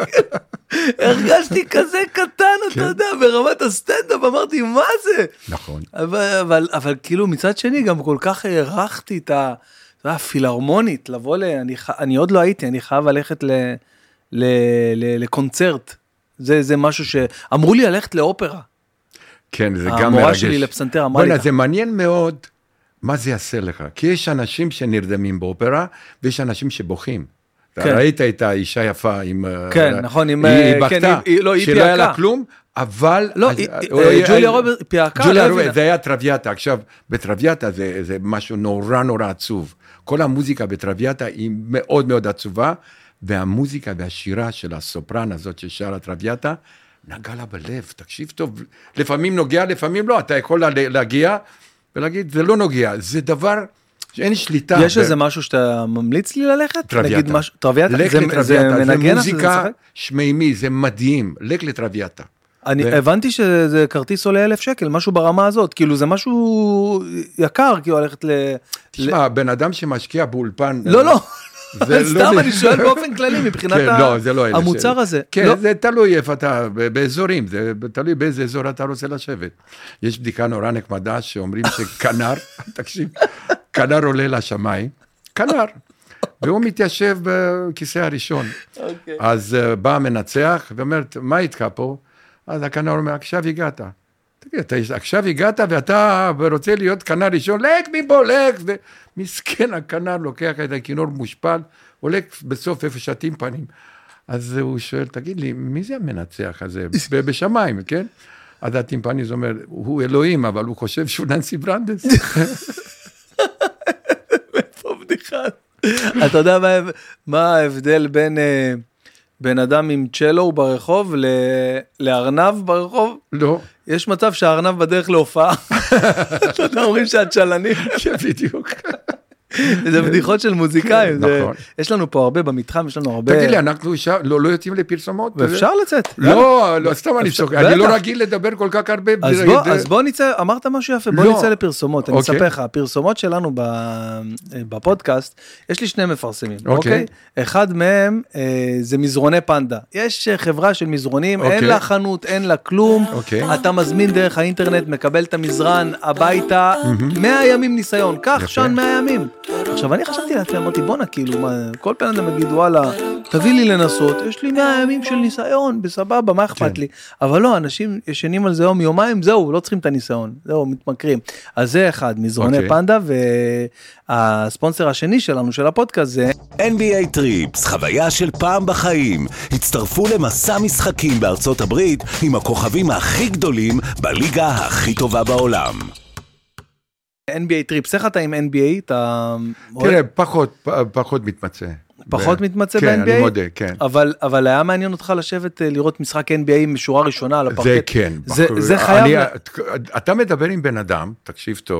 הרגשתי כזה קטן, אתה יודע, ברמת הסטנדאפ, אמרתי, מה זה? נכון. אבל, אבל כאילו מצד שני, גם כל כך הערכתי את ה... הפילהרמונית, לבוא ל... אני, אני עוד לא הייתי, אני חייב ללכת ל, ל, ל, לקונצרט. זה, זה משהו שאמרו לי ללכת לאופרה. כן, זה גם מרגש. המורה שלי לפסנתר אמרה לי. זה מעניין מאוד מה זה יעשה לך. כי יש אנשים שנרדמים באופרה, ויש אנשים שבוכים. כן. ראית את האישה יפה עם... כן, נכון, עם... היא בכתה, כן, היא, לא, היא שלא היה לה כלום, אבל... לא, היא, היא, ג'וליה רוברט פיאקה. ג'וליה רוברט, זה היה טרוויאטה. עכשיו, בטרוויאטה זה, זה משהו נורא נורא עצוב. כל המוזיקה בטרוויאטה היא מאוד מאוד עצובה, והמוזיקה והשירה של הסופרן הזאת ששר הטרוויאטה, נגע לה בלב, תקשיב טוב, לפעמים נוגע, לפעמים לא, אתה יכול להגיע ולהגיד, זה לא נוגע, זה דבר שאין שליטה. יש איזה משהו שאתה ממליץ לי ללכת? טרוויאטה. טרוויאטה? לך לטרוויאטה, זה מוזיקה שמימי, זה מדהים, לך לטרוויאטה. אני הבנתי שזה כרטיס עולה אלף שקל, משהו ברמה הזאת, כאילו זה משהו יקר, כאילו הלכת ל... תשמע, בן אדם שמשקיע באולפן... לא, לא, סתם אני שואל באופן כללי, מבחינת המוצר הזה. כן, זה תלוי איפה אתה, באזורים, זה תלוי באיזה אזור אתה רוצה לשבת. יש בדיקה נורא נחמדה שאומרים שכנר, תקשיב, כנר עולה לשמיים, כנר, והוא מתיישב בכיסא הראשון. אז בא המנצח ואומרת, מה איתך פה? אז הכנר אומר, עכשיו הגעת. תגיד, אתה עכשיו הגעת ואתה רוצה להיות כנר ראשון, לך מפה, לך. ומסכן הכנר לוקח את הכינור מושפל, הולך בסוף איפה שתים פנים. אז הוא שואל, תגיד לי, מי זה המנצח הזה? בשמיים, כן? אז הטימפניז אומר, הוא אלוהים, אבל הוא חושב שהוא ננסי ברנדס. איפה בדיחה? אתה יודע מה ההבדל בין... בן אדם עם צ'לו ברחוב, לארנב ברחוב? לא. יש מצב שהארנב בדרך להופעה. אתה יודע, אומרים שהצ'לנים. בדיוק. זה בדיחות של מוזיקאים. נכון. יש לנו פה הרבה במתחם, יש לנו הרבה... תגיד לי, אנחנו לא יוצאים לפרסומות? ואפשר לצאת. לא, לא, סתם אני שוקר. אני לא רגיל לדבר כל כך הרבה. אז בוא נצא, אמרת משהו יפה, בוא נצא לפרסומות. אני אספר לך, הפרסומות שלנו בפודקאסט, יש לי שני מפרסמים, אוקיי? אחד מהם זה מזרוני פנדה. יש חברה של מזרונים, אין לה חנות, אין לה כלום. אתה מזמין דרך האינטרנט, מקבל את המזרן הביתה, מאה ימים ניסיון. כך שן מאה ימים. עכשיו אני חשבתי לעצמי, אמרתי בונה, כאילו, מה, כל פעם אדם מגיד, וואלה, תביא לי לנסות, יש לי מאה ימים של ניסיון, בסבבה, מה אכפת לי? אבל לא, אנשים ישנים על זה יום, יומיים, זהו, לא צריכים את הניסיון, זהו, מתמכרים. אז זה אחד, מזרוני פנדה, והספונסר השני שלנו, של הפודקאסט, זה... אן בי איי טריפס, חוויה של פעם בחיים. הצטרפו למסע משחקים בארצות הברית, עם הכוכבים הכי גדולים, בליגה הכי טובה בעולם. אן בי איי טריפס, איך אתה עם אן בי איי? תראה, פחות, פחות מתמצא. פחות מתמצא ב-אן בי איי? כן, אני מודה, כן. אבל היה מעניין אותך לשבת לראות משחק אן בי איי משורה ראשונה על הפרקט? זה כן. זה חייב... אתה מדבר עם בן אדם, תקשיב טוב,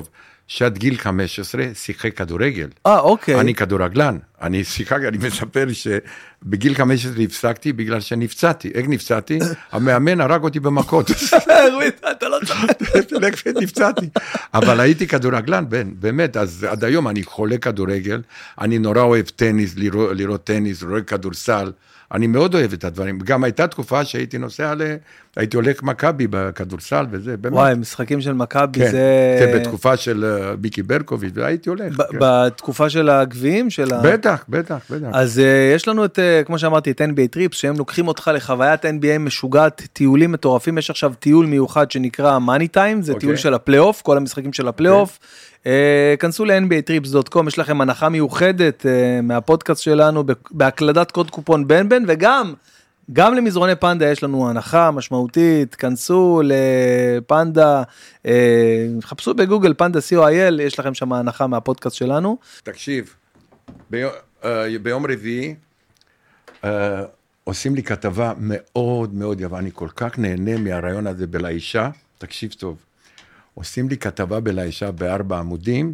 שעד גיל חמש עשרה שיחק כדורגל. אה, אוקיי. אני כדורגלן, אני שיחק, אני מספר שבגיל חמש עשרה הפסקתי בגלל שנפצעתי. איך נפצעתי? המאמן הרג אותי במכות. אתה לא צחק. נפצעתי. אבל הייתי כדורגלן, בן, באמת, אז עד היום אני חולה כדורגל, אני נורא אוהב טניס, לראות, לראות טניס, רואה כדורסל, אני מאוד אוהב את הדברים. גם הייתה תקופה שהייתי נוסע ל... הייתי הולך מכבי בכדורסל וזה, באמת. וואי, משחקים של מכבי כן, זה... זה בתקופה של ביקי ברקוביץ', והייתי הולך. ב- כן. בתקופה של הגביעים של ה... בטח, בטח, בטח. אז uh, יש לנו את, uh, כמו שאמרתי, את אן בי איי טריפס, שהם לוקחים אותך לחוויית אן בי איי משוגעת, טיולים מטורפים, יש עכשיו טיול מיוחד שנקרא Money Time, זה אוקיי. טיול של הפלייאוף, כל המשחקים של הפלייאוף, uh, כנסו ל-אן בי איי טריפס דוט קום, יש לכם הנחה מיוחדת uh, מהפודקאסט שלנו, בהקלדת קוד קופון בן בן, וגם, גם למזרוני פנדה יש לנו הנחה משמעותית, כנסו לפנדה, אה, חפשו בגוגל פנדה סי או איי אל, יש לכם שם הנחה מהפודקאסט שלנו. תקשיב, ביום, ביום רביעי אה, עושים לי כתבה מאוד מאוד יפה, אני כל כך נהנה מהרעיון הזה בלאישה, תקשיב טוב, עושים לי כתבה בלאישה בארבע עמודים,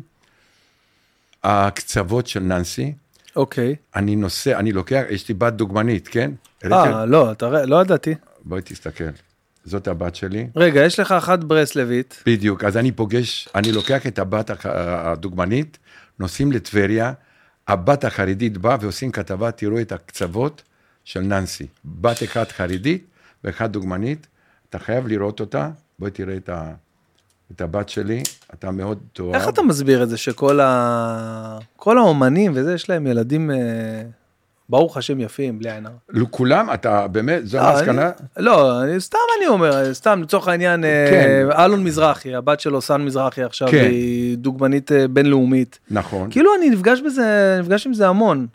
הקצוות של ננסי, אוקיי. אני נוסע, אני לוקח, יש לי בת דוגמנית, כן? אה, לא, אתה רואה, לא ידעתי. בואי תסתכל, זאת הבת שלי. רגע, יש לך אחת ברסלבית. בדיוק, אז אני פוגש, אני לוקח את הבת הדוגמנית, נוסעים לטבריה, הבת החרדית באה ועושים כתבה, תראו את הקצוות של ננסי. בת אחת חרדית ואחת דוגמנית, אתה חייב לראות אותה, בואי תראה את, ה, את הבת שלי, אתה מאוד תואר. איך אתה מסביר את זה שכל ה... כל האומנים וזה, יש להם ילדים... ברוך השם יפים, בלי עין הרע. כולם, אתה באמת, זו המסקנה? לא, סתם אני אומר, סתם לצורך העניין, אלון מזרחי, הבת שלו, סן מזרחי עכשיו, היא דוגמנית בינלאומית. נכון. כאילו אני נפגש בזה, נפגש עם זה המון.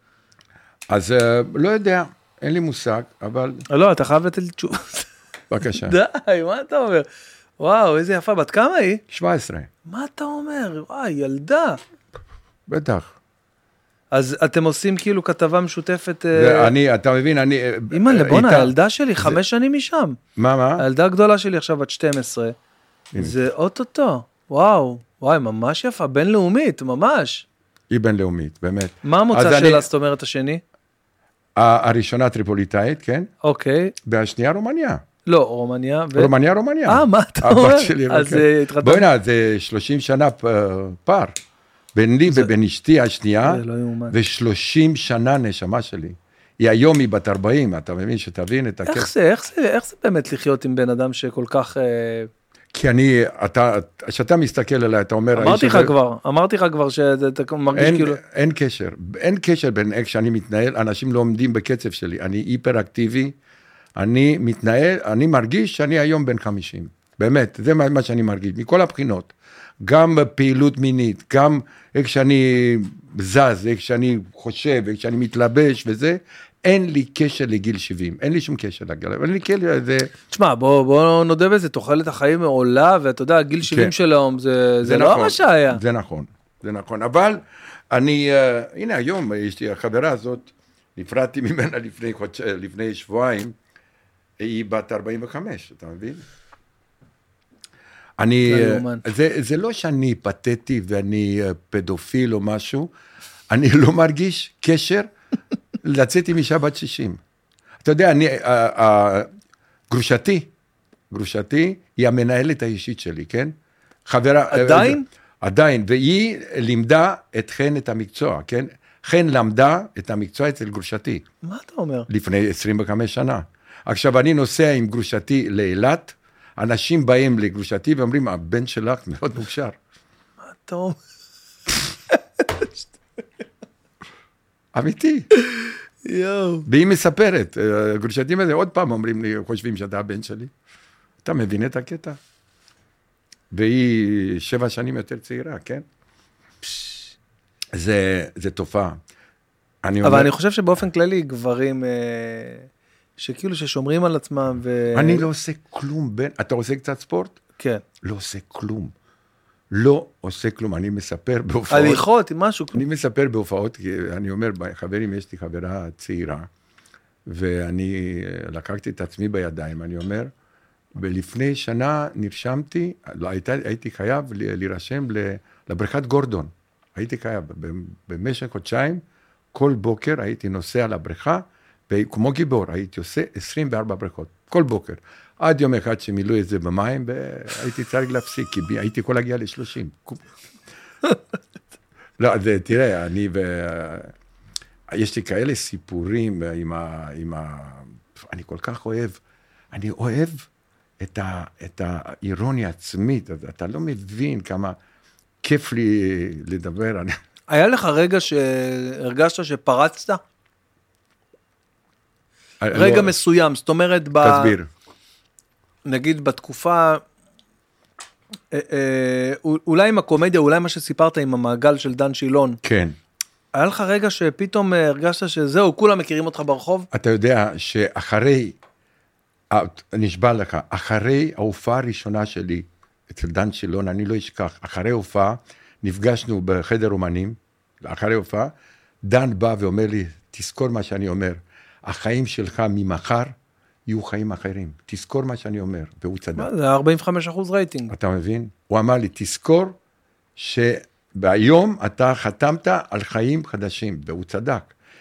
אז לא יודע, אין לי מושג, אבל... לא, אתה חייב לתת לי תשובה. בבקשה. די, מה אתה אומר? וואו, איזה יפה, בת כמה היא? שבע עשרה. מה אתה אומר? וואי, ילדה. בטח. אז אתם עושים כאילו כתבה משותפת... אני, אתה מבין, אני... אימא, לבונה, הילדה שלי חמש שנים משם. מה, מה? הילדה הגדולה שלי עכשיו בת שתים עשרה. זה אוטוטו. וואו, וואי, ממש יפה, בינלאומית, ממש. היא בינלאומית, באמת. מה המוצא שלה, זאת אומרת, השני? הראשונה טריפוליטאית, כן? אוקיי. והשנייה רומניה. לא, רומניה. רומניה, רומניה. אה, מה אתה אומר? הבת שלי, בואי נה, זה שלושים שנה פער. בין לי ובין אשתי השנייה, ו-שלושים שנה נשמה שלי. היא היום היא בת ארבעים, אתה מבין שתבין את הכסף. איך זה, איך זה, איך זה באמת לחיות עם בן אדם שכל כך... כי אני, אתה, שאתה מסתכל עליי, אתה אומר... אמרתי לך כבר, אמרתי לך כבר שאתה מרגיש כאילו... אין קשר, אין קשר בין איך שאני מתנהל, אנשים לא עומדים בקצב שלי, אני היפר-אקטיבי, אני מתנהל, אני מרגיש שאני היום בן חמישים. באמת, זה מה שאני מרגיש, מכל הבחינות. גם פעילות מינית, גם איך שאני זז, איך שאני חושב, איך שאני מתלבש וזה, אין לי קשר לגיל שבעים, אין לי שום קשר לגיל, אין לי קשר לזה. תשמע, בוא, בוא נודה בזה, תוחלת החיים מעולה, ואתה יודע, גיל שבעים של היום, זה, זה, זה לא נכון, מה שהיה. זה נכון, זה נכון, אבל אני, uh, הנה היום, יש לי החברה הזאת, נפרדתי ממנה לפני, לפני שבועיים, היא בת ארבעים וחמש, אתה מבין? אני, זה, זה לא שאני פתטי ואני פדופיל או משהו, אני לא מרגיש קשר לצאת עם אישה בת שישים. אתה יודע, אני, גרושתי, גרושתי היא המנהלת האישית שלי, כן? חברה... עדיין? עדיין, והיא לימדה את חן את המקצוע, כן? חן למדה את המקצוע אצל גרושתי. מה אתה אומר? לפני עשרים וחמש שנה. עכשיו, אני נוסע עם גרושתי לאילת, אנשים באים לגרושתי ואומרים, הבן שלך מאוד מוכשר. מה אתה אומר? אמיתי. יואו. והיא מספרת, גרושתי מזה, עוד פעם אומרים לי, חושבים שאתה הבן שלי. אתה מבין את הקטע? והיא שבע שנים יותר צעירה, כן? זה, זה תופעה. אני אבל אומר, אני חושב שבאופן כללי גברים... שכאילו ששומרים על עצמם ו... אני לא עושה כלום, בן, אתה עושה קצת ספורט? כן. לא עושה כלום. לא עושה כלום, אני מספר בהופעות. הליכות, משהו. אני מספר בהופעות, כי אני אומר, חברים, יש לי חברה צעירה, ואני לקחתי את עצמי בידיים, אני אומר, ולפני שנה נרשמתי, לא, הייתי, הייתי חייב להירשם לבריכת גורדון. הייתי חייב, במשך חודשיים, כל בוקר הייתי נוסע לבריכה, וכמו גיבור, הייתי עושה עשרים וארבע בריכות, כל בוקר. עד יום אחד שמילאו את זה במים, והייתי צריך להפסיק, כי הייתי יכול להגיע ל-שלושים. לא, זה, תראה, אני ו... יש לי כאלה סיפורים עם ה... עם ה... אני כל כך אוהב, אני אוהב את, ה... את האירוניה העצמית, אתה לא מבין כמה כיף לי לדבר. היה לך רגע שהרגשת שפרצת? רגע מסוים, זאת אומרת, תסביר. נגיד בתקופה, אולי עם הקומדיה, אולי מה שסיפרת עם המעגל של דן שילון. כן. היה לך רגע שפתאום הרגשת שזהו, כולם מכירים אותך ברחוב? אתה יודע שאחרי, נשבע לך, אחרי ההופעה הראשונה שלי, אצל דן שילון, אני לא אשכח, אחרי ההופעה, נפגשנו בחדר אומנים, אחרי ההופעה, דן בא ואומר לי, תזכור מה שאני אומר, החיים שלך ממחר יהיו חיים אחרים. תזכור מה שאני אומר, והוא צדק. זה ארבעים וחמישה אחוז רייטינג. אתה מבין? הוא אמר לי, תזכור שהיום אתה חתמת על חיים חדשים, והוא צדק.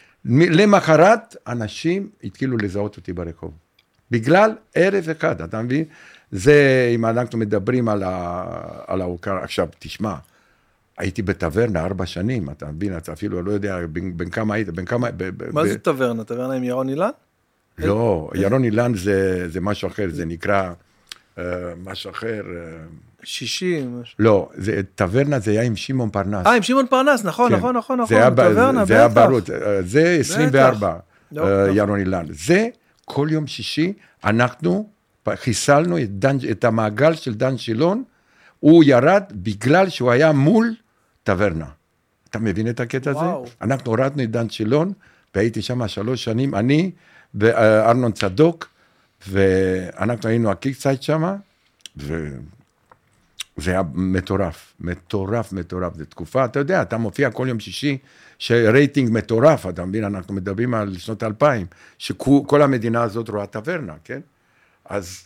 למחרת, אנשים התחילו לזהות אותי ברחוב. בגלל ערב אחד, אתה מבין? זה, אם אנחנו מדברים על ההוקרה, עכשיו, תשמע, הייתי בטברנה ארבע שנים, אתה מבין, אתה אפילו לא יודע בין כמה היית, בין כמה... מה זה טברנה? טברנה עם ירון אילן? לא, ירון אילן זה משהו אחר, זה נקרא משהו אחר. שישי. לא, טברנה זה היה עם שמעון פרנס. אה, עם שמעון פרנס, נכון, נכון, נכון, נכון, טברנה, זה היה ברות, זה עשרים וארבע, ירון אילן. זה, כל יום שישי, אנחנו חיסלנו את המעגל של דן שילון, הוא ירד בגלל שהוא היה מול טברנה. אתה מבין את הקטע הזה? אנחנו הורדנו את דן שילון, והייתי שם שלוש שנים, אני וארנון צדוק, ואנחנו היינו הקיקסייט שם, וזה היה מטורף, מטורף, מטורף. זו תקופה, אתה יודע, אתה מופיע כל יום שישי, שרייטינג מטורף, אתה מבין, אנחנו מדברים על שנות אלפיים, שכל המדינה הזאת רואה טברנה, כן? אז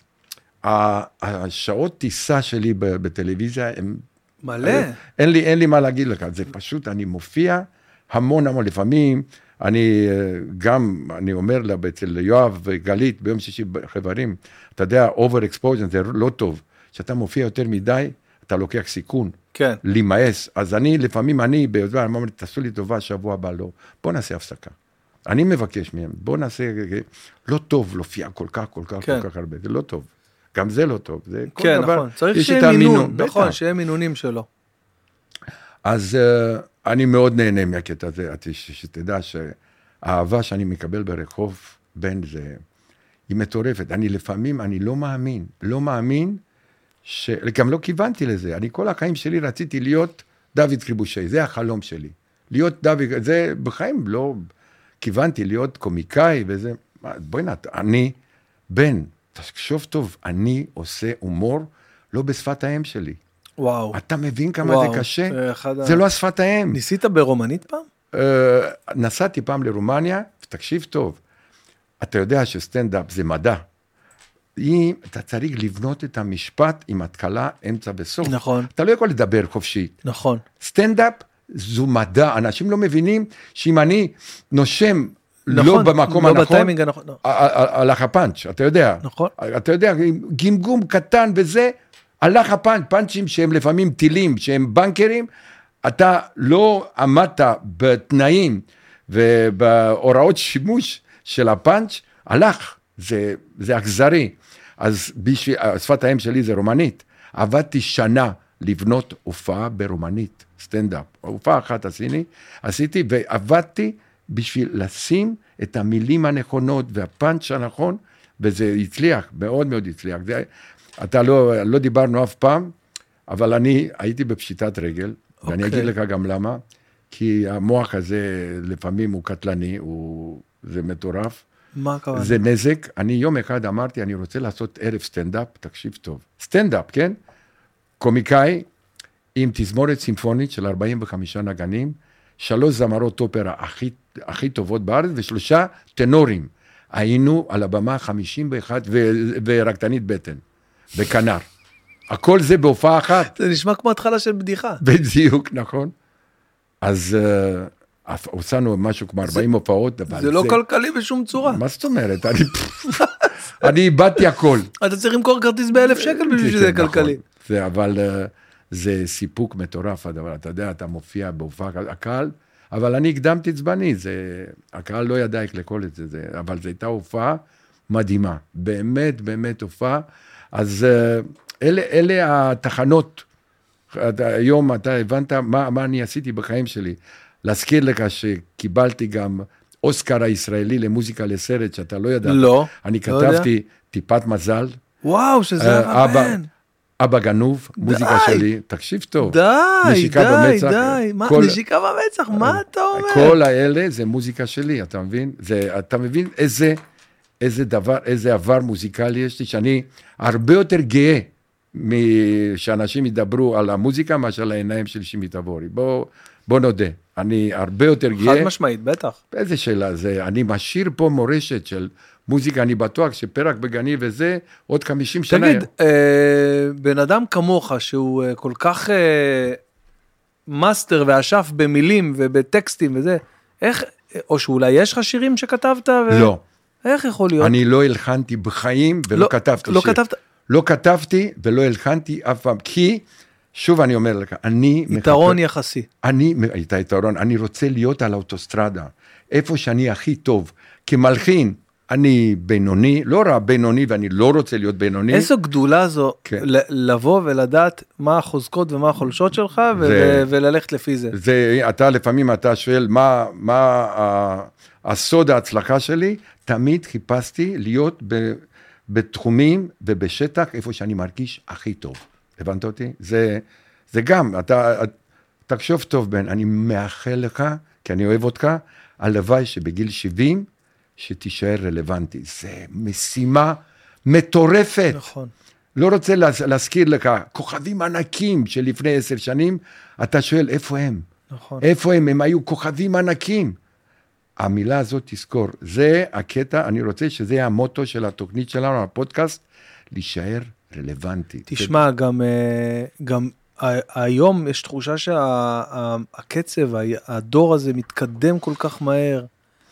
השעות טיסה שלי בטלוויזיה, הם... מלא. אין לי, אין לי מה להגיד לך, זה פשוט, אני מופיע המון המון, לפעמים, אני גם, אני אומר לה, אצל יואב וגלית, ביום שישי חברים, אתה יודע, over exposure זה לא טוב, שאתה מופיע יותר מדי, אתה לוקח סיכון, כן. להימאס, אז אני, לפעמים אני, אני אומר, תעשו לי טובה, שבוע הבא לא, בוא נעשה הפסקה. אני מבקש מהם, בוא נעשה, לא טוב, להופיע כל כך, כל כך, כן. כל כך הרבה, זה לא טוב. גם זה לא טוב, זה כל כן, דבר, נכון. צריך שיהיה מינון, נכון, שיהיה מינונים שלו. אז uh, אני מאוד נהנה מהקטע הזה, שתדע שהאהבה שאני מקבל ברחוב, בין זה, היא מטורפת. אני לפעמים, אני לא מאמין, לא מאמין, ש... גם לא כיוונתי לזה, אני כל החיים שלי רציתי להיות דוד קריבושי, זה החלום שלי. להיות דוד, זה בחיים לא כיוונתי להיות קומיקאי וזה, בואי נת, אני בן, תחשוב טוב, אני עושה הומור לא בשפת האם שלי. וואו. אתה מבין כמה וואו, זה קשה? זה, זה ה... לא השפת האם. ניסית ברומנית פעם? Uh, נסעתי פעם לרומניה, ותקשיב טוב, אתה יודע שסטנדאפ זה מדע. אם אתה צריך לבנות את המשפט עם התחלה, אמצע וסוף. נכון. אתה לא יכול לדבר חופשי. נכון. סטנדאפ זו מדע, אנשים לא מבינים שאם אני נושם נכון, לא במקום לא הנכון, בטיימינג הנכון, לא. הלך הפאנץ', אתה יודע. נכון. אתה יודע, גמגום קטן וזה, הלך הפאנץ', פאנצ'ים שהם לפעמים טילים, שהם בנקרים, אתה לא עמדת בתנאים ובהוראות שימוש של הפאנץ', הלך, זה, זה אכזרי. אז בשביל, שפת האם שלי זה רומנית. עבדתי שנה לבנות הופעה ברומנית, סטנדאפ. הופעה אחת עשיתי, עשיתי ועבדתי בשביל לשים את המילים הנכונות והפאנץ' הנכון, וזה הצליח, מאוד מאוד הצליח. זה, אתה לא, לא דיברנו אף פעם, אבל אני הייתי בפשיטת רגל, okay. ואני אגיד לך גם למה, כי המוח הזה לפעמים הוא קטלני, הוא, זה מטורף. מה הכוונה? זה נזק. אני יום אחד אמרתי, אני רוצה לעשות ערב סטנדאפ, תקשיב טוב. סטנדאפ, כן? קומיקאי עם תזמורת סימפונית של ארבעים וחמישה נגנים, שלוש זמרות אופרה הכי, הכי טובות בארץ, ושלושה טנורים. היינו על הבמה חמישים ואחת ו- ורקדנית בטן. בכנר. הכל זה בהופעה אחת. זה נשמע כמו התחלה של בדיחה. בדיוק, נכון. אז uh, עושינו משהו כמו ארבעים הופעות. זה, זה לא כלכלי בשום צורה. מה זאת אומרת? אני, אני איבדתי הכל. אתה צריך למכור כרטיס באלף שקל בשביל שזה נכון. כלכלי. זה, אבל uh, זה סיפוק מטורף, הדבר. אתה יודע, אתה מופיע בהופעה, הקהל, אבל אני הקדמתי את זמני, זה, הקהל לא ידע איך לכל את זה, זה, אבל זו הייתה הופעה מדהימה. באמת, באמת הופעה. אז uh, אלה, אלה התחנות. היום אתה הבנת מה, מה אני עשיתי בחיים שלי. להזכיר לך שקיבלתי גם אוסקר הישראלי למוזיקה לסרט, שאתה לא ידעת. לא. אני לא כתבתי יודע. טיפת מזל. וואו, שזה אבא הבן. אבא גנוב, מוזיקה די. שלי. תקשיב טוב. די, נשיקה די, במצח, די. מה, כל, נשיקה במצח, מה אתה אומר? כל האלה זה מוזיקה שלי, אתה מבין? זה, אתה מבין איזה, איזה דבר, איזה עבר מוזיקלי יש לי, שאני הרבה יותר גאה, שאנשים ידברו על המוזיקה, מאשר על העיניים של שימי תבורי. בוא, בוא נודה. אני הרבה יותר גאה. חד משמעית, בטח. איזה שאלה זה? אני משאיר פה מורשת של מוזיקה, אני בטוח שפרק בגני וזה, עוד חמישים שנה. תגיד, אה, בן אדם כמוך, שהוא אה, כל כך אה, מאסטר ואשף במילים ובטקסטים וזה, איך, או שאולי יש לך שירים שכתבת? ו... לא. איך יכול להיות? אני לא הלחנתי בחיים ולא לא, כתבתי לא שיר. כתבת... לא כתבתי ולא הלחנתי אף פעם, כי, שוב אני אומר לך, אני... יתרון מחכה, יחסי. אני, הייתה יתרון, אני רוצה להיות על האוטוסטרדה, איפה שאני הכי טוב, כמלחין, אני בינוני, לא רע בינוני, ואני לא רוצה להיות בינוני. איזו גדולה זו, כן. לבוא ולדעת מה החוזקות ומה החולשות שלך, ו- זה, וללכת לפי זה. זה, אתה לפעמים, אתה שואל, מה, מה הסוד ההצלחה שלי? תמיד חיפשתי להיות ב... בתחומים ובשטח, איפה שאני מרגיש הכי טוב. הבנת אותי? זה, זה גם, אתה, תחשוב טוב בן, אני מאחל לך, כי אני אוהב אותך, הלוואי שבגיל שבעים, שתישאר רלוונטי. זה משימה מטורפת. נכון. לא רוצה להזכיר לך, כוכבים ענקים שלפני עשר שנים, אתה שואל, איפה הם? נכון. איפה הם? הם היו כוכבים ענקים. המילה הזאת תזכור, זה הקטע, אני רוצה שזה יהיה המוטו של התוכנית שלנו, הפודקאסט, להישאר רלוונטי. תשמע, גם, גם היום יש תחושה שהקצב, הדור הזה מתקדם כל כך מהר,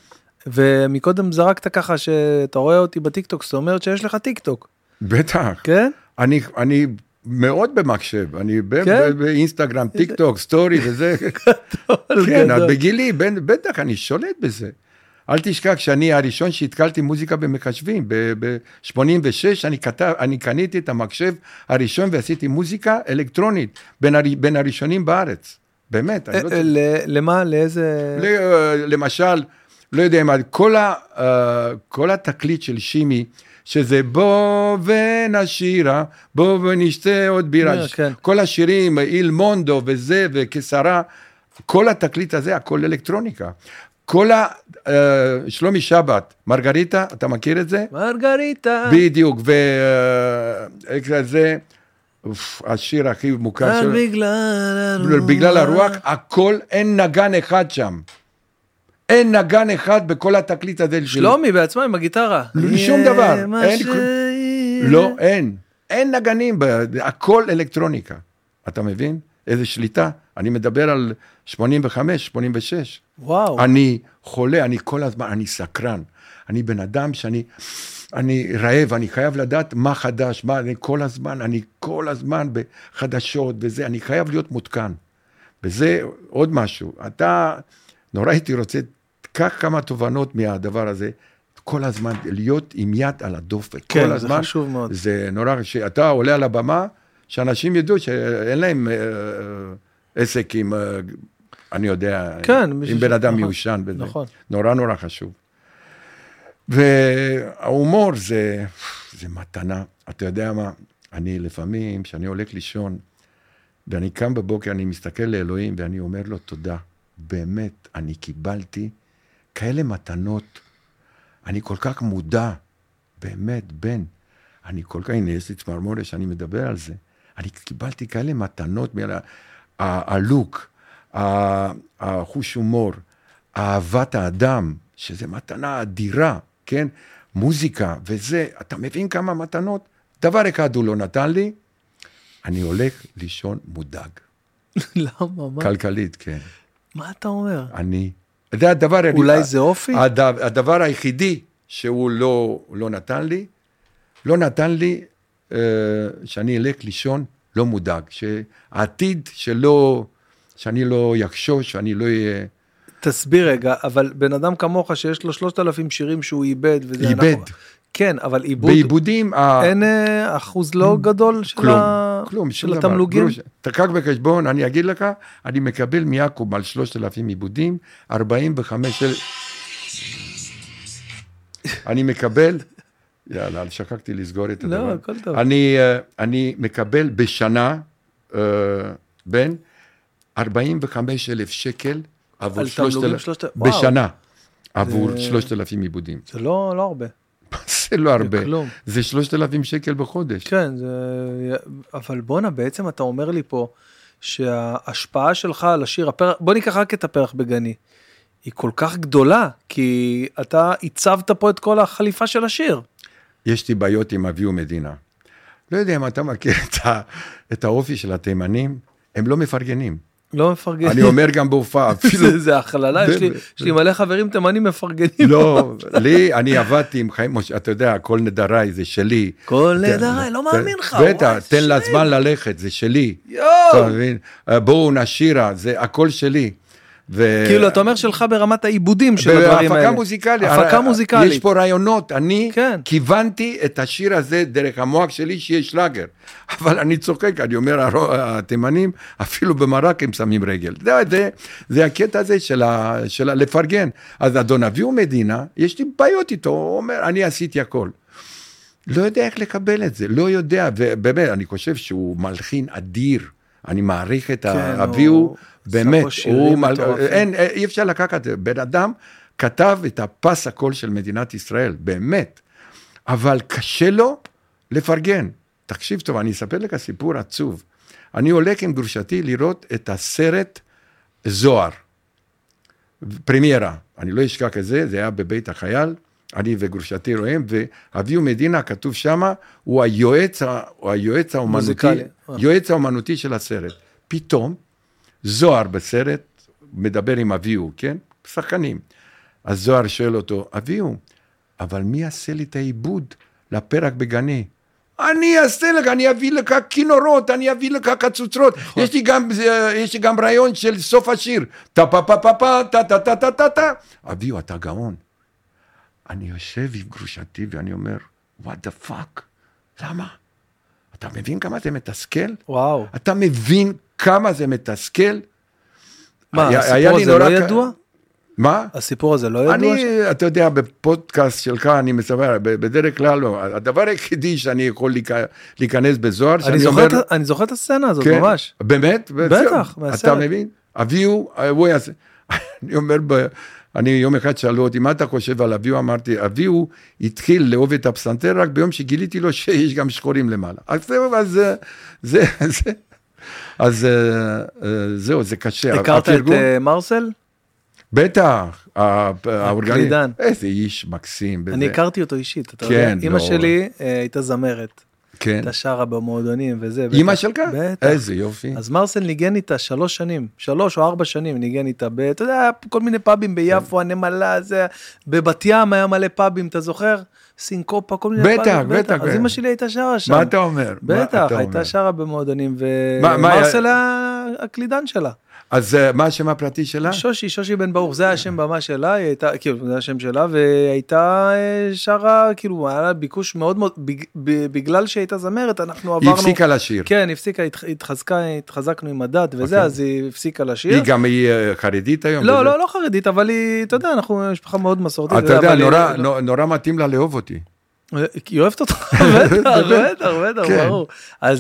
ומקודם זרקת ככה שאתה רואה אותי בטיקטוק, זאת אומרת שיש לך טיקטוק. בטח. כן? אני, אני מאוד במחשב, אני כן? באינסטגרם, טיקטוק, סטורי וזה. כן, אז בגילי, בטח, אני שולט בזה. אל תשכח שאני הראשון שהתקלתי מוזיקה במחשבים, ב-שמונים ושש אני, כתב, אני קניתי את המחשב הראשון ועשיתי מוזיקה אלקטרונית, בין, הר, בין הראשונים בארץ. באמת. אני לא צריך... למה? לאיזה... למשל, לא יודע מה, כל, ה, כל התקליט של שימי, שזה בוא ונשירה, בוא ונשתה עוד בירה, כן. כל השירים, איל מונדו וזה וכסרה, כל התקליט הזה, הכל אלקטרוניקה. כל ה... Uh, שלומי שבת, מרגריטה, אתה מכיר את זה? מרגריטה. בדיוק, ואיך uh, זה, אוף, השיר הכי מוכר שלו. בגלל הרוח. בגלל הרוח, הכל, אין נגן אחד שם. אין נגן אחד בכל התקליט הזה. שלומי בעצמה עם הגיטרה. שום דבר. אין, לא, אין. אין נגנים, הכל אלקטרוניקה. אתה מבין? איזה שליטה. אני מדבר על שמונים וחמש, שמונים ושש. וואו. אני חולה, אני כל הזמן, אני סקרן. אני בן אדם שאני, אני רעב, אני חייב לדעת מה חדש, מה, אני כל הזמן, אני כל הזמן בחדשות וזה, אני חייב להיות מותקן. וזה עוד משהו. אתה, נורא הייתי רוצה, קח כמה תובנות מהדבר הזה, כל הזמן להיות עם יד על הדופק. כן, כל זה הזמן, חשוב מאוד. זה נורא, שאתה עולה על הבמה, שאנשים ידעו שאין להם אה, עסק עם, אה, אני יודע, כן, עם בן אדם נכון, מיושן. בזה. נכון. נורא נורא חשוב. וההומור זה, זה מתנה. אתה יודע מה, אני לפעמים, כשאני הולך לישון, ואני קם בבוקר, אני מסתכל לאלוהים, ואני אומר לו תודה. באמת, אני קיבלתי כאלה מתנות. אני כל כך מודע, באמת, בן. אני כל כך, הנה, יש לי צמרמורת שאני מדבר על זה. אני קיבלתי כאלה מתנות, הלוק, החוש הומור, אהבת האדם, שזה מתנה אדירה, כן? מוזיקה וזה, אתה מבין כמה מתנות? דבר אחד הוא לא נתן לי, אני הולך לישון מודאג. למה? מה? כלכלית, כן. מה אתה אומר? אני, זה הדבר... אולי אני, זה אופי? הדבר, הדבר היחידי שהוא לא, לא נתן לי, לא נתן לי אה, שאני אלך לישון לא מודאג, שהעתיד שלא, שאני לא יחשוש, שאני לא אהיה... תסביר רגע, אבל בן אדם כמוך שיש לו שלושת אלפים שירים שהוא איבד, וזה איבד. אנחנו... כן, אבל איבוד... בעיבודים... אין ה... אחוז לא גדול של, כלום, ה... כלום, של התמלוגים? גרוש. תקק בחשבון, אני אגיד לך, אני מקבל מיעקוב על שלושת אלפים עיבודים, ארבעים וחמש אלף... אני מקבל... יאללה, שכחתי לסגור את הדבר. לא, הכל טוב. אני, אני מקבל בשנה בין ארבעים וחמש אלף שקל עבור שלושת אלפים... בשנה, עבור שלושת אלפים עיבודים. זה לא, לא הרבה. זה לא הרבה. זה כלום. זה שלושת אלפים שקל בחודש. כן, זה... אבל בונה, בעצם אתה אומר לי פה, שההשפעה שלך על השיר, הפרח... בוא ניקח רק את הפרח בגני, היא כל כך גדולה, כי אתה הצבת פה את כל החליפה של השיר. יש לי בעיות עם אבי ומדינה. לא יודע אם אתה מכיר את, ה... את האופי של התימנים, הם לא מפרגנים. לא מפרגנים. אני אומר גם בהופעה, אפילו... זה, זה הכללה, יש לי, יש לי מלא חברים תימנים מפרגנים. לא, לי, אני עבדתי עם חיים, אתה יודע, כל נדריי זה שלי. כל נדריי, לא מאמין לך. בטח, תן לה זמן ללכת, זה שלי. יואו! בואו נשירה, זה הכל שלי. כאילו, אתה אומר שלך ברמת העיבודים של הדברים האלה. בהפקה מוזיקלית. הפקה מוזיקלית. יש פה רעיונות, אני כיוונתי את השיר הזה דרך המוח שלי שיש שלאגר. אבל אני צוחק, אני אומר, התימנים, אפילו במרק הם שמים רגל. זה הקטע הזה של לפרגן. אז אדון אבי ומדינה, יש לי בעיות איתו, הוא אומר, אני עשיתי הכל. לא יודע איך לקבל את זה, לא יודע, ובאמת, אני חושב שהוא מלחין אדיר. אני מעריך את אביהו, באמת, הוא מל... אין, אי אפשר לקחת, בן אדם כתב את הפס הכל של מדינת ישראל, באמת, אבל קשה לו לפרגן. תקשיב טוב, אני אספר לך סיפור עצוב. אני הולך עם גרושתי לראות את הסרט זוהר, פרמיירה, אני לא אשכח את זה, זה היה בבית החייל, אני וגרושתי רואים, ואביהו מדינה כתוב שמה, הוא היועץ, הוא היועץ האומנותי, יועץ האומנותי של הסרט. פתאום, זוהר בסרט, מדבר עם אביהו, כן? שחקנים. אז זוהר שואל אותו, אביהו, אבל מי יעשה לי את העיבוד לפרק בגני? אני אעשה לך, אני אביא לך כינורות, אני אביא לך קצוצרות. יש לי גם, יש לי גם רעיון של סוף השיר. טה פה פה פה פה, טה טה טה טה טה טה. אביהו, אתה גאון. אני יושב עם גרושתי ואני אומר, what the fuck? למה? אתה מבין כמה זה מתסכל? וואו. אתה מבין כמה זה מתסכל? מה, הסיפור הזה לא ידוע? מה? הסיפור הזה לא ידוע? אני, אתה יודע, בפודקאסט שלך אני מספר, בדרך כלל לא. הדבר היחידי שאני יכול להיכנס בזוהר, שאני אומר... אני זוכר את הסצנה הזאת, ממש. באמת? בטח, מהסרט. אתה מבין? אביהו, הוא יעשה... אני אומר, אני יום אחד שאלו אותי, מה אתה חושב על אביהו? אמרתי, אביהו התחיל לאהוב את הפסנתר רק ביום שגיליתי לו שיש גם שחורים למעלה. אז זהו, אז זה, זה, אז זהו, זה קשה. הכרת את מרסל? בטח, האורגני, קלידן. איזה איש מקסים. אני הכרתי אותו אישית, אתה יודע, אמא שלי הייתה זמרת. כן. הייתה שרה במועדונים וזה. אמא שלך? בטח. איזה יופי. אז מרסל ניגן איתה שלוש שנים, שלוש או ארבע שנים ניגן איתה, אתה יודע, כל מיני פאבים ביפו, הנמלה, זה, בבת ים היה מלא פאבים, אתה זוכר? סינקופה, כל מיני פאבים. בטח, בטח. אז אמא שלי הייתה שרה שם. מה אתה אומר? בטח, הייתה שרה במועדונים, ומרסל היה הקלידן שלה. אז מה השם הפרטי שלה? שושי, שושי בן ברוך, זה השם במה שלה, היא הייתה, כאילו, זה השם שלה, והייתה שרה, כאילו, היה לה ביקוש מאוד מאוד, בגלל שהייתה זמרת, אנחנו עברנו... היא הפסיקה לשיר. כן, הפסיקה, התחזקה, התחזקנו עם הדת וזה, אז היא הפסיקה לשיר. היא גם היא חרדית היום? לא, לא, לא חרדית, אבל היא, אתה יודע, אנחנו משפחה מאוד מסורתית. אתה יודע, נורא מתאים לה לאהוב אותי. היא אוהבת אותך, בטח, בטח, בטח, ברור.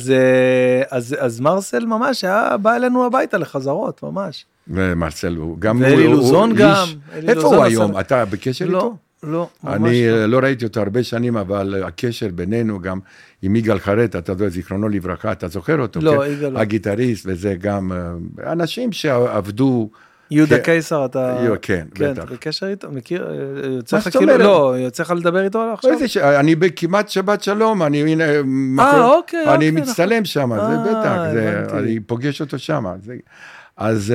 אז מרסל ממש היה בא אלינו הביתה לחזרות, ממש. ומרסל הוא גם... ואלי לוזון גם. איפה הוא היום? אתה בקשר איתו? לא, לא, ממש לא. אני לא ראיתי אותו הרבה שנים, אבל הקשר בינינו גם עם יגאל חרט, אתה יודע, זיכרונו לברכה, אתה זוכר אותו? לא, יגאל לא. הגיטריסט, וזה גם אנשים שעבדו יהודה קיסר, אתה... כן, בטח. בקשר איתו, מכיר, יוצא לך כאילו, לא, יוצא לך לדבר איתו עכשיו? אני בכמעט שבת שלום, אני אני מצטלם שם, זה בטח, אני פוגש אותו שם, אז...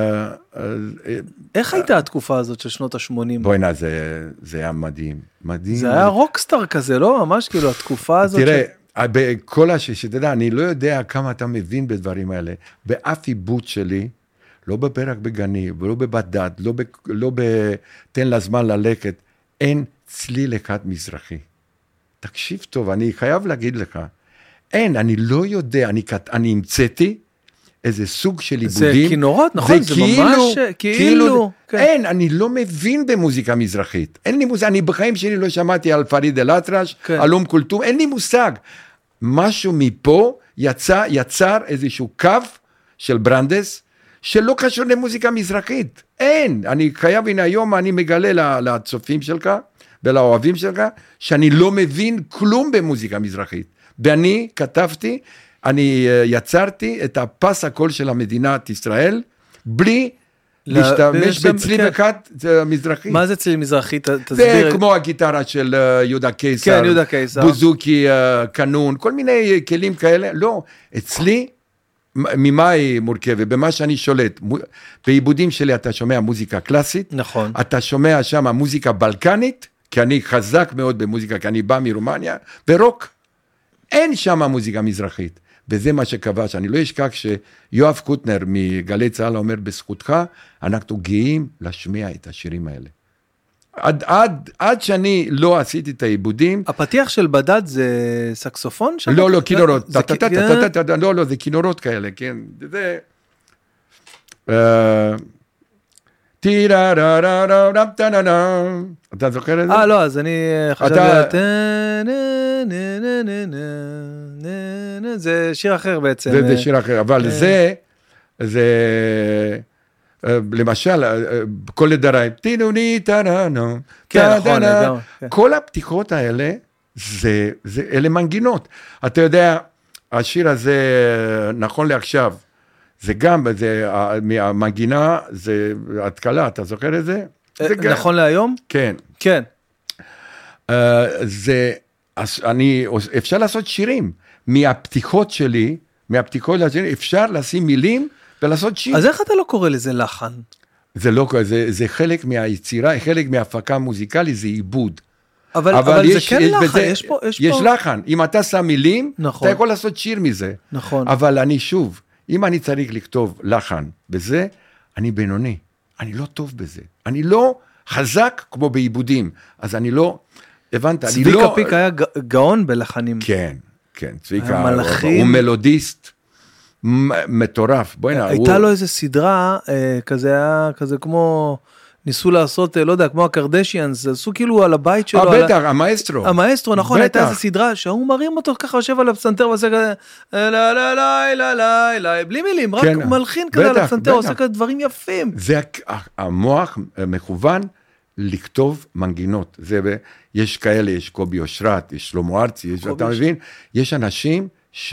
איך הייתה התקופה הזאת של שנות ה-שמונים? בואי נה, זה היה מדהים, מדהים. זה היה רוקסטאר כזה, לא? ממש כאילו, התקופה הזאת... תראה, בכל השש, שתדע, אני לא יודע כמה אתה מבין בדברים האלה, באף עיבוד שלי, לא בפרק בגני, ולא בבדד, לא, ב, לא בתן לה זמן ללכת, אין צליל אחד מזרחי. תקשיב טוב, אני חייב להגיד לך, אין, אני לא יודע, אני, אני המצאתי איזה סוג של עיבודים. זה כינורות, נכון? זה, זה כאילו, ממש, כאילו, כאילו כן. אין, אני לא מבין במוזיקה מזרחית. אין לי מושג, אני בחיים שלי לא שמעתי על פריד אל-אטרש, כן. על אום כולתום, אין לי מושג. משהו מפה יצא, יצר איזשהו קו של ברנדס, שלא קשור למוזיקה מזרחית. אין, אני חייב, הנה היום אני מגלה לצופים שלך, ולאוהבים שלך, שאני לא מבין כלום במוזיקה מזרחית. ואני כתבתי, אני יצרתי את הפס הקול של המדינת ישראל, בלי להשתמש בצליל אחד מזרחי. מה זה צליל מזרחי? זה כמו הגיטרה של יהודה קיסר, בוזוקי, קנון, כל מיני כלים כאלה. לא, אצלי, ממה היא מורכבת? במה שאני שולט. בעיבודים שלי אתה שומע מוזיקה קלאסית, נכון. אתה שומע שם מוזיקה בלקנית, כי אני חזק מאוד במוזיקה, כי אני בא מרומניה, ורוק. אין שם מוזיקה מזרחית. וזה מה שקבע, שאני לא אשכח שיואב קוטנר מגלי צהל אומר, בזכותך, אנחנו גאים להשמיע את השירים האלה. עד, עד, עד שאני לא עשיתי את העיבודים. הפתיח של בדד זה סקסופון? לא, לא, כינורות. לא, לא, זה כינורות כאלה, כן. זה... אתה זוכר את זה? אה, לא, אז אני חשבתי... זה שיר אחר בעצם. זה שיר אחר, אבל זה, זה, למשל, כל לדרי, תינוני, תננו, כל הפתיחות האלה, זה, אלה מנגינות. אתה יודע, השיר הזה, נכון לעכשיו, זה גם, זה, מהמנגינה, זה התקלה, אתה זוכר את זה? נכון להיום? כן. כן. זה, אני, אפשר לעשות שירים, מהפתיחות שלי, מהפתיחות שלי, אפשר לשים מילים ולעשות שיר. אז איך אתה לא קורא לזה לחן? זה לא, זה, זה חלק מהיצירה, חלק מההפקה מוזיקלית, זה עיבוד. אבל, אבל, אבל יש, זה כן יש לחן, בזה, יש פה... יש, יש פה... לחן, אם אתה שם מילים, נכון. אתה יכול לעשות שיר מזה. נכון. אבל אני שוב, אם אני צריך לכתוב לחן בזה, אני בינוני, אני לא טוב בזה. אני לא חזק כמו בעיבודים, אז אני לא... הבנת, אני לא... צביקה פיק היה גאון בלחנים. כן, כן, צביקה הוא מלודיסט מטורף. הייתה לו איזו סדרה, כזה היה, כזה כמו, ניסו לעשות, לא יודע, כמו הקרדשיאנס, עשו כאילו על הבית שלו. אה, בטח, המאסטרו. המאסטרו, נכון, הייתה איזו סדרה, שהוא מרים אותו ככה, יושב על הפסנתר, ועושה כזה, לא, לא, לא, לא, לא, לא, בלי מילים, רק מלחין כזה על הפסנתר, עושה כזה דברים יפים. זה המוח מכוון, לכתוב מנגינות, זה, יש כאלה, יש קובי אושרת, יש שלמה ארצי, יש, אתה מבין? יש אנשים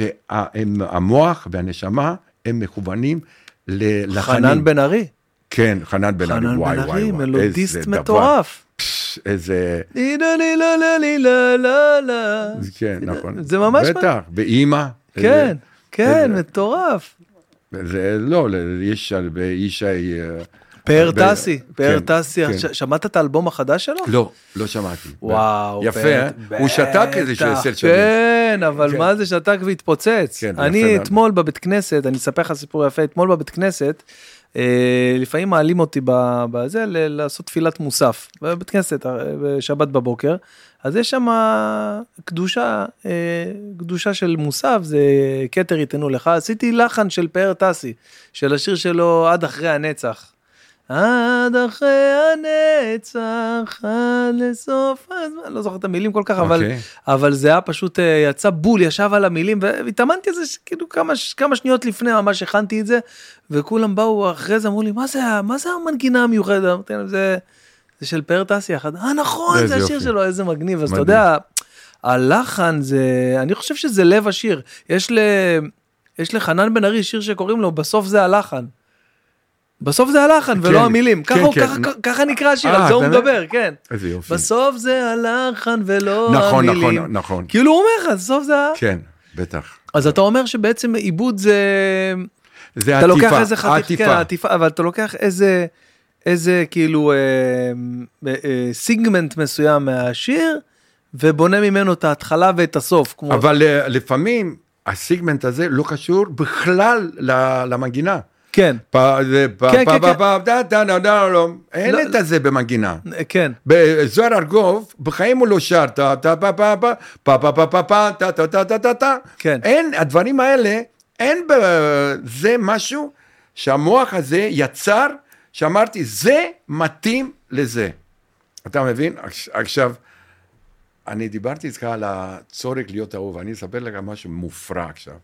שהמוח והנשמה הם מכוונים ללחנים. חנן בן ארי. כן, חנן בן ארי, וואי וואי וואי. מלודיסט מטורף. איזה... לילה לילה לילה לילה. כן, נכון. זה ממש... בטח, באמא. כן, כן, מטורף. זה לא, יש באישה... פאר טסי, פאר טסי, שמעת את האלבום החדש שלו? לא, לא שמעתי. וואו. יפה, הוא שתק איזשהו עשר שנים. כן, אבל מה זה שתק והתפוצץ? אני אתמול בבית כנסת, אני אספר לך סיפור יפה, אתמול בבית כנסת, לפעמים מעלים אותי בזה, לעשות תפילת מוסף, בבית כנסת, בשבת בבוקר, אז יש שם קדושה, קדושה של מוסף, זה כתר יתנו לך, עשיתי לחן של פאר טסי, של השיר שלו עד אחרי הנצח. עד אחרי הנצח, עד לסוף הזמן, לא זוכר את המילים כל כך, אבל, אבל זה היה פשוט, יצא בול, ישב על המילים, והתאמנתי את זה כאילו כמה, כמה שניות לפני, ממש הכנתי את זה, וכולם באו אחרי זה, אמרו לי, מה זה, מה זה המנגינה המיוחדת? אמרתי להם, זה, זה של פאר טסי אחד, אה נכון, זה השיר שלו, איזה מגניב, אז אתה יודע, הלחן זה, אני חושב שזה לב השיר, יש ל, יש לחנן בן ארי שיר שקוראים לו, בסוף זה הלחן, בסוף זה הלחן ולא כן, המילים. כן, ככה הוא- כן. ככה- ככה נקרא השיר, אה, על זה הוא באמת? מדבר, כן. איזה יופי. בסוף זה הלחן ולא נכון, המילים. נכון, נכון. כאילו הוא אומר לך, בסוף זה... ה- כן, בטח. אז אתה אומר שבעצם עיבוד זה... זה אתה לוקח עטיפה, איזה חתיך, כן, עטיפה. עטיפה, אבל אתה לוקח איזה, איזה כאילו אה, אה, אה, סיגמנט מסוים מהשיר, ובונה ממנו את ההתחלה ואת הסוף. כמו... אבל אה, לפעמים הסיגמנט הזה לא קשור בכלל ל- למנגינה. כן, פ- זה פ- כן, פ- כן, פ- כן. פ- דה- דה- דה- דה- לא. אין לא, את זה במנגינה. כן, בזוהר ארגוב, בחיים הוא לא שר, טה, טה, פה, פה, פה, פה, פה, פה, פה, פה, טה, טה, טה, טה, טה, טה. כן. אין, הדברים האלה, אין בזה משהו שהמוח הזה יצר, שאמרתי, זה מתאים לזה. אתה מבין? עכש- עכשיו, אני דיברתי איתך על הצורך להיות אהוב, אני אספר לך משהו מופרע עכשיו.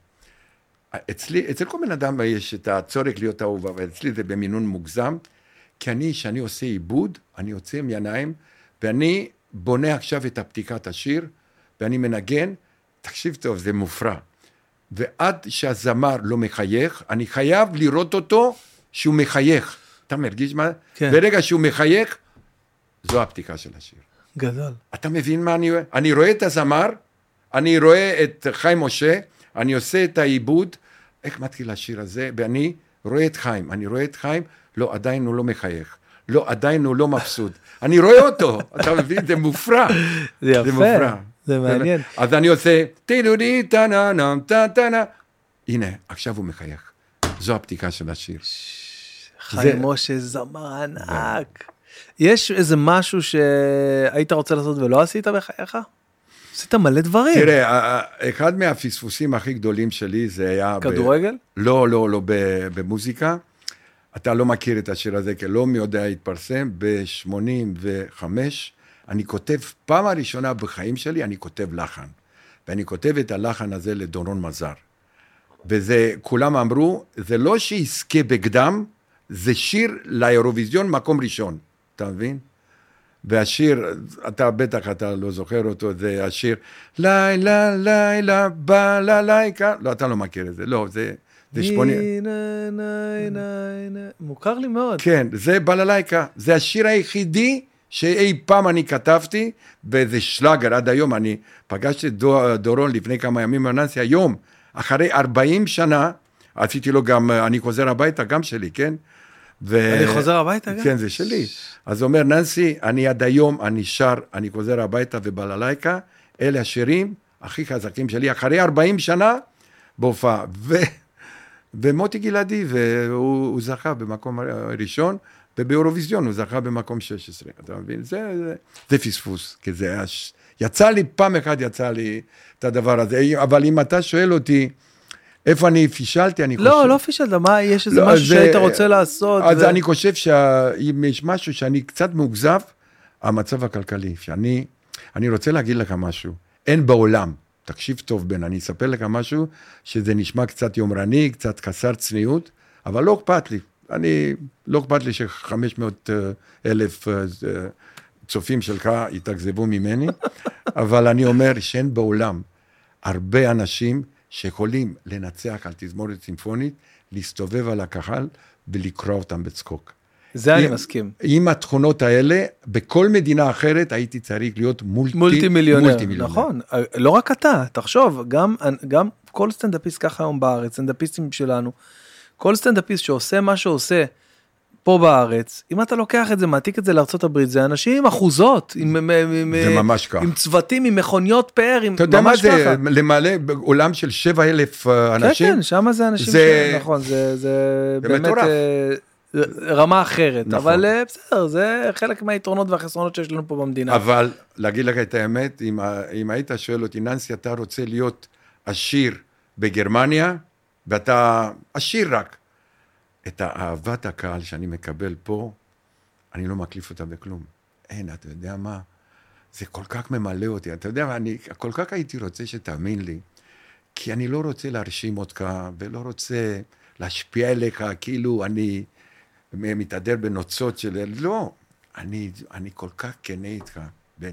אצלי, אצל כל בן אדם יש את הצורך להיות אהוב, אבל אצלי זה במינון מוגזם, כי אני, שאני עושה עיבוד, אני יוצא מעיניים, ואני בונה עכשיו את הפתיקת השיר, ואני מנגן, תקשיב טוב, זה מופרע. ועד שהזמר לא מחייך, אני חייב לראות אותו שהוא מחייך. אתה מרגיש מה? כן. ברגע שהוא מחייך, זו הפתיקה של השיר. גדול. אתה מבין מה אני רואה? אני רואה את הזמר, אני רואה את חיים משה, אני עושה את העיבוד, איך מתחיל השיר הזה? ואני רואה את חיים, אני רואה את חיים, לא, עדיין הוא לא מחייך, לא, עדיין הוא לא מבסוט, אני רואה אותו, אתה מבין? זה מופרע. זה יפה, מופרע. זה מעניין. אז אני עושה, תידודי, טנה, נם, טנה, הנה, עכשיו הוא מחייך. זו הפתיקה של השיר. חיים משה זמר ענק. יש איזה משהו שהיית רוצה לעשות ולא עשית בחייך? עשית מלא דברים. תראה, ה- ה- אחד מהפספוסים הכי גדולים שלי זה היה... ב- כדורגל? לא, לא, לא, ב- במוזיקה. אתה לא מכיר את השיר הזה, כי לא מי יודע התפרסם. ב-שמונים וחמש, אני כותב, פעם הראשונה בחיים שלי, אני כותב לחן. ואני כותב את הלחן הזה לדורון מזר. וזה, כולם אמרו, זה לא שיזכה בקדם, זה שיר לאירוויזיון מקום ראשון. אתה מבין? והשיר, אתה בטח, אתה לא זוכר אותו, זה השיר, לילה, לילה, בללייקה, לא, אתה לא מכיר את זה, לא, זה, זה שמונים, מוכר לי מאוד. כן, זה בללייקה, זה השיר היחידי שאי פעם אני כתבתי, וזה שלאגר, עד היום, אני פגשתי את דור, דורון לפני כמה ימים בננסי, היום, אחרי ארבעים שנה, עשיתי לו גם, אני חוזר הביתה, גם שלי, כן? ו... אני חוזר הביתה גם? כן, זה שלי. אז הוא אומר, ננסי, אני עד היום, אני שר, אני חוזר הביתה ובללייקה, אלה השירים הכי חזקים שלי, אחרי ארבעים שנה, בהופעה. ו... ומוטי גלעדי, והוא הוא זכה במקום ראשון, ובאירוויזיון הוא זכה במקום שש עשרה. אתה מבין? זה, זה, זה פספוס, כי זה היה... ש... יצא לי, פעם אחת יצא לי את הדבר הזה, אבל אם אתה שואל אותי, איפה אני פישלתי, אני חושב... לא, לא פישלת, מה, יש איזה לא, משהו זה- שהיית רוצה לעשות? אז ו- אני חושב שאם יש משהו שאני קצת מאוכזב, המצב הכלכלי, שאני אני רוצה להגיד לך משהו, אין בעולם, תקשיב טוב בן, אני אספר לך משהו, שזה נשמע קצת יומרני, קצת חסר צניעות, אבל לא אכפת לי, אני, לא אכפת לי ש-חמש מאות אלף צופים שלך יתאכזבו ממני, אבל אני אומר שאין בעולם הרבה אנשים שיכולים לנצח על תזמורת סימפונית, להסתובב על הקהל ולקרוא אותם בצחוק. זה אני עם- מסכים. עם התכונות האלה, בכל מדינה אחרת הייתי צריך להיות מולטי, מולטי מיליונר, מולטי נכון, לא רק אתה, תחשוב, גם, גם כל סטנדאפיסט ככה היום בארץ, סטנדאפיסטים שלנו, כל סטנדאפיסט שעושה מה שעושה פה בארץ, אם אתה לוקח את זה, מעתיק את זה לארצות הברית, זה אנשים עם אחוזות, עם, עם, עם, זה ממש ככה. עם צוותים, עם מכוניות פאר, עם אתה יודע מה ממש זה, ככה. למעלה עולם של שבע אלף אנשים? כן, כן, שם זה אנשים, זה- ש... נכון, זה, זה זה באמת מטורף. אה, רמה אחרת, נכון. אבל אה, בסדר, זה חלק מהיתרונות והחסרונות שיש לנו פה במדינה. אבל להגיד לך את האמת, אם, ה- אם היית שואל אותי, ננסי, אתה רוצה להיות עשיר בגרמניה, ואתה עשיר רק. את אהבת הקהל שאני מקבל פה, אני לא מקליף אותה בכלום. אין, אתה יודע מה? זה כל כך ממלא אותי. אתה יודע מה, אני כל כך הייתי רוצה שתאמין לי, כי אני לא רוצה להרשים אותך, ולא רוצה להשפיע עליך, כאילו אני מתהדר בנוצות של... לא, אני, אני כל כך כנה איתך, בין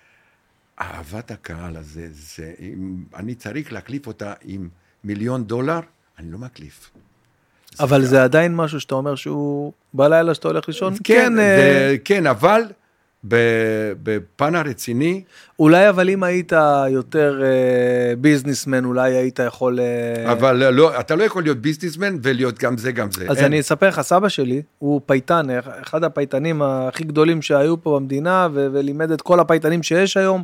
אהבת הקהל הזה, זה, אם אני צריך להקליף אותה עם מיליון דולר, אני לא מקליף. אבל זה עדיין משהו שאתה אומר שהוא בלילה שאתה הולך לישון? כן, כן, אבל בפן הרציני. אולי אבל אם היית יותר ביזנסמן, אולי היית יכול... אבל אתה לא יכול להיות ביזנסמן ולהיות גם זה, גם זה. אז אני אספר לך, סבא שלי, הוא פייטן, אחד הפייטנים הכי גדולים שהיו פה במדינה, ולימד את כל הפייטנים שיש היום,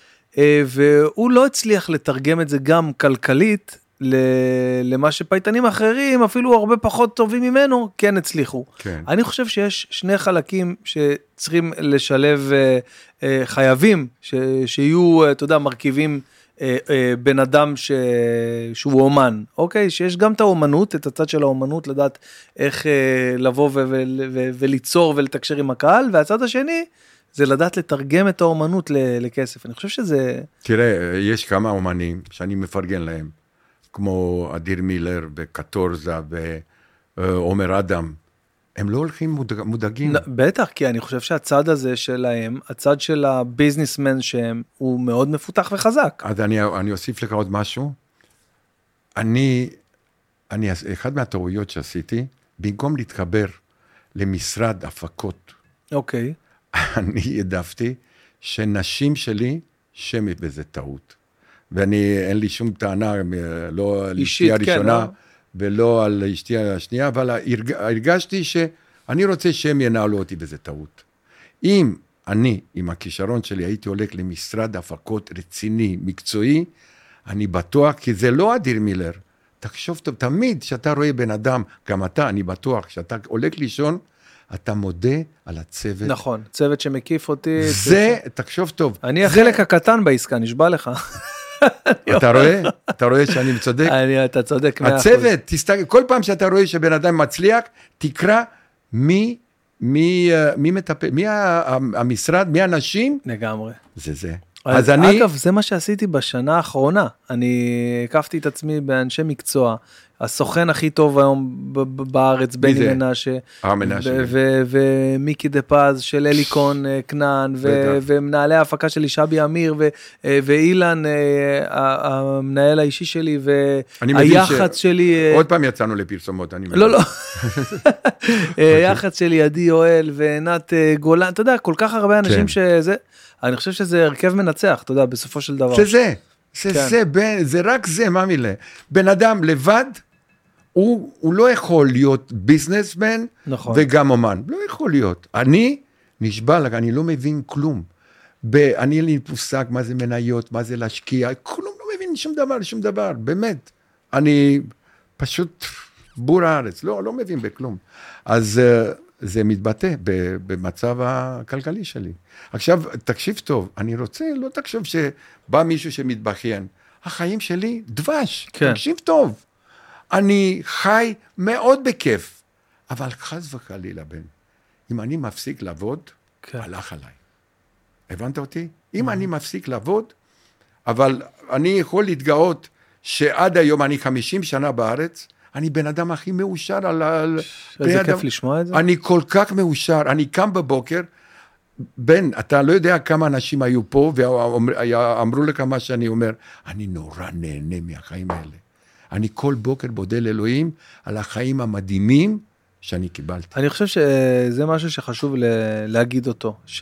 והוא לא הצליח לתרגם את זה גם כלכלית, למה שפייטנים אחרים, אפילו הרבה פחות טובים ממנו, כן הצליחו. כן. אני חושב שיש שני חלקים שצריכים לשלב, חייבים, ש, שיהיו, אתה יודע, מרכיבים בן אדם ש, שהוא אומן, אוקיי? שיש גם את האומנות, את הצד של האומנות, לדעת איך לבוא ו, ו, ו, וליצור ולתקשר עם הקהל, והצד השני, זה לדעת לתרגם את האומנות לכסף. אני חושב שזה... תראה, יש כמה אומנים שאני מפרגן להם. כמו אדיר מילר וקטורזה ועומר אדם, הם לא הולכים מודאג, מודאגים. בטח, כי אני חושב שהצד הזה שלהם, הצד של הביזנסמן שהם, הוא מאוד מפותח וחזק. אז אני, אני אוסיף לך עוד משהו. אני, אני, אחד מהטעויות שעשיתי, במקום להתחבר למשרד הפקות, אוקיי. אני העדפתי שנשים שלי שמי בזה טעות. ואני, אין לי שום טענה, לא על אשתי הראשונה, כן, ולא על אשתי השנייה, אבל הרג, הרגשתי שאני רוצה שהם ינהלו אותי בזה טעות. אם אני, עם הכישרון שלי, הייתי הולך למשרד הפקות רציני, מקצועי, אני בטוח, כי זה לא אדיר מילר. תחשוב טוב, תמיד שאתה רואה בן אדם, גם אתה, אני בטוח, שאתה הולך לישון, אתה מודה על הצוות. נכון, צוות שמקיף אותי. זה, תחשוב טוב. אני החלק הקטן בעסקה, נשבע לך. אתה רואה? אתה רואה שאני צודק? אני, אתה צודק מאה אחוז. הצוות, תסתכל, כל פעם שאתה רואה שבן אדם מצליח, תקרא מי, מי, מי מטפל, מי המשרד, מי האנשים? לגמרי. זה זה. אז, אז אני... אגב, זה מה שעשיתי בשנה האחרונה. אני הקפתי את עצמי באנשי מקצוע. הסוכן הכי טוב היום בארץ, בני מנשה, ומיקי דפז של אליקון קנן, ומנהלי ההפקה שלי, שבי אמיר, ואילן, המנהל האישי שלי, והיח"צ שלי... עוד פעם יצאנו לפרסומות, אני מבין. לא, לא. היח"צ שלי, עדי יואל, ונת גולן, אתה יודע, כל כך הרבה אנשים שזה... אני חושב שזה הרכב מנצח, אתה יודע, בסופו של דבר. זה זה. זה, כן. זה, זה רק זה, מה מילה. בן אדם לבד, הוא, הוא לא יכול להיות ביזנסמן, נכון. וגם אומן. לא יכול להיות. אני נשבע לך, אני לא מבין כלום. ב, אני אין לי פוסק מה זה מניות, מה זה להשקיע, כלום לא מבין שום דבר, שום דבר, באמת. אני פשוט בור הארץ, לא, לא מבין בכלום. אז זה מתבטא במצב הכלכלי שלי. עכשיו, תקשיב טוב, אני רוצה, לא תקשיב שבא מישהו שמתבכיין. החיים שלי דבש, כן. תקשיב טוב. אני חי מאוד בכיף, אבל חס וחלילה בן, אם אני מפסיק לעבוד, כן. הלך עליי. הבנת אותי? אם אני מפסיק לעבוד, אבל אני יכול להתגאות שעד היום אני חמישים שנה בארץ, אני בן אדם הכי מאושר על... איזה כיף אדם, לשמוע את זה. אני כל כך מאושר, אני קם בבוקר, בן, אתה לא יודע כמה אנשים היו פה, ואמרו לך מה שאני אומר, אני נורא נהנה מהחיים האלה. אני כל בוקר בודה לאלוהים על החיים המדהימים שאני קיבלתי. אני חושב שזה משהו שחשוב להגיד אותו, ש...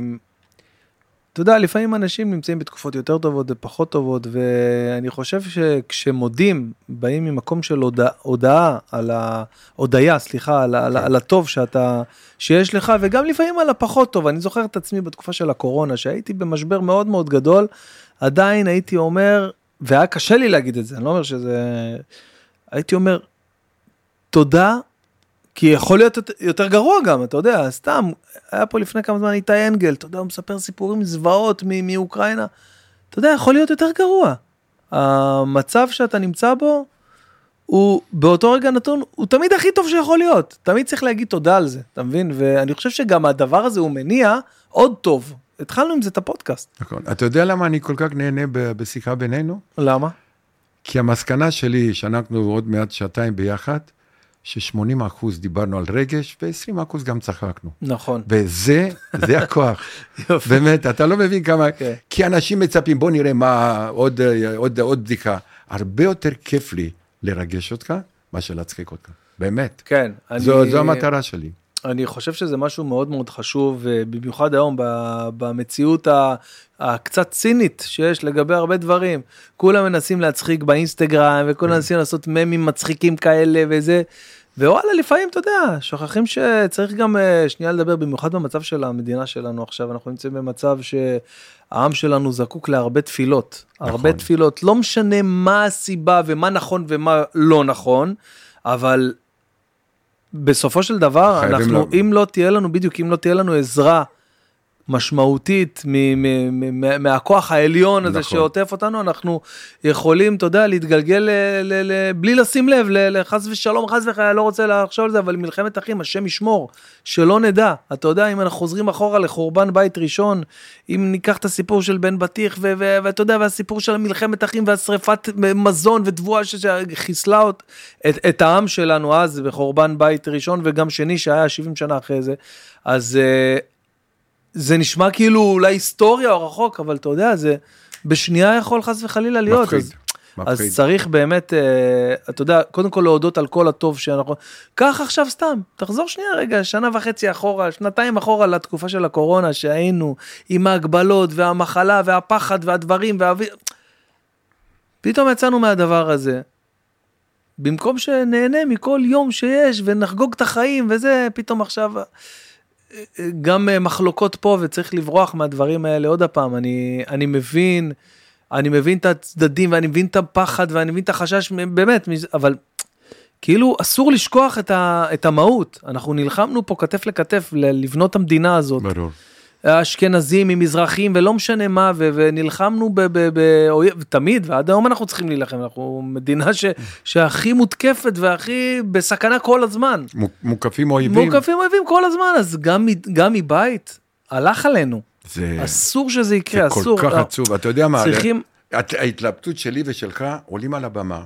אתה יודע, לפעמים אנשים נמצאים בתקופות יותר טובות ופחות טובות, ואני חושב שכשמודים, באים ממקום של הודעה, הודעה על ה... הודעה, סליחה, על, על, על הטוב שאתה, שיש לך, וגם לפעמים על הפחות טוב. אני זוכר את עצמי בתקופה של הקורונה, שהייתי במשבר מאוד מאוד גדול, עדיין הייתי אומר, והיה קשה לי להגיד את זה, אני לא אומר שזה... הייתי אומר, תודה, כי יכול להיות יותר גרוע גם, אתה יודע, סתם, היה פה לפני כמה זמן איתי אנגל, אתה יודע, הוא מספר סיפורים זוועות מאוקראינה, אתה יודע, יכול להיות יותר גרוע. המצב שאתה נמצא בו, הוא באותו רגע נתון, הוא תמיד הכי טוב שיכול להיות, תמיד צריך להגיד תודה על זה, אתה מבין? ואני חושב שגם הדבר הזה הוא מניע עוד טוב. התחלנו עם זה את הפודקאסט. נכון. אתה יודע למה אני כל כך נהנה בשיחה בינינו? למה? כי המסקנה שלי, שאנחנו עוד מעט שעתיים ביחד, ש-שמונים אחוז דיברנו על רגש, ו-עשרים אחוז גם צחקנו. נכון. וזה, זה הכוח. באמת, אתה לא מבין כמה, okay. כי אנשים מצפים, בוא נראה מה, עוד, עוד, עוד בדיקה. הרבה יותר כיף לי לרגש אותך, מה שלהצחיק אותך. באמת. כן. זו, אני, זו המטרה שלי. אני חושב שזה משהו מאוד מאוד חשוב, במיוחד היום במציאות הקצת צינית שיש לגבי הרבה דברים. כולם מנסים להצחיק באינסטגרם, וכולם מנסים לעשות ממים מצחיקים כאלה וזה, ווואלה, לפעמים, אתה יודע, שוכחים שצריך גם שנייה לדבר, במיוחד במצב של המדינה שלנו עכשיו, אנחנו נמצאים במצב שהעם שלנו זקוק להרבה תפילות, נכון. הרבה תפילות, לא משנה מה הסיבה ומה נכון ומה לא נכון, אבל בסופו של דבר, אנחנו, לא... אם לא תהיה לנו, בדיוק, אם לא תהיה לנו עזרה משמעותית מ- מ- מ- מהכוח העליון הזה נכון. שעוטף אותנו, אנחנו יכולים, אתה יודע, להתגלגל ל- ל- ל- בלי לשים לב, לחס ושלום, חס וחלילה, לא רוצה לחשוב על זה, אבל מלחמת אחים, השם ישמור, שלא נדע. אתה יודע, אם אנחנו חוזרים אחורה לחורבן בית ראשון, אם ניקח את הסיפור של בן בטיח, ו- ו- ואתה יודע, והסיפור של מלחמת אחים, והשריפת מזון ותבואה שחיסלה את, את העם שלנו אז, בחורבן בית ראשון, וגם שני שהיה שבעים שנה אחרי זה, אז זה נשמע כאילו אולי היסטוריה או רחוק, אבל אתה יודע, זה בשנייה יכול חס וחלילה להיות. מפחיד, אז, מפחיד. אז צריך באמת, אתה יודע, קודם כל להודות על כל הטוב שאנחנו, כך עכשיו סתם, תחזור שנייה רגע, שנה וחצי אחורה, שנתיים אחורה לתקופה של הקורונה, שהיינו עם ההגבלות והמחלה והפחד והדברים, והאוויר, פתאום יצאנו מהדבר הזה, במקום שנהנה מכל יום שיש, ונחגוג את החיים וזה, פתאום עכשיו גם מחלוקות פה, וצריך לברוח מהדברים האלה. עוד הפעם, אני, אני מבין, אני מבין את הצדדים, ואני מבין את הפחד, ואני מבין את החשש, באמת, אבל כאילו אסור לשכוח את, ה, את המהות. אנחנו נלחמנו פה כתף לכתף, לבנות המדינה הזאת. ברור. האשכנזים עם מזרחים, ולא משנה מה, ו- ונלחמנו באויב, תמיד, ועד היום אנחנו צריכים להילחם, אנחנו מדינה ש- שהכי מותקפת, והכי בסכנה כל הזמן. מוקפים אויבים. מוקפים אויבים כל הזמן, אז גם, גם מבית, הלך עלינו. זה... אסור שזה יקרה, זה אסור. כל כך עצוב, אתה יודע מה, צריכים... ההתלבטות שלי ושלך, עולים על הבמה,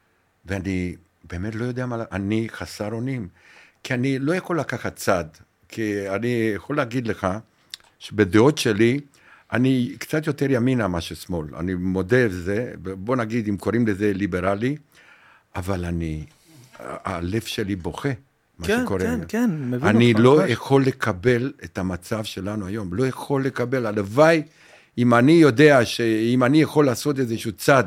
ואני באמת לא יודע מה, אני חסר אונים, כי אני לא יכול לקחת צד, כי אני יכול להגיד לך, שבדעות שלי, אני קצת יותר ימינה מה ששמאל, אני מודה על זה, בוא נגיד אם קוראים לזה ליברלי, אבל אני, הלב שלי בוכה, מה כן, שקורה. כן, כן, מבין אני אותך, לא ממש. יכול לקבל את המצב שלנו היום, לא יכול לקבל, הלוואי, אם אני יודע שאם אני יכול לעשות איזשהו צד,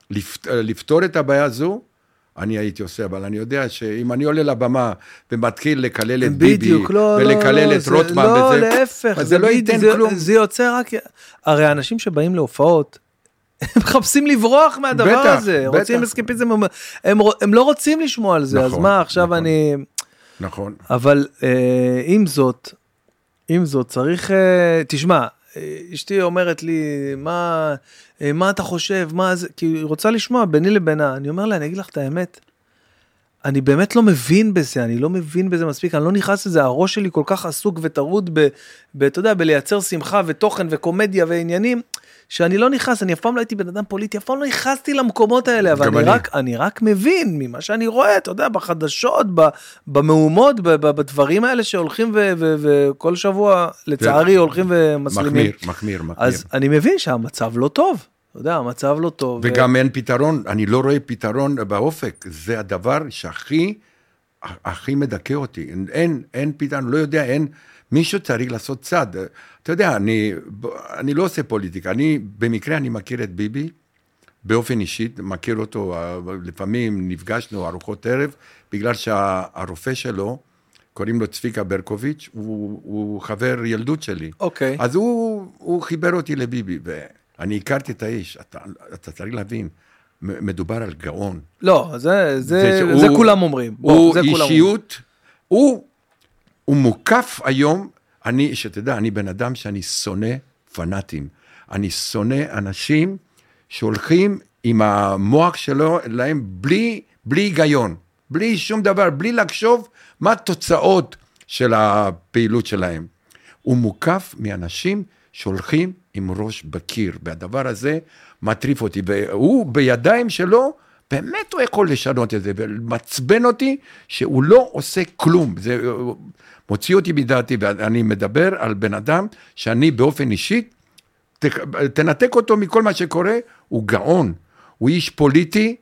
לפתור את הבעיה הזו, אני הייתי עושה, אבל אני יודע שאם אני עולה לבמה ומתחיל לקלל את ביבי, לא, ולקלל לא, את זה, רוטמן, לא, וזה, להפך, זה, זה לא בידי, ייתן זה, כלום. זה יוצא רק, הרי האנשים שבאים להופעות, הם מחפשים לברוח מהדבר בטח, הזה, בטח. רוצים אסקפיזם, הם, הם, הם לא רוצים לשמוע על זה, נכון, אז מה, עכשיו נכון, אני... נכון. אבל אה, עם זאת, עם זאת, צריך, אה, תשמע, אשתי אומרת לי, מה, מה אתה חושב, מה זה, כי היא רוצה לשמוע ביני לבינה, אני אומר לה, אני אגיד לך את האמת, אני באמת לא מבין בזה, אני לא מבין בזה מספיק, אני לא נכנס לזה, הראש שלי כל כך עסוק וטרוד, ב, ב, אתה יודע, בלייצר שמחה ותוכן וקומדיה ועניינים, שאני לא נכנס, אני אף פעם לא הייתי בן אדם פוליטי, אף פעם לא נכנסתי למקומות האלה, אבל אני, אני. רק, אני רק מבין ממה שאני רואה, אתה יודע, בחדשות, במהומות, בדברים האלה שהולכים ו, ו, וכל שבוע, לצערי, הולכים ומסלימים. מחמיר, מחמיר, מחמיר. אז אני מבין שהמצב לא טוב. אתה יודע, המצב לא טוב. וגם ו... אין פתרון, אני לא רואה פתרון באופק, זה הדבר שהכי, הכי מדכא אותי, אין, אין פתרון, לא יודע, אין, מישהו צריך לעשות צד, אתה יודע, אני, אני לא עושה פוליטיקה, אני, במקרה אני מכיר את ביבי, באופן אישית, מכיר אותו, לפעמים נפגשנו ארוחות ערב, בגלל שהרופא שלו, קוראים לו צביקה ברקוביץ', הוא, הוא חבר ילדות שלי. אוקיי. אז הוא, הוא חיבר אותי לביבי, ו... אני הכרתי את האיש, אתה, אתה צריך להבין, מדובר על גאון. לא, זה, זה, זה, זה כולם אומרים. בוא, הוא זה אישיות, הוא, הוא מוקף היום, אני, שתדע, אני בן אדם שאני שונא פנאטים, אני שונא אנשים שהולכים עם המוח שלו, להם בלי, בלי היגיון, בלי שום דבר, בלי לחשוב מה התוצאות של הפעילות שלהם. הוא מוקף מאנשים שהולכים עם ראש בקיר, והדבר הזה מטריף אותי, והוא בידיים שלו, באמת הוא יכול לשנות את זה, ומצבן אותי שהוא לא עושה כלום, זה מוציא אותי מדעתי, ואני מדבר על בן אדם, שאני באופן אישי, תנתק אותו מכל מה שקורה, הוא גאון, הוא איש פוליטי,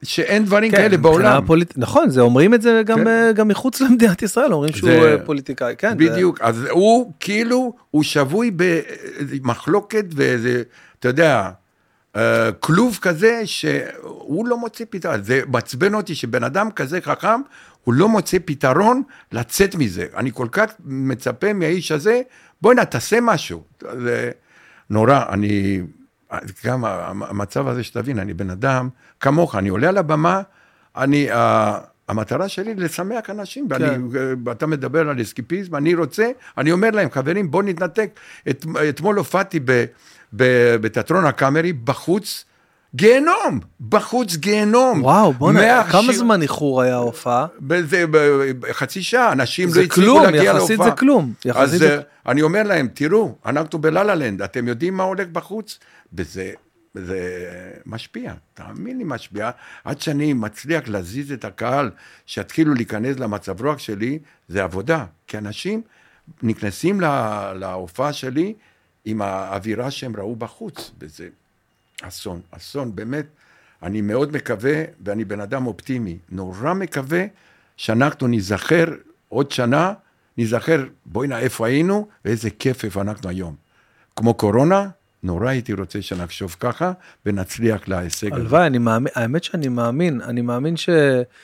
שאין דברים כאלה בעולם. נכון, זה אומרים את זה גם מחוץ למדינת ישראל, אומרים שהוא פוליטיקאי, כן. בדיוק, אז הוא כאילו, הוא שבוי במחלוקת, ואיזה, אתה יודע, כלוב כזה, שהוא לא מוצא פתרון. זה מצבן אותי שבן אדם כזה חכם, הוא לא מוצא פתרון לצאת מזה. אני כל כך מצפה מהאיש הזה, בואי נה, תעשה משהו. זה נורא, אני, גם המצב הזה שתבין, אני בן אדם, כמוך, אני עולה על הבמה, אני, המטרה שלי לשמח אנשים, ואני, אתה מדבר על אסקיפיזם, אני רוצה, אני אומר להם, חברים, בואו נתנתק. את, אתמול הופעתי ב, ב, בתיאטרון הקאמרי, בחוץ, גיהנום, בחוץ גיהנום. וואו, בוא נראה, כמה זמן איחור היה ההופעה? בחצי שעה, אנשים לא הצליחו להגיע להופעה. יחסית זה כלום, אז אני אומר להם, תראו, אנחנו בללה-לנד, אתם יודעים מה הולך בחוץ? וזה משפיע, תאמין לי משפיע, עד שאני מצליח להזיז את הקהל, שיתחילו להיכנס למצב רוח שלי, זה עבודה, כי אנשים נכנסים להופעה שלי, עם האווירה שהם ראו בחוץ, וזה אסון, אסון, באמת, אני מאוד מקווה, ואני בן אדם אופטימי, נורא מקווה, שאנחנו נזכר עוד שנה, נזכר, בואי נה, איפה היינו, ואיזה כיף איפה אנחנו היום. כמו קורונה, נורא הייתי רוצה שנחשוב ככה, ונצליח להישג. הלוואי, אני מאמין, האמת שאני מאמין, אני מאמין ש...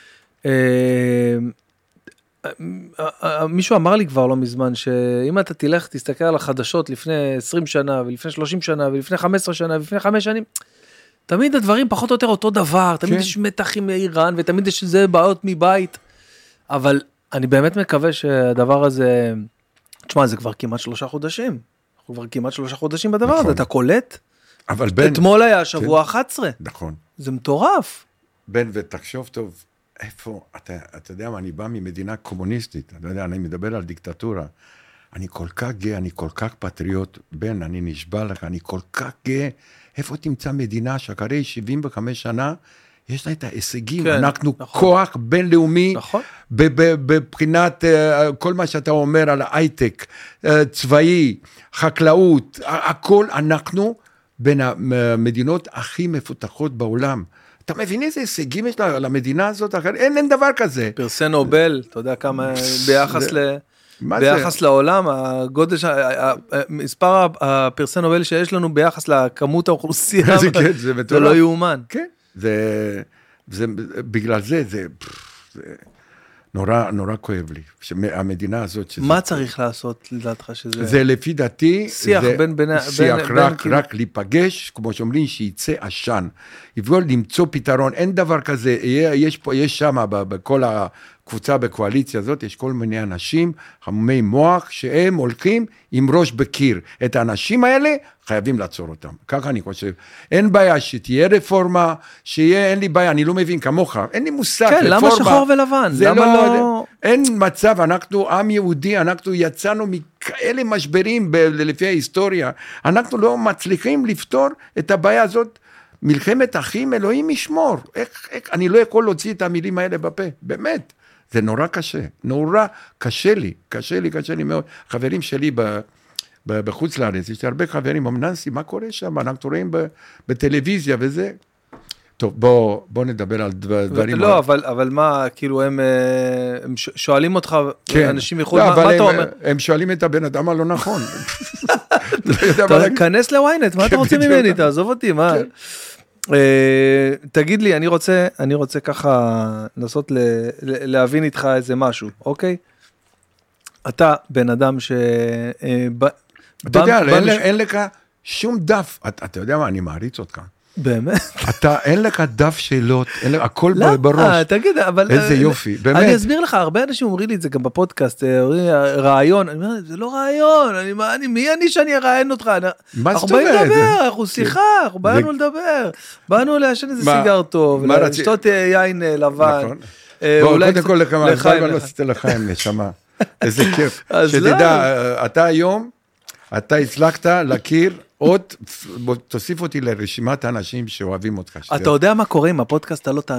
מישהו אמר לי כבר לא מזמן, שאם אתה תלך, תסתכל על החדשות לפני עשרים שנה, ולפני שלושים שנה, ולפני חמש עשרה שנה, ולפני חמש שנים, תמיד הדברים פחות או יותר אותו דבר, תמיד יש מתח עם איראן, ותמיד יש זה בעיות מבית, אבל אני באמת מקווה שהדבר הזה, תשמע, זה כבר כמעט שלושה חודשים, אנחנו כבר כמעט שלושה חודשים בדבר הזה, אתה קולט? אבל בן... אתמול היה שבוע אחת עשרה. נכון. זה מטורף. בן, ותחשוב טוב, איפה, אתה, אתה יודע מה, אני בא ממדינה קומוניסטית, אתה יודע, אני מדבר על דיקטטורה, אני כל כך גאה, אני כל כך פטריוט, בן, אני נשבע לך, אני כל כך גאה, איפה תמצא מדינה שאחרי שבעים וחמש שנה, יש לה את ההישגים, כן, אנחנו נכון. כוח בינלאומי, נכון. בבחינת כל מה שאתה אומר על ההייטק, צבאי, חקלאות, הכל אנחנו בין המדינות הכי מפותחות בעולם, אתה מבין איזה הישגים יש למדינה הזאת? אין, אין דבר כזה. פרסי נובל, אתה יודע כמה ביחס ל... ביחס לעולם, הגודל, מספר הפרסי נובל שיש לנו ביחס לכמות האוכלוסייה, זה לא יאומן. כן, זה, בגלל זה, זה נורא, נורא כואב לי, שהמדינה הזאת... מה צריך לעשות לדעתך שזה... זה לפי דעתי... שיח בין... שיח רק להיפגש, כמו שאומרים, שיצא עשן. יבואו למצוא פתרון, אין דבר כזה, יש פה, יש שם, בכל הקבוצה בקואליציה הזאת, יש כל מיני אנשים, חמומי מוח, שהם הולכים עם ראש בקיר. את האנשים האלה חייבים לעצור אותם. ככה אני חושב. אין בעיה שתהיה רפורמה, שיהיה, אין לי בעיה, אני לא מבין כמוך, אין לי מושג. כן, למה שחור ולבן? למה לא... אין מצב, אנחנו עם יהודי, אנחנו יצאנו מכאלה משברים לפי ההיסטוריה, אנחנו לא מצליחים לפתור את הבעיה הזאת, מלחמת אחים, אלוהים ישמור, איך, איך, אני לא יכול להוציא את המילים האלה בפה, באמת, זה נורא קשה, נורא קשה לי, קשה לי, קשה לי מאוד, חברים שלי ב, ב, בחוץ לארץ, יש הרבה חברים, אמננסי, מה קורה שם, אנחנו רואים ב, בטלוויזיה וזה, טוב, בוא, בוא נדבר על דברים... לא, אבל, אבל מה, כאילו, הם, הם שואלים אותך, כן. אנשים יכול... לא, מה, מה הם, אתה אומר? הם שואלים את הבן אדם הלא נכון. כנס לוויינט, מה אתה רוצה ממני? תעזוב אותי, מה? תגיד לי, אני רוצה, אני רוצה ככה לנסות להבין איתך איזה משהו, אוקיי? אתה בן אדם ש... אתה יודע, אין לך שום דף, אתה יודע מה, אני מעריץ אותך. באמת? אתה, אין לך דף שאלות, הכל בראש. לא, תגיד, אבל... איזה יופי, באמת. אני אסביר לך, הרבה אנשים אומרים לי את זה גם בפודקאסט, רעיון, אני אומר, זה לא רעיון, מי אני שאני אראיין אותך? מה זאת אומרת? אנחנו באים לדבר, אנחנו שיחה, אנחנו באנו לדבר, באנו לעשן איזה סיגר טוב, לשתות יין לבן. בואו, קודם כל לחיים, לחיים, לא עשיתי לחיים, נשמה. איזה כיף. שתדע, אתה היום, אתה הצלחת להכיר עוד, תוסיף אותי לרשימת האנשים שאוהבים אותך. אתה יודע מה קורה עם הפודקאסט, אתה לא תאמין.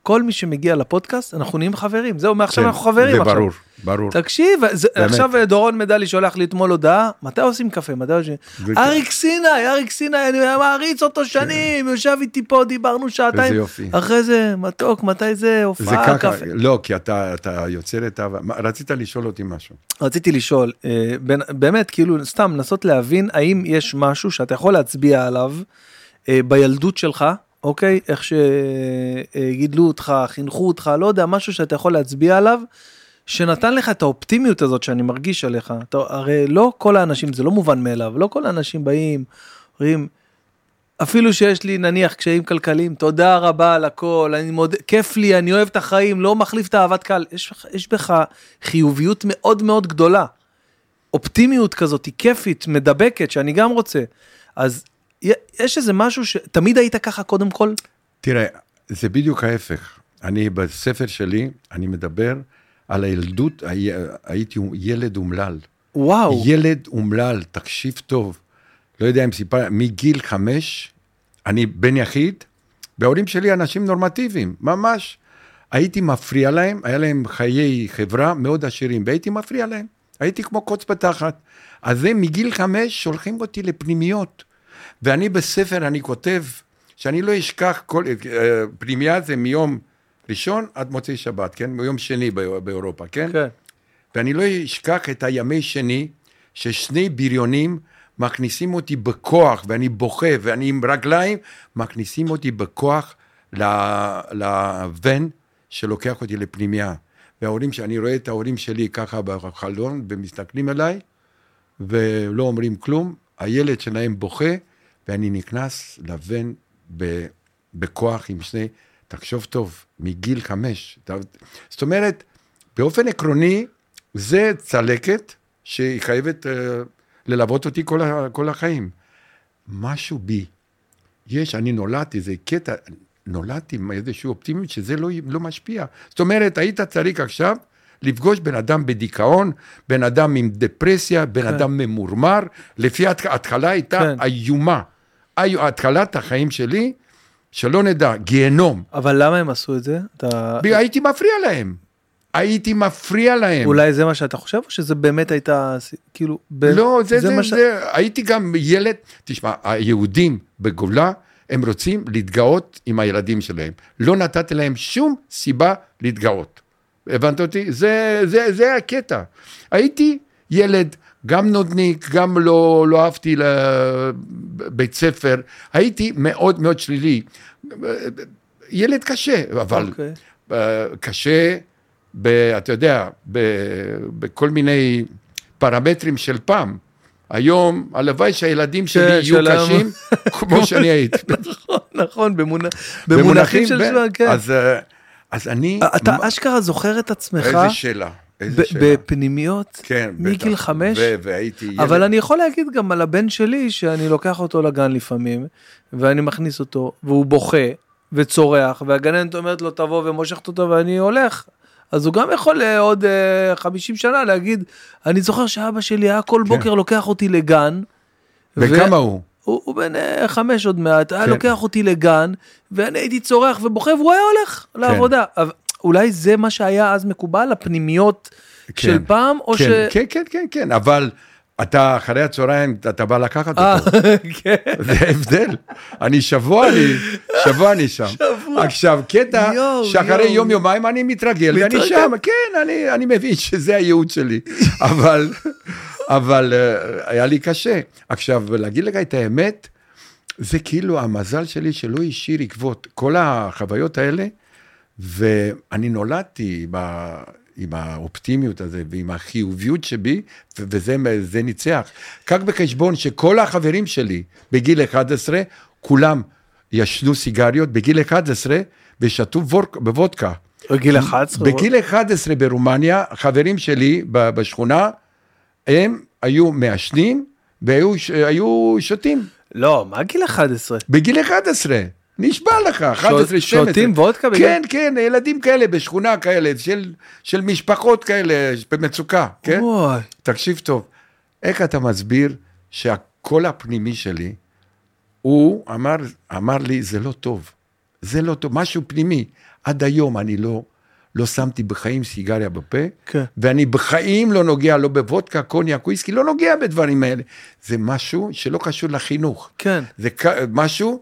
כל מי שמגיע לפודקאסט, אנחנו נהיים חברים. זהו, מעכשיו כן, אנחנו חברים זה עכשיו. ברור, ברור. תקשיב, זה, עכשיו דורון מדלי שולח לי אתמול הודעה, מתי עושים קפה? מתי עושים? אריק סיני, אריק סיני, אני מעריץ אותו שנים, יושב איתי פה, דיברנו שעתיים. איזה יופי. אחרי זה, מתוק, מתי זה הופעה? זה ככה, לא, כי אתה, אתה יוצר את ה... רצית לשאול אותי משהו. רציתי לשאול, באמת, כאילו, סתם, לנסות להבין, האם יש משהו שאתה יכול להצביע עליו, בילדות שלך, אוקיי? איך שגידלו אותך, חינכו אותך, לא יודע, משהו שאתה יכול להצביע עליו, שנתן לך את האופטימיות הזאת שאני מרגיש עליך. אתה, הרי לא כל האנשים, זה לא מובן מאליו, לא כל האנשים באים, אומרים, אפילו שיש לי נניח קשיים כלכליים, תודה רבה על הכל, אני מוד... כיף לי, אני אוהב את החיים, לא מחליף את אהבת קהל. יש, יש בך חיוביות מאוד מאוד גדולה. אופטימיות כזאת, היא כיפית, מדבקת, שאני גם רוצה. אז יש איזה משהו שתמיד היית ככה קודם כל? תראה, זה בדיוק ההפך. אני בספר שלי, אני מדבר על הילדות, הייתי ילד אומלל. וואו. ילד אומלל, תקשיב טוב. לא יודע אם סיפר, מגיל חמש, אני בן יחיד, וההורים שלי אנשים נורמטיביים, ממש. הייתי מפריע להם, היה להם חיי חברה מאוד עשירים, והייתי מפריע להם. הייתי כמו קוץ בתחת. אז זה מגיל חמש שולחים אותי לפנימיות. ואני בספר, אני כותב, שאני לא אשכח, כל, פנימיה זה מיום ראשון עד מוצאי שבת, כן? מיום שני באירופה, כן? כן. ואני לא אשכח את הימי שני, ששני בריונים מכניסים אותי בכוח, ואני בוכה, ואני עם רגליים, מכניסים אותי בכוח לבן שלוקח אותי לפנימיה. וההורים, שאני רואה את ההורים שלי ככה בחלון, ומסתכלים עליי, ולא אומרים כלום, הילד שלהם בוכה, ואני נכנס לבן בכוח עם שני, תחשוב טוב, מגיל חמש. זאת אומרת, באופן עקרוני, זה צלקת שהיא חייבת uh, ללוות אותי כל, ה, כל החיים. משהו בי, יש, אני נולדתי, זה קטע, נולדתי עם איזושהי אופטימיות שזה לא, לא משפיע. זאת אומרת, היית צריך עכשיו לפגוש בן אדם בדיכאון, בן אדם עם דפרסיה, בן כן. אדם ממורמר, לפי ההתחלה הייתה כן. איומה. התחלת החיים שלי, שלא נדע, גיהנום. אבל למה הם עשו את זה? אתה... הייתי מפריע להם. הייתי מפריע להם. אולי זה מה שאתה חושב, או שזה באמת הייתה, כאילו... ב... לא, זה, זה, זה, זה, ש... זה, הייתי גם ילד, תשמע, היהודים בגולה, הם רוצים להתגאות עם הילדים שלהם. לא נתתי להם שום סיבה להתגאות. הבנת אותי? זה, זה, זה הקטע. הייתי ילד, גם נודניק, גם לא, לא אהבתי לבית ספר, הייתי מאוד מאוד שלילי. ילד קשה, אבל okay. קשה, ב, אתה יודע, ב, בכל מיני פרמטרים של פעם. היום, הלוואי שהילדים שלי יהיו קשים, כמו שאני הייתי. נכון, נכון, במונחים של זמן, כן. אז, אז אני... אתה אשכרה זוכר את עצמך... איזה שאלה. בפנימיות, כן, מגיל חמש, והייתי ילד. אבל אני יכול להגיד גם על הבן שלי, שאני לוקח אותו לגן לפעמים, ואני מכניס אותו, והוא בוכה, וצורח, והגננת אומרת לו תבוא ומושכת אותו, ואני הולך, אז הוא גם יכול עוד חמישים שנה להגיד, אני זוכר שאבא שלי היה כל בוקר לוקח אותי לגן. וכמה הוא? הוא בן חמש עוד מעט, היה לוקח אותי לגן, ואני הייתי צורח ובוכה, והוא היה הולך לעבודה. אולי זה מה שהיה אז מקובל, הפנימיות של פעם, או ש... כן, כן, כן, כן, אבל אתה אחרי הצהריים, אתה בא לקחת אותו. כן. זה הבדל. אני שבוע, אני, שבוע אני שם. עכשיו, קטע שאחרי יום יומיים אני מתרגל, ואני שם, כן, אני מבין שזה הייעוד שלי. אבל, אבל היה לי קשה. עכשיו, להגיד לך את האמת, זה כאילו המזל שלי שלא השאיר עקבות. כל החוויות האלה, ואני נולדתי ב... עם האופטימיות הזה, ועם החיוביות שבי, וזה זה ניצח. כך בחשבון שכל החברים שלי, בגיל אחד עשרה, כולם ישנו סיגריות, בגיל אחד עשרה, ושתו בוודקה. בגיל אחד עשרה? בגיל אחד עשרה ברומניה, החברים שלי בשכונה, הם היו מעשנים, והיו שותים. לא, מה גיל אחד עשרה? בגיל אחד עשרה. נשבע לך, אחת עשרה שתים עשרה. שותים וודקה? כן, כן, ילדים כאלה, בשכונה כאלה, של, של משפחות כאלה, במצוקה, כן? וואי. תקשיב טוב, איך אתה מסביר שהקול הפנימי שלי, הוא אמר, אמר לי, זה לא טוב, זה לא טוב, משהו פנימי. עד היום אני לא, לא שמתי בחיים סיגריה בפה, כן. ואני בחיים לא נוגע, לא בוודקה, קוניאק, וויסקי, לא נוגע בדברים האלה. זה משהו שלא קשור לחינוך. כן. זה משהו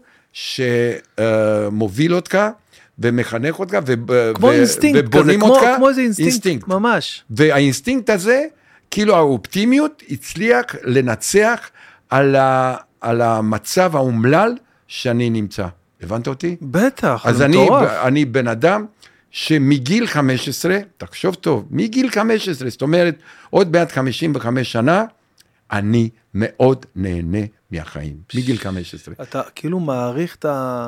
שמוביל אותך, ומחנך אותך, כמו אינסטינקט כזה, כמו איזה אינסטינקט, ממש. והאינסטינקט הזה, כאילו האופטימיות, הצליח לנצח על, ה, על המצב האומלל שאני נמצא. הבנת אותי? בטח, אז זה אני, מטורף. אני בן אדם שמגיל חמש עשרה, תחשוב טוב, מגיל חמש עשרה, זאת אומרת, עוד בעד חמישים וחמש שנה, אני מאוד נהנה מהחיים, מגיל חמש עשרה. אתה כאילו מעריך את ה...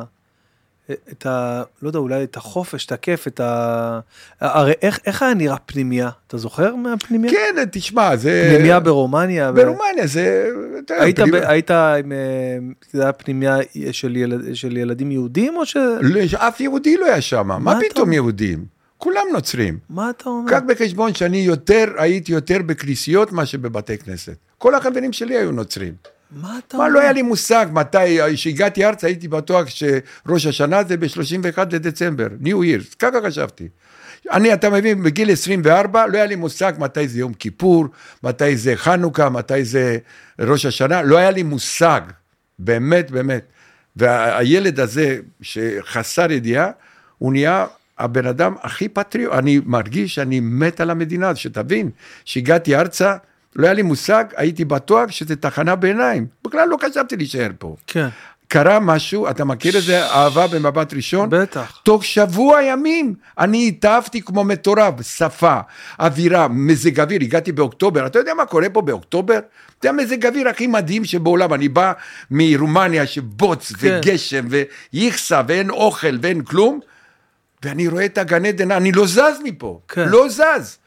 את ה... לא יודע, אולי את החופש, את הכיף, את ה... הרי איך, איך היה נראה פנימיה? אתה זוכר מהפנימיה? כן, תשמע, זה... פנימיה ברומניה. ברומניה, זה... היית, ב... היית עם... זה היה פנימיה של, ילד... של ילדים יהודים או ש... לא, אף יהודי לא היה שם. מה, מה פתאום אתה... יהודים? כולם נוצרים. מה אתה אומר? כך בחשבון שאני יותר, הייתי יותר בכנסיות מה שבבתי כנסת. כל החברים שלי היו נוצרים. מה אתה מה, אומר? לא היה לי מושג מתי, שהגעתי ארץ, הייתי בטוח שראש השנה זה ב-שלושים ואחד לדצמבר, New Year's, ככה חשבתי. אני, אתה מבין, בגיל עשרים וארבע, לא היה לי מושג מתי זה יום כיפור, מתי זה חנוכה, מתי זה ראש השנה, לא היה לי מושג, באמת, באמת. והילד הזה, שחסר ידיעה, הוא נהיה הבן אדם הכי פטריוט, אני מרגיש שאני מת על המדינה, שתבין, שהגעתי ארצה, לא היה לי מושג, הייתי בטוח שזה תחנה בעיניים. בכלל לא חשבתי להישאר פה. כן. קרה משהו, אתה מכיר את זה, אהבה במבט ראשון? בטח. תוך שבוע ימים, אני התאהבתי כמו מטורף, שפה, אווירה, מזג אוויר, הגעתי באוקטובר, אתה יודע מה קורה פה באוקטובר? זה המזג אוויר הכי מדהים שבעולם, אני בא מרומניה שבוץ כן. וגשם ויחסה ואין אוכל ואין כלום, ואני רואה את הגן עדן, אני לא זז מפה, כן. לא זז.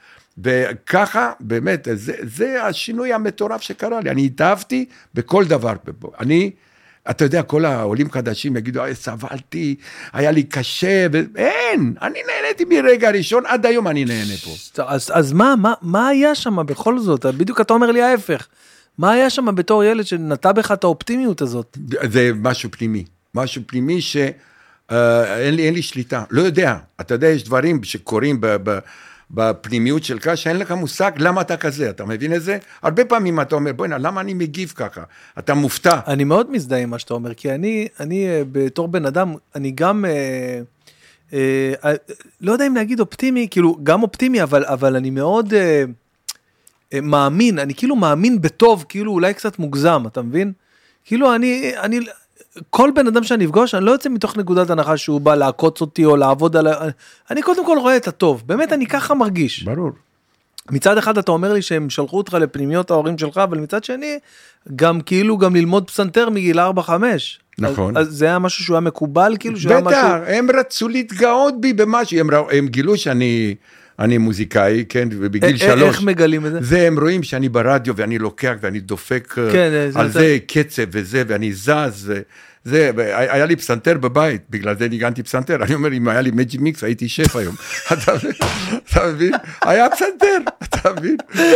וככה, באמת, זה, זה השינוי המטורף שקרה לי. אני התאהבתי בכל דבר. אני, אתה יודע, כל העולים חדשים יגידו, סבלתי, היה לי קשה, ואין, אני נהניתי מרגע הראשון, עד היום אני נהנה פה. אז, אז מה, מה, מה היה שם בכל זאת? בדיוק אתה אומר לי ההפך. מה היה שם בתור ילד שנטע בך את האופטימיות הזאת? זה משהו פנימי. משהו פנימי ש... אה, אין לי, אין לי שליטה. לא יודע. אתה יודע, יש דברים שקורים ב... ב בפנימיות שלך, שאין לך מושג למה אתה כזה, אתה מבין את זה? הרבה פעמים אתה אומר, בוא'נה, למה אני מגיב ככה? אתה מופתע. אני מאוד מזדהה עם מה שאתה אומר, כי אני, אני בתור בן אדם, אני גם, אה, אה, לא יודע אם להגיד אופטימי, כאילו, גם אופטימי, אבל, אבל אני מאוד אה, אה, מאמין, אני כאילו מאמין בטוב, כאילו אולי קצת מוגזם, אתה מבין? כאילו אני, אני, כל בן אדם שאני אפגוש, אני לא יוצא מתוך נקודת הנחה שהוא בא לעקוץ אותי או לעבוד על... אני קודם כל רואה את הטוב, באמת אני ככה מרגיש. ברור. מצד אחד אתה אומר לי שהם שלחו אותך לפנימיות ההורים שלך, אבל מצד שני, גם כאילו גם ללמוד פסנתר מגיל ארבע חמש. נכון. אז, אז זה היה משהו שהוא היה מקובל, כאילו שהוא היה משהו... בטח, הם רצו להתגאות בי במשהו, הם, הם גילו שאני... אני מוזיקאי, כן, ובגיל שלוש... איך מגלים את זה? זה, הם רואים שאני ברדיו, ואני לוקח, ואני דופק כן, על זה, זה קצב וזה, ואני זז, זה, היה לי פסנתר בבית, בגלל זה ניגנתי פסנתר, אני אומר, אם היה לי מג'יק מיקס, הייתי שף היום. אתה מבין? היה פסנתר, אתה מבין?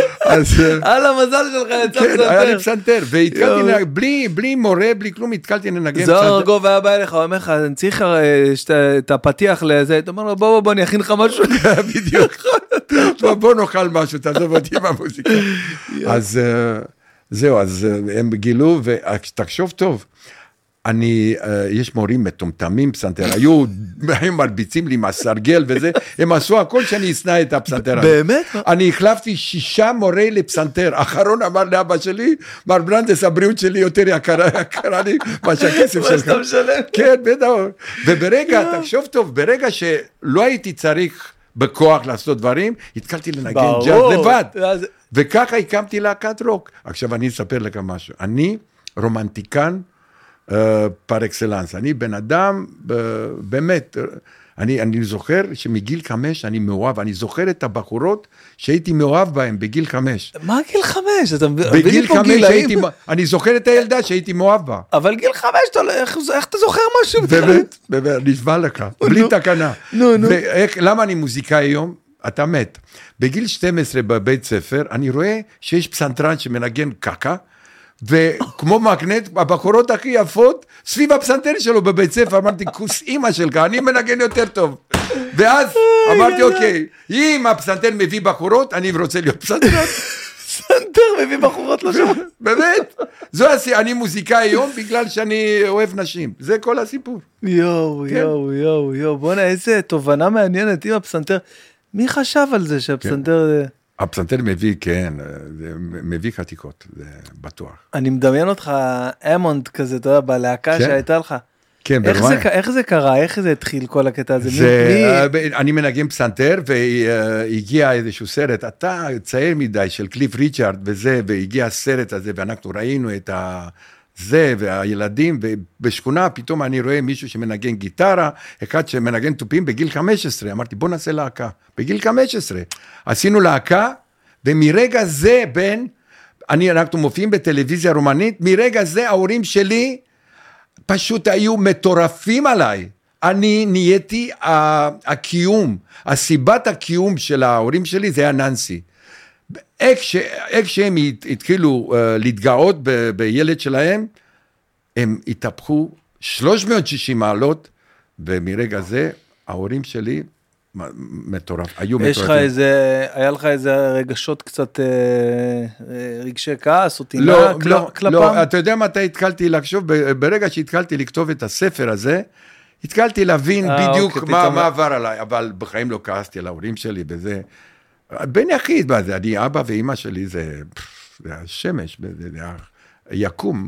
על המזל שלך יצא פסנתר. כן, היה לי פסנתר, והתקלתי, בלי מורה, בלי כלום, התקלתי לנגן פסנתר. זוהר ארגוב היה בא אליך, הוא אומר לך, אני צריך את הפתיח לזה, אתה אומר לו, בוא, בוא, אני אכין לך משהו. בדיוק. בוא נאכל משהו, תעזוב אותי עם המוזיקה. אז זהו, אז הם גילו, ותחשוב טוב, אני, יש מורים מטומטמים פסנתר, היו מרביצים לי מהסרגל וזה, הם עשו הכל שאני אסנע את הפסנתר. באמת? אני החלפתי שישה מורי לפסנתר, האחרון אמר לאבא שלי, מר ברנדס, הבריאות שלי יותר יקרה לי, מה שהכסף שלך. מה שאתה משלם. כן, בטח. וברגע, תחשוב טוב, ברגע שלא הייתי צריך בכוח לעשות דברים, התקלתי לנגן ג'אז לבד. וככה הקמתי להקת רוק. עכשיו אני אספר לך משהו. אני רומנטיקן, פר אקסלנס, אני בן אדם, באמת, אני, אני זוכר שמגיל חמש אני מאוהב, אני זוכר את הבחורות שהייתי מאוהב בהן בגיל חמש. מה גיל חמש? אתה בגיל חמש הייתי, אני זוכר את הילדה שהייתי מאוהב בה. אבל גיל חמש, אתה, איך, איך אתה זוכר משהו? באמת, באמת, נשבע לך, בלי תקנה. נו, נו. ואיך, למה אני מוזיקאי היום? אתה מת. בגיל שתים עשרה בבית ספר, אני רואה שיש פסנתרן שמנגן קקה, וכמו מגנט, הבחורות הכי יפות, סביב הפסנתר שלו בבית ספר, אמרתי, כוס אימא שלך, אני מנגן יותר טוב. ואז אמרתי, אוקיי, אם הפסנתר מביא בחורות, אני רוצה להיות פסנתר. פסנתר מביא בחורות לשם. באמת, זו הסיבה, אני מוזיקאי היום, בגלל שאני אוהב נשים. זה כל הסיפור. יואו, יואו, יואו, יואו, בוא'נה, איזה תובנה מעניינת עם הפסנתר. מי חשב על זה שהפסנתר... הפסנתר מביא, כן, מביא חתיקות, זה בטוח. אני מדמיין אותך אמונד כזה, אתה יודע, בלהקה שהייתה לך. כן, איך זה קרה? איך זה התחיל כל הקטע הזה? אני מנגן פסנתר, והגיע איזשהו סרט, אתה צעיר מדי של קליף ריצ'ארד וזה, והגיע הסרט הזה, ואנחנו ראינו את זה, והילדים, ובשכונה פתאום אני רואה מישהו שמנגן גיטרה, אחד שמנגן טופים בגיל חמש עשרה, אמרתי בוא נעשה להקה, בגיל חמש עשרה, עשינו להקה, ומרגע זה בין, אני, אנחנו מופיעים בטלוויזיה רומנית, מרגע זה ההורים שלי, פשוט היו מטורפים עליי, אני נהייתי הקיום, הסיבת הקיום של ההורים שלי זה היה ננסי, איך, ש, איך שהם התחילו uh, להתגאות ב, בילד שלהם, הם התהפכו שלוש מאות ושישים מעלות, ומרגע זה ההורים שלי מטורף, היו מטורפים. יש לך איזה, היה לך איזה רגשות קצת, אה, רגשי כעס או תינה לא, קל, לא, כלפם? לא, אתה יודע מתי התחלתי לחשוב, ברגע שהתחלתי לכתוב את הספר הזה, התחלתי להבין 아, בדיוק אוקיי, מה, מה עבר עליי, אבל בחיים לא כעסתי על ההורים שלי, וזה, בן יחיד, זה, אני אבא ואמא שלי, זה, זה השמש, זה, זה יקום.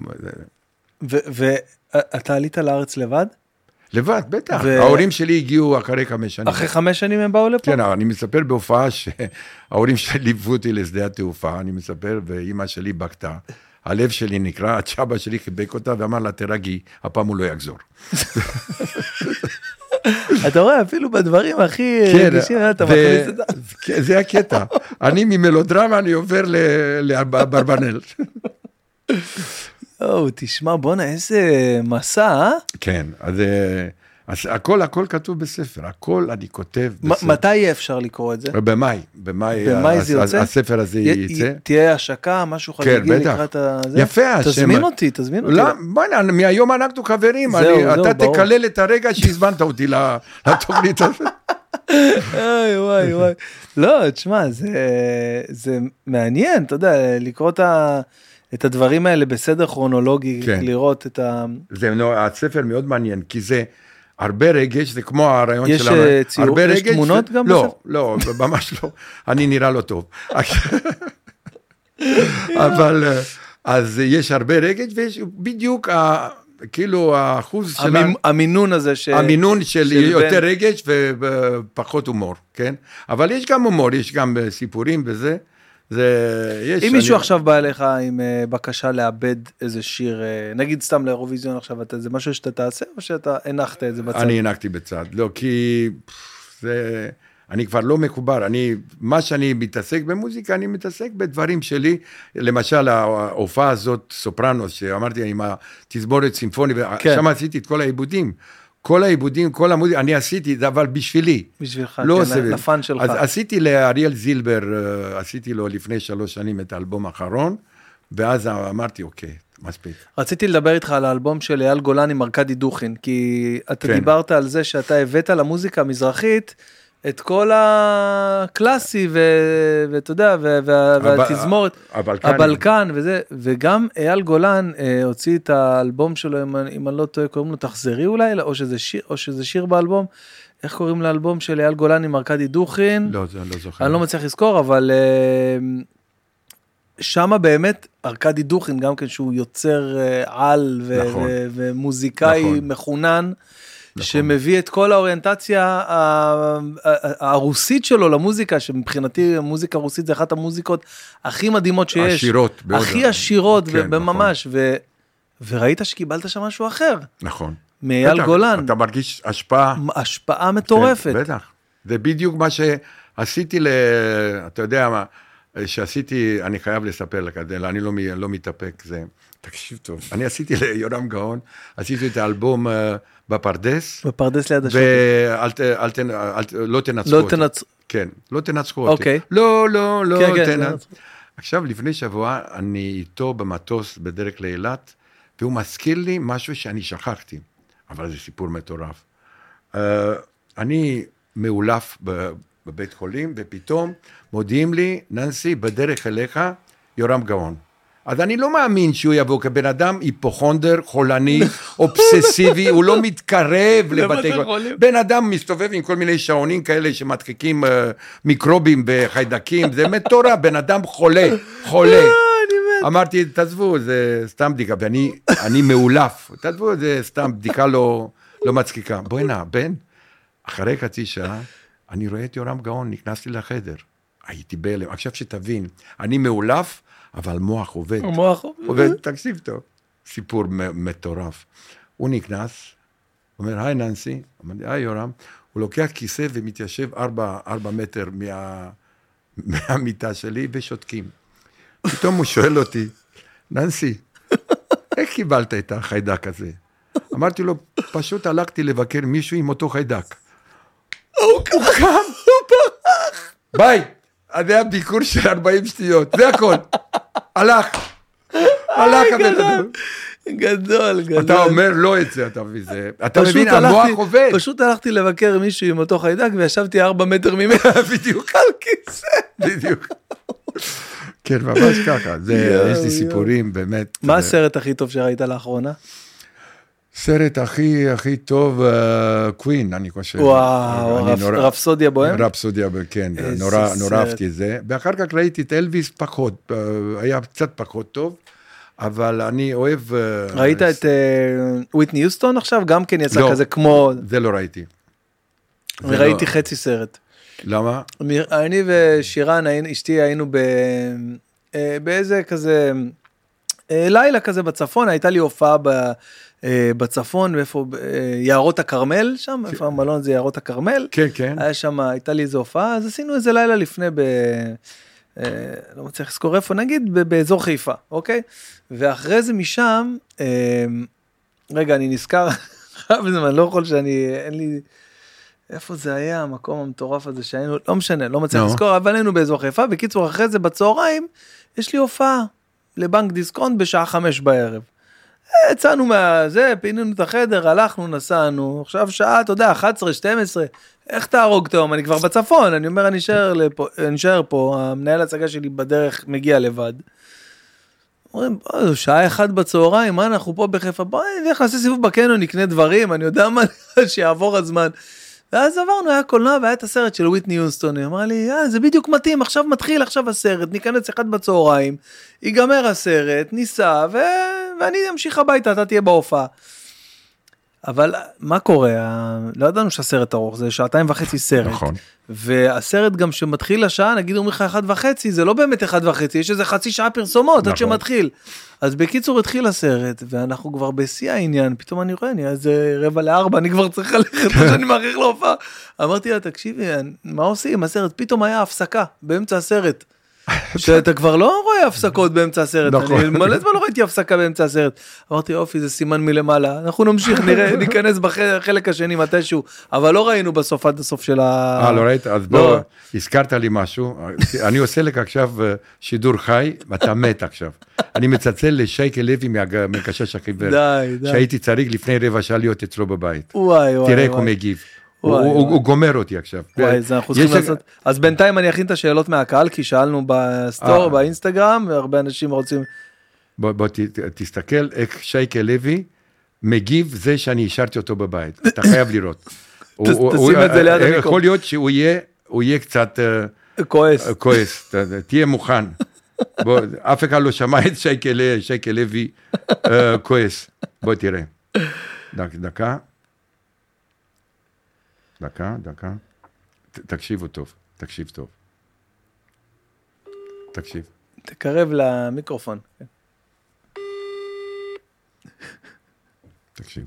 ואתה עלית לארץ לבד? לבד, בטח. ו... ההורים שלי הגיעו אחרי חמש שנים. אחרי חמש שנים הם באו לפה? כן, אני מספר בהופעה שההורים שלי ליוו אותי לשדה התעופה, אני מספר, ואמא שלי בכתה. הלב שלי נקרא, הצ'אבא שלי חיבק אותה, ואמר לה, תרגי, הפעם הוא לא יחזור. אתה רואה, אפילו בדברים הכי רגישים, אתה מכניס את זה. זה הקטע. אני ממלודרמה, אני עובר לאברבנאל. או, תשמע, בונה, איזה מסע, אה? כן, אז, אז הכל, הכל כתוב בספר, הכל אני כותב בספר. מתי יהיה אפשר לקרוא את זה? במאי, במאי, במאי זה יוצא? הספר הזה יצא. תהיה השקה, משהו חגיגי לקראת הזה? יפה. תזמין אותי, תזמין אותי. לא, בוא'נה, מהיום אנחנו חברים, אתה תקלל את הרגע שהזמנת אותי לתוכנית הזאת. וואי, וואי, וואי. לא, תשמע, זה מעניין, אתה יודע, לקרוא את ה... את הדברים האלה בסדר כרונולוגי, כן. לראות את ה... זה, הספר מאוד מעניין, כי זה הרבה רגש, זה כמו הרעיון יש שלנו. ציור, יש רגש, תמונות ו... גם לא, בספר? לא, ממש לא. אני נראה לא טוב. אבל, אז יש הרבה רגש, ויש בדיוק, ה, כאילו, האחוז של... המינ... המינון הזה ש... המינון של, של יותר בין... רגש ופחות הומור, כן? אבל יש גם הומור, יש גם סיפורים וזה. זה, יש, אם מישהו אני... עכשיו בא אליך עם uh, בקשה לאבד איזה שיר, uh, נגיד סתם לאירוויזיון עכשיו, אתה, זה משהו שאתה תעשה, או שאתה הנחת את זה בצד? אני הנחתי בצד, לא, כי זה, אני כבר לא מקובר, אני, מה שאני מתעסק במוזיקה, אני מתעסק בדברים שלי, למשל ההופעה הזאת, סופרנוס, שאמרתי עם התזמורת סימפוני, כן. ושם עשיתי את כל העיבודים, כל העיבודים, כל המוזיקה, אני עשיתי את זה, אבל בשבילי. בשבילך, לא כן, לפן שלך. אז עשיתי לאריאל זילבר, עשיתי לו לפני שלוש שנים את האלבום האחרון, ואז אמרתי, אוקיי, מספיק. רציתי לדבר איתך על האלבום של אייל גולן עם ארכדי דוכין, כי אתה כן. דיברת על זה שאתה הבאת למוזיקה המזרחית, את כל הקלאסי, ואתה יודע, והתזמורת, הבלקן, וזה, וגם אייל גולן הוציא את האלבום שלו, אם אני לא טועה, קוראים לו תחזרי אולי, או שזה שיר, או שזה שיר באלבום, איך קוראים לאלבום של אייל גולן עם ארכדי דוכין? לא, זה לא זוכר. אני לא מצליח לזכור, אבל שמה באמת, ארכדי דוכין, גם כן שהוא יוצר על, ומוזיקאי מחונן, שמביא את כל האוריינטציה הרוסית שלו למוזיקה, שמבחינתי המוזיקה הרוסית זה אחת המוזיקות הכי מדהימות שיש. עשירות. הכי עשירות, ממש. וראית שקיבלת שם משהו אחר. נכון. מאייל גולן. אתה מרגיש השפעה. השפעה מטורפת. בטח. זה בדיוק מה שעשיתי, אתה יודע מה, שעשיתי, אני חייב לספר לך, אני לא מתאפק, זה, תקשיב טוב, אני עשיתי ליורם גאון, עשיתי את האלבום בפרדס. בפרדס ליד השוק. ולא תנצחו לא אותי. תנצ... כן, לא תנצחו אותי. אוקיי. לא, לא, לא תנצחו. עכשיו, לפני שבוע, אני איתו במטוס בדרך לאילת, והוא מזכיר לי משהו שאני שכחתי, אבל זה סיפור מטורף. Uh, אני מאולף בבית חולים, ופתאום מודיעים לי, ננסי, בדרך אליך, יורם גאון. אז אני לא מאמין שהוא יבוא כבן אדם היפוכונדר, חולני, אובססיבי, הוא לא מתקרב לבתי חולים. בן אדם מסתובב עם כל מיני שעונים כאלה שמדחיקים uh, מיקרובים וחיידקים, זה מטורף, בן אדם חולה, חולה. אמרתי, תעזבו, זה סתם בדיקה, ואני אני מאולף, תעזבו, זה סתם בדיקה לא, לא מצחיקה. בואי נע, בן, אחרי חצי שעה, אני רואה את יורם גאון, נכנסתי לחדר, הייתי בהלם, עכשיו שתבין, אני מאולף, אבל מוח עובד. מוח עובד, תקשיב טוב. סיפור מטורף. הוא נכנס, אומר, היי ננסי, אמרתי, היי יורם, הוא לוקח כיסא ומתיישב ארבע, ארבע מטר מה, מהמיטה שלי ושותקים. פתאום הוא שואל אותי, ננסי, איך קיבלת את החיידק הזה? אמרתי לו, פשוט הלכתי לבקר מישהו עם אותו חיידק. הוא קם, הוא פרח. ביי. זה היה ביקור של ארבעים שניות, זה הכל. הלך. הלך הבן אדם. גדול, גדול. אתה אומר לא את זה, אתה מבין, זה. אתה מבין, המוח עובד. פשוט הלכתי לבקר מישהו עם אותו חיידק, וישבתי ארבע מטר ממנו. בדיוק. על כיסא. בדיוק. כן, ממש ככה. יש לי סיפורים, באמת. מה הסרט הכי טוב שראית לאחרונה? סרט הכי, הכי טוב, קווין, אני חושב. וואו, רפסודיה בוהם? רפסודיה בוהם, כן, נורא, נורא אהבתי את זה. ואחר כך ראיתי את אלוויס פחות, היה קצת פחות טוב, אבל אני אוהב... ראית את וויטני יוסטון עכשיו? גם כן יצא כזה כמו... זה לא ראיתי. ראיתי חצי סרט. למה? אני ושירן, אשתי, היינו באיזה כזה... לילה כזה בצפון, הייתה לי הופעה ב... בצפון, ואיפה, יערות הכרמל שם, איפה המלון זה יערות הכרמל, כן, כן. היה שם, הייתה לי איזו הופעה, אז עשינו איזה לילה לפני, ב, לא מצליח לזכור איפה, נגיד, באזור חיפה, אוקיי? ואחרי זה משם, רגע, אני נזכר, אני לא יכול שאני, אין לי, איפה זה היה, המקום המטורף הזה שהיינו, לא משנה, לא מצליח לזכור, אבל היינו באזור חיפה, בקיצור, אחרי זה בצהריים, יש לי הופעה לבנק דיסקונט בשעה חמש בערב. יצאנו מהזה, פינינו את החדר, הלכנו, נסענו, עכשיו שעה, אתה יודע, אחת עשרה, שתים עשרה, איך תהרוג תאום? אני כבר בצפון, אני אומר, אני אשאר לפה, אני אשאר פה, המנהל הצגה שלי בדרך מגיע לבד. אומרים, בוא, שעה אחת בצהריים, מה אנחנו פה בחיפה? בוא, נלך נעשה סיבוב בקניון, נקנה דברים, אני יודע מה, שיעבור הזמן. ואז עברנו, היה קולנוע, והיה את הסרט של וויטני יוסטון, היא אמרה לי, אה, זה בדיוק מתאים, עכשיו מתחיל עכשיו הסרט, ניכנס אחד בצהריים, ייגמר הסרט, ניסע, ו... ואני אמשיך הביתה, אתה תהיה בהופעה. אבל מה קורה? לא ידענו שהסרט ארוך, זה שעתיים וחצי סרט. נכון. והסרט גם שמתחיל לשעה, נגיד אומרים לך אחד וחצי, זה לא באמת אחד וחצי, יש איזה חצי שעה פרסומות, נכון. עד שמתחיל. אז בקיצור התחיל הסרט, ואנחנו כבר בשיא העניין, פתאום אני רואה, אני איזה רבע לארבע, אני כבר צריך ללכת, שאני מעריך להופעה. אמרתי לה, תקשיבי, מה עושים? הסרט, פתאום היה הפסקה, באמצע הסרט. שאתה כבר לא רואה הפסקות באמצע הסרט, אני מלא זמן לא ראיתי הפסקה באמצע הסרט, אמרתי אופי זה סימן מלמעלה, אנחנו נמשיך, ניכנס בחלק השני מתישהו, אבל לא ראינו בסוף עד הסוף של ה... אה לא ראית? אז בוא, הזכרת לי משהו, אני עושה לך עכשיו שידור חי, ואתה מת עכשיו, אני מצלצל לשייקה לוי מהקשש החיוור, שהייתי צריך לפני רבע שעה להיות אצלו בבית, תראה איך הוא מגיב. הוא גומר אותי עכשיו. אז בינתיים אני אכין את השאלות מהקהל, כי שאלנו בסטור, באינסטגרם, והרבה אנשים רוצים... בוא תסתכל איך שייקה לוי מגיב זה שאני השארתי אותו בבית. אתה חייב לראות. תשים את זה ליד המיקום. יכול להיות שהוא יהיה קצת... כועס. כועס, תהיה מוכן. אף אחד לא שמע את שייקה לוי כועס. בוא תראה. דקה. דקה, דקה. תקשיבו טוב, תקשיב טוב. תקשיב. תקרב למיקרופון. תקשיב.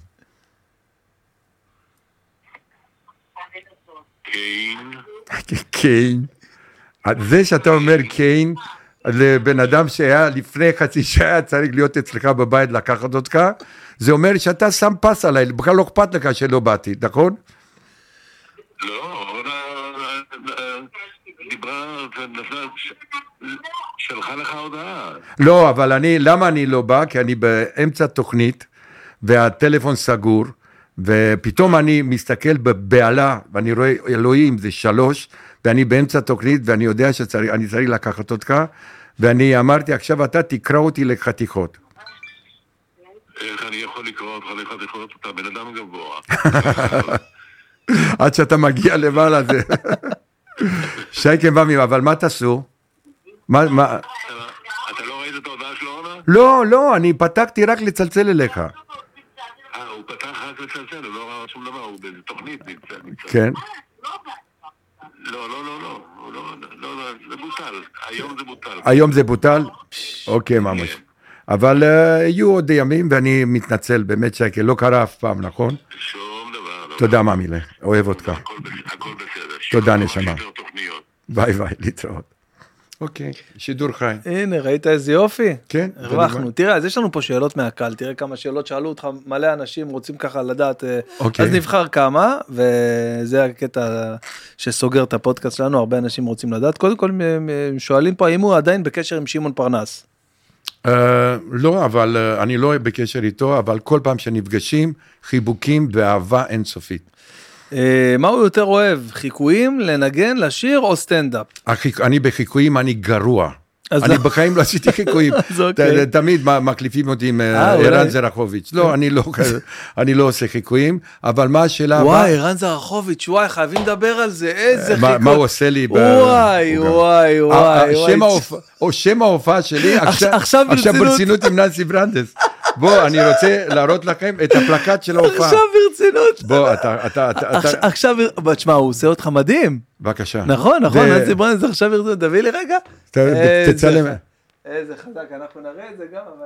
קיין. קיין. זה שאתה אומר קיין, לבן אדם שהיה לפני חצי שעה צריך להיות אצלך בבית לקחת אותך, זה אומר שאתה שם פס עליי, בכלל לא אכפת לך שלא באתי, נכון? לא, דיברה, שלחה לך הודעה. לא, אבל אני, למה אני לא בא? כי אני באמצע תוכנית, והטלפון סגור, ופתאום אני מסתכל בבעלה, ואני רואה, אלוהים, זה שלוש, ואני באמצע תוכנית, ואני יודע שאני צריך לקחת אותך, ואני אמרתי, עכשיו אתה תקרא אותי לחתיכות. איך אני יכול לקרוא אותך לחתיכות? אתה בן אדם גבוה. עד שאתה מגיע למעלה זה. שייקה במי, אבל מה תעשו? מה, מה? אתה לא ראית את ההודעה של אורנה? לא, לא, אני פתחתי רק לצלצל אליך. אה, הוא פתח רק לצלצל, הוא לא ראה שום דבר, הוא באיזה תוכנית נמצא. כן. לא, לא, לא, לא, לא, לא, זה בוטל, היום זה בוטל. היום זה בוטל? אוקיי, ממש. אבל יהיו עוד ימים, ואני מתנצל, באמת שייקה, לא קרה אף פעם, נכון? שום דבר. תודה, מאמילה, אוהב אותך. הכל בסדר. תודה, נשמה. ביי ביי, להתראות. אוקיי, שידור חי. הנה, ראית איזה יופי? כן. הרווחנו. תראה, אז יש לנו פה שאלות מהקהל, תראה כמה שאלות שאלו אותך, מלא אנשים רוצים ככה לדעת, אז נבחר כמה, וזה הקטע שסוגר את הפודקאסט שלנו, הרבה אנשים רוצים לדעת. קודם כל, שואלים פה, האם הוא עדיין בקשר עם שמעון פרנס? לא, אבל אני לא בקשר איתו, אבל כל פעם שנפגשים, חיבוקים ואהבה אינסופית. מה הוא יותר אוהב? חיקויים, לנגן, לשיר או סטנדאפ? אני בחיקויים, אני גרוע. אני בחיים לא עשיתי חיקויים. תמיד מקליפים אותי עם ערן זרחוביץ'. לא, אני לא עושה חיקויים, אבל מה השאלה... וואי, ערן זרחוביץ', וואי, חייבים לדבר על זה, איזה חיקוי. מה הוא עושה לי? וואי, וואי, וואי. או שם ההופעה שלי, עכשיו ברצינות עם ננסי ברנדס. בוא, אני רוצה להראות לכם את הפלקט של ההופעה. עכשיו ברצינות. בוא, אתה, אתה, אתה... עכשיו, תשמע, הוא עושה אותך מדהים. בבקשה. נכון, נכון, ננסי ברנדס, עכשיו ברצינות, תביא לי רגע. תצלם. איזה חזק, אנחנו נראה את זה גם, אבל...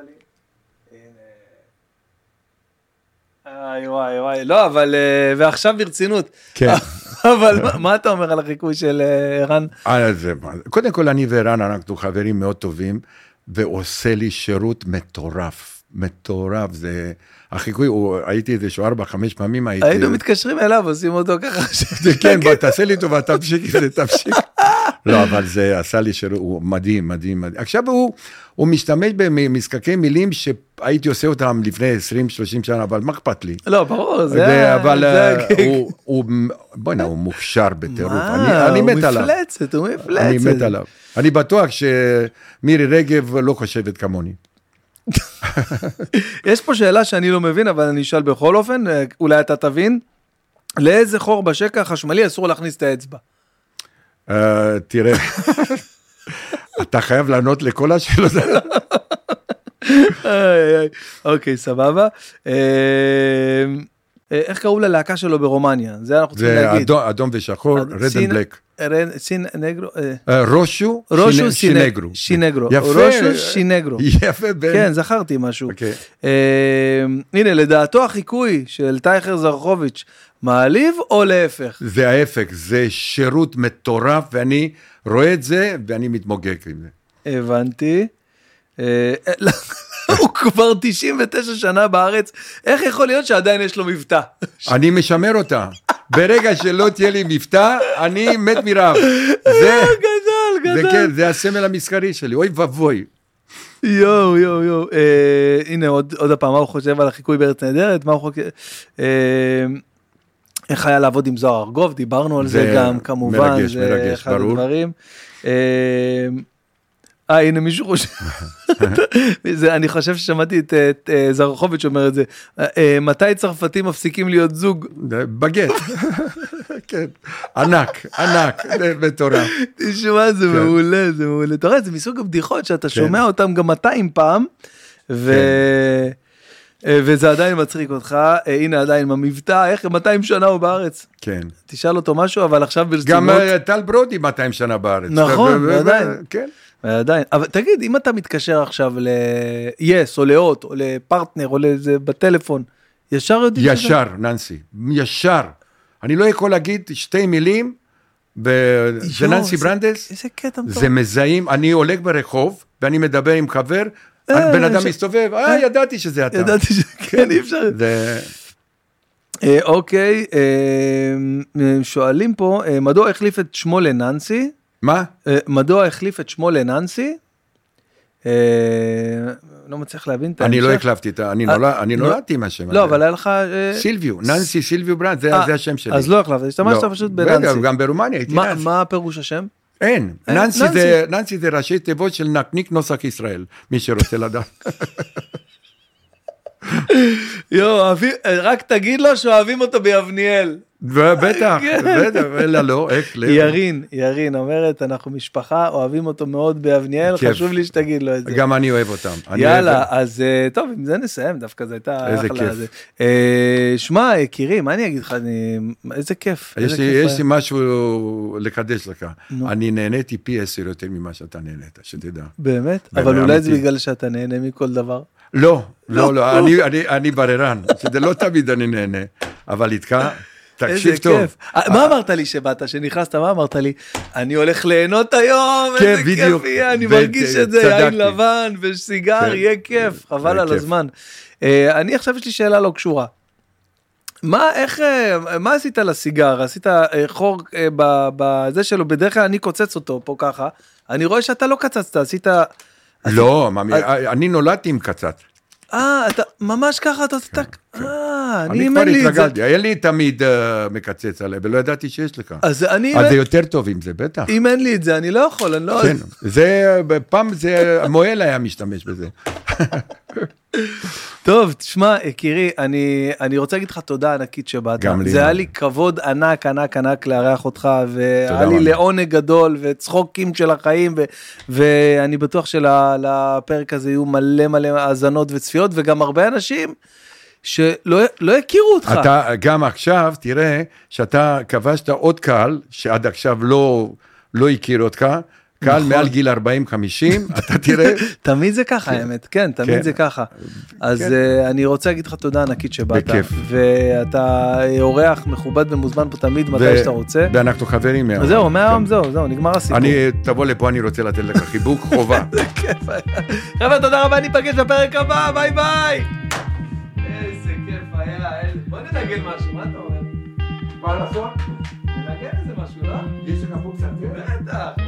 הנה... וואי, וואי, לא, אבל... ועכשיו ברצינות. כן. אבל מה אתה אומר על החיקוי של ערן? קודם כל, אני וערן, אנחנו חברים מאוד טובים, ועושה לי שירות מטורף. מטורף, זה... החיקוי, הייתי איזה שהוא ארבע, חמש פעמים, הייתי... היינו מתקשרים אליו, עושים אותו ככה. כן, בוא, תעשה לי טובה, תמשיך, זה תמשיך. לא, אבל זה עשה לי שירות, הוא מדהים, מדהים, מדהים. עכשיו הוא, הוא משתמש במשחקי מילים שהייתי עושה אותם לפני עשרים שלושים שנה, אבל מה אכפת לי? לא, ברור, זה... אבל הוא, בואי נה, הוא מוכשר בטירוף. אני מת עליו. הוא מפלצת, הוא מפלצת. אני מת עליו. אני בטוח שמירי רגב לא חושבת כמוני. יש פה שאלה שאני לא מבין, אבל אני אשאל בכל אופן, אולי אתה תבין, לאיזה חור בשקע החשמלי אסור להכניס את האצבע? תראה, אתה חייב לענות לכל השאלות. אוקיי, סבבה. איך קראו ללהקה שלו ברומניה? זה אנחנו צריכים להגיד. זה אדום ושחור, רד אנד בלק. סין נגרו. רושו שינגרו. שינגרו. יפה. רושו שינגרו. יפה. כן, זכרתי משהו. הנה, לדעתו החיקוי של טייכר זרחוביץ' מעליב או להפך? זה ההפך, זה שירות מטורף, ואני רואה את זה, ואני מתמוגג עם זה. הבנתי. הוא כבר תשעים ותשע שנה בארץ, איך יכול להיות שעדיין יש לו מבטא? אני משמר אותה. ברגע שלא תהיה לי מבטא, אני מת מרעב. זה גדל, גדל. זה כן, זה הסמל המסחרי שלי, אוי ובוי. יואו, יואו, יואו. הנה, עוד הפעם, מה הוא חושב על החיקוי בארץ נהדרת? מה הוא חושב... איך היה לעבוד עם זוהר ארגוב? דיברנו על זה גם, כמובן. מרגש, מרגש, ברור. אה, הנה מישהו חושב, אני חושב ששמעתי את זרחוביץ' אומר את זה, מתי צרפתים מפסיקים להיות זוג? בגט, כן, ענק, ענק, מטורף. תשמע, זה מעולה, זה מעולה, תראה, זה מסוג הבדיחות שאתה שומע אותם גם מאתיים פעם, וזה עדיין מצחיק אותך, הנה עדיין המבטא, איך מאתיים שנה הוא בארץ? כן. תשאל אותו משהו, אבל עכשיו ברצינות. גם טל ברודי מאתיים שנה בארץ. נכון, עדיין. כן. עדיין, אבל תגיד, אם אתה מתקשר עכשיו ל-yes או לאות או לפרטנר או לזה בטלפון, ישר יודעים? ישר, ננסי, ישר. אני לא יכול להגיד שתי מילים, זה ננסי ברנדס, איזה קטע טוב. זה מזהים, אני הולך ברחוב, ואני מדבר עם חבר, בן אדם מסתובב, אה, ידעתי שזה אתה. ידעתי שזה, כן, אי אפשר. אוקיי, שואלים פה, מדוע החליף את שמו לננסי? מה? מדוע החליף את שמו לננסי? לא מצליח להבין את ההמשך. אני לא הקלפתי את ה... אני נולדתי עם השם הזה. לא, אבל היה לך... סילביו, ננסי סילביו ברנד, זה השם שלי. אז לא הקלפתי, השתמשת פשוט בננסי. גם ברומניה הייתי ננסי. מה פירוש השם? אין, ננסי זה ראשי תיבות של נקניק נוסח ישראל, מי שרוצה לדעת. יו, רק תגיד לו שאוהבים אותו ביבניאל. בטח, בטח, אלא לא, איך לא. ירין, ירין אומרת, אנחנו משפחה, אוהבים אותו מאוד ביבניאל, חשוב לי שתגיד לו את זה. גם אני אוהב אותם. יאללה, אז טוב, עם זה נסיים, דווקא זה הייתה איזה כיף. שמע, יקירי, מה אני אגיד לך, איזה כיף. יש לי משהו לקדש לך. אני נהניתי פי עשר יותר ממה שאתה נהנית, שתדע. באמת? אבל אולי זה בגלל שאתה נהנה מכל דבר? לא, לא, לא, אני בררן, שזה לא תמיד אני נהנה, אבל איתך... תקשיב טוב. מה אמרת לי שבאת, שנכנסת, מה אמרת לי? אני הולך ליהנות היום, איזה כיף יהיה, אני מרגיש את זה, יין לבן וסיגר, יהיה כיף, חבל על הזמן. אני עכשיו יש לי שאלה לא קשורה. מה, איך, מה עשית לסיגר? עשית חור בזה שלו, בדרך כלל אני קוצץ אותו פה ככה, אני רואה שאתה לא קצצת, עשית... לא, אני נולדתי עם קצת. אה, אתה ממש ככה, אתה עושה... אה, אני כבר התרגלתי, היה לי תמיד מקצץ עליי, ולא ידעתי שיש לך. אז זה יותר טוב עם זה, בטח. אם אין לי את זה, אני לא יכול, אני לא... כן, זה, פעם זה, המועל היה משתמש בזה. טוב, תשמע, יקירי, אני, אני רוצה להגיד לך תודה ענקית שבאת. גם לי. זה היה לי כבוד ענק, ענק, ענק לארח אותך, והיה לי לעונג גדול, וצחוקים של החיים, ו, ואני בטוח שלפרק הזה יהיו מלא מלא האזנות וצפיות, וגם הרבה אנשים שלא לא הכירו אותך. אתה גם עכשיו, תראה, שאתה כבשת עוד קהל, שעד עכשיו לא, לא הכיר אותך, קהל מעל גיל ארבעים חמישים, אתה תראה... תמיד זה ככה, האמת, כן, תמיד זה ככה. אז אני רוצה להגיד לך תודה ענקית שבאת, ואתה אורח מכובד ומוזמן פה תמיד מתי שאתה רוצה. ואנחנו חברים מהיום. זהו, מהיום זהו, זהו, נגמר הסיפור. אני, תבוא לפה, אני רוצה לתת לך חיבוק חובה. זה כיף. חבר'ה, תודה רבה, ניפגש בפרק הבא, ביי ביי. איזה כיף היה, בוא ננגן משהו, מה אתה אומר? מה לעשות? ננגן איזה משהו, לא? יש לך פה קצת, בטח.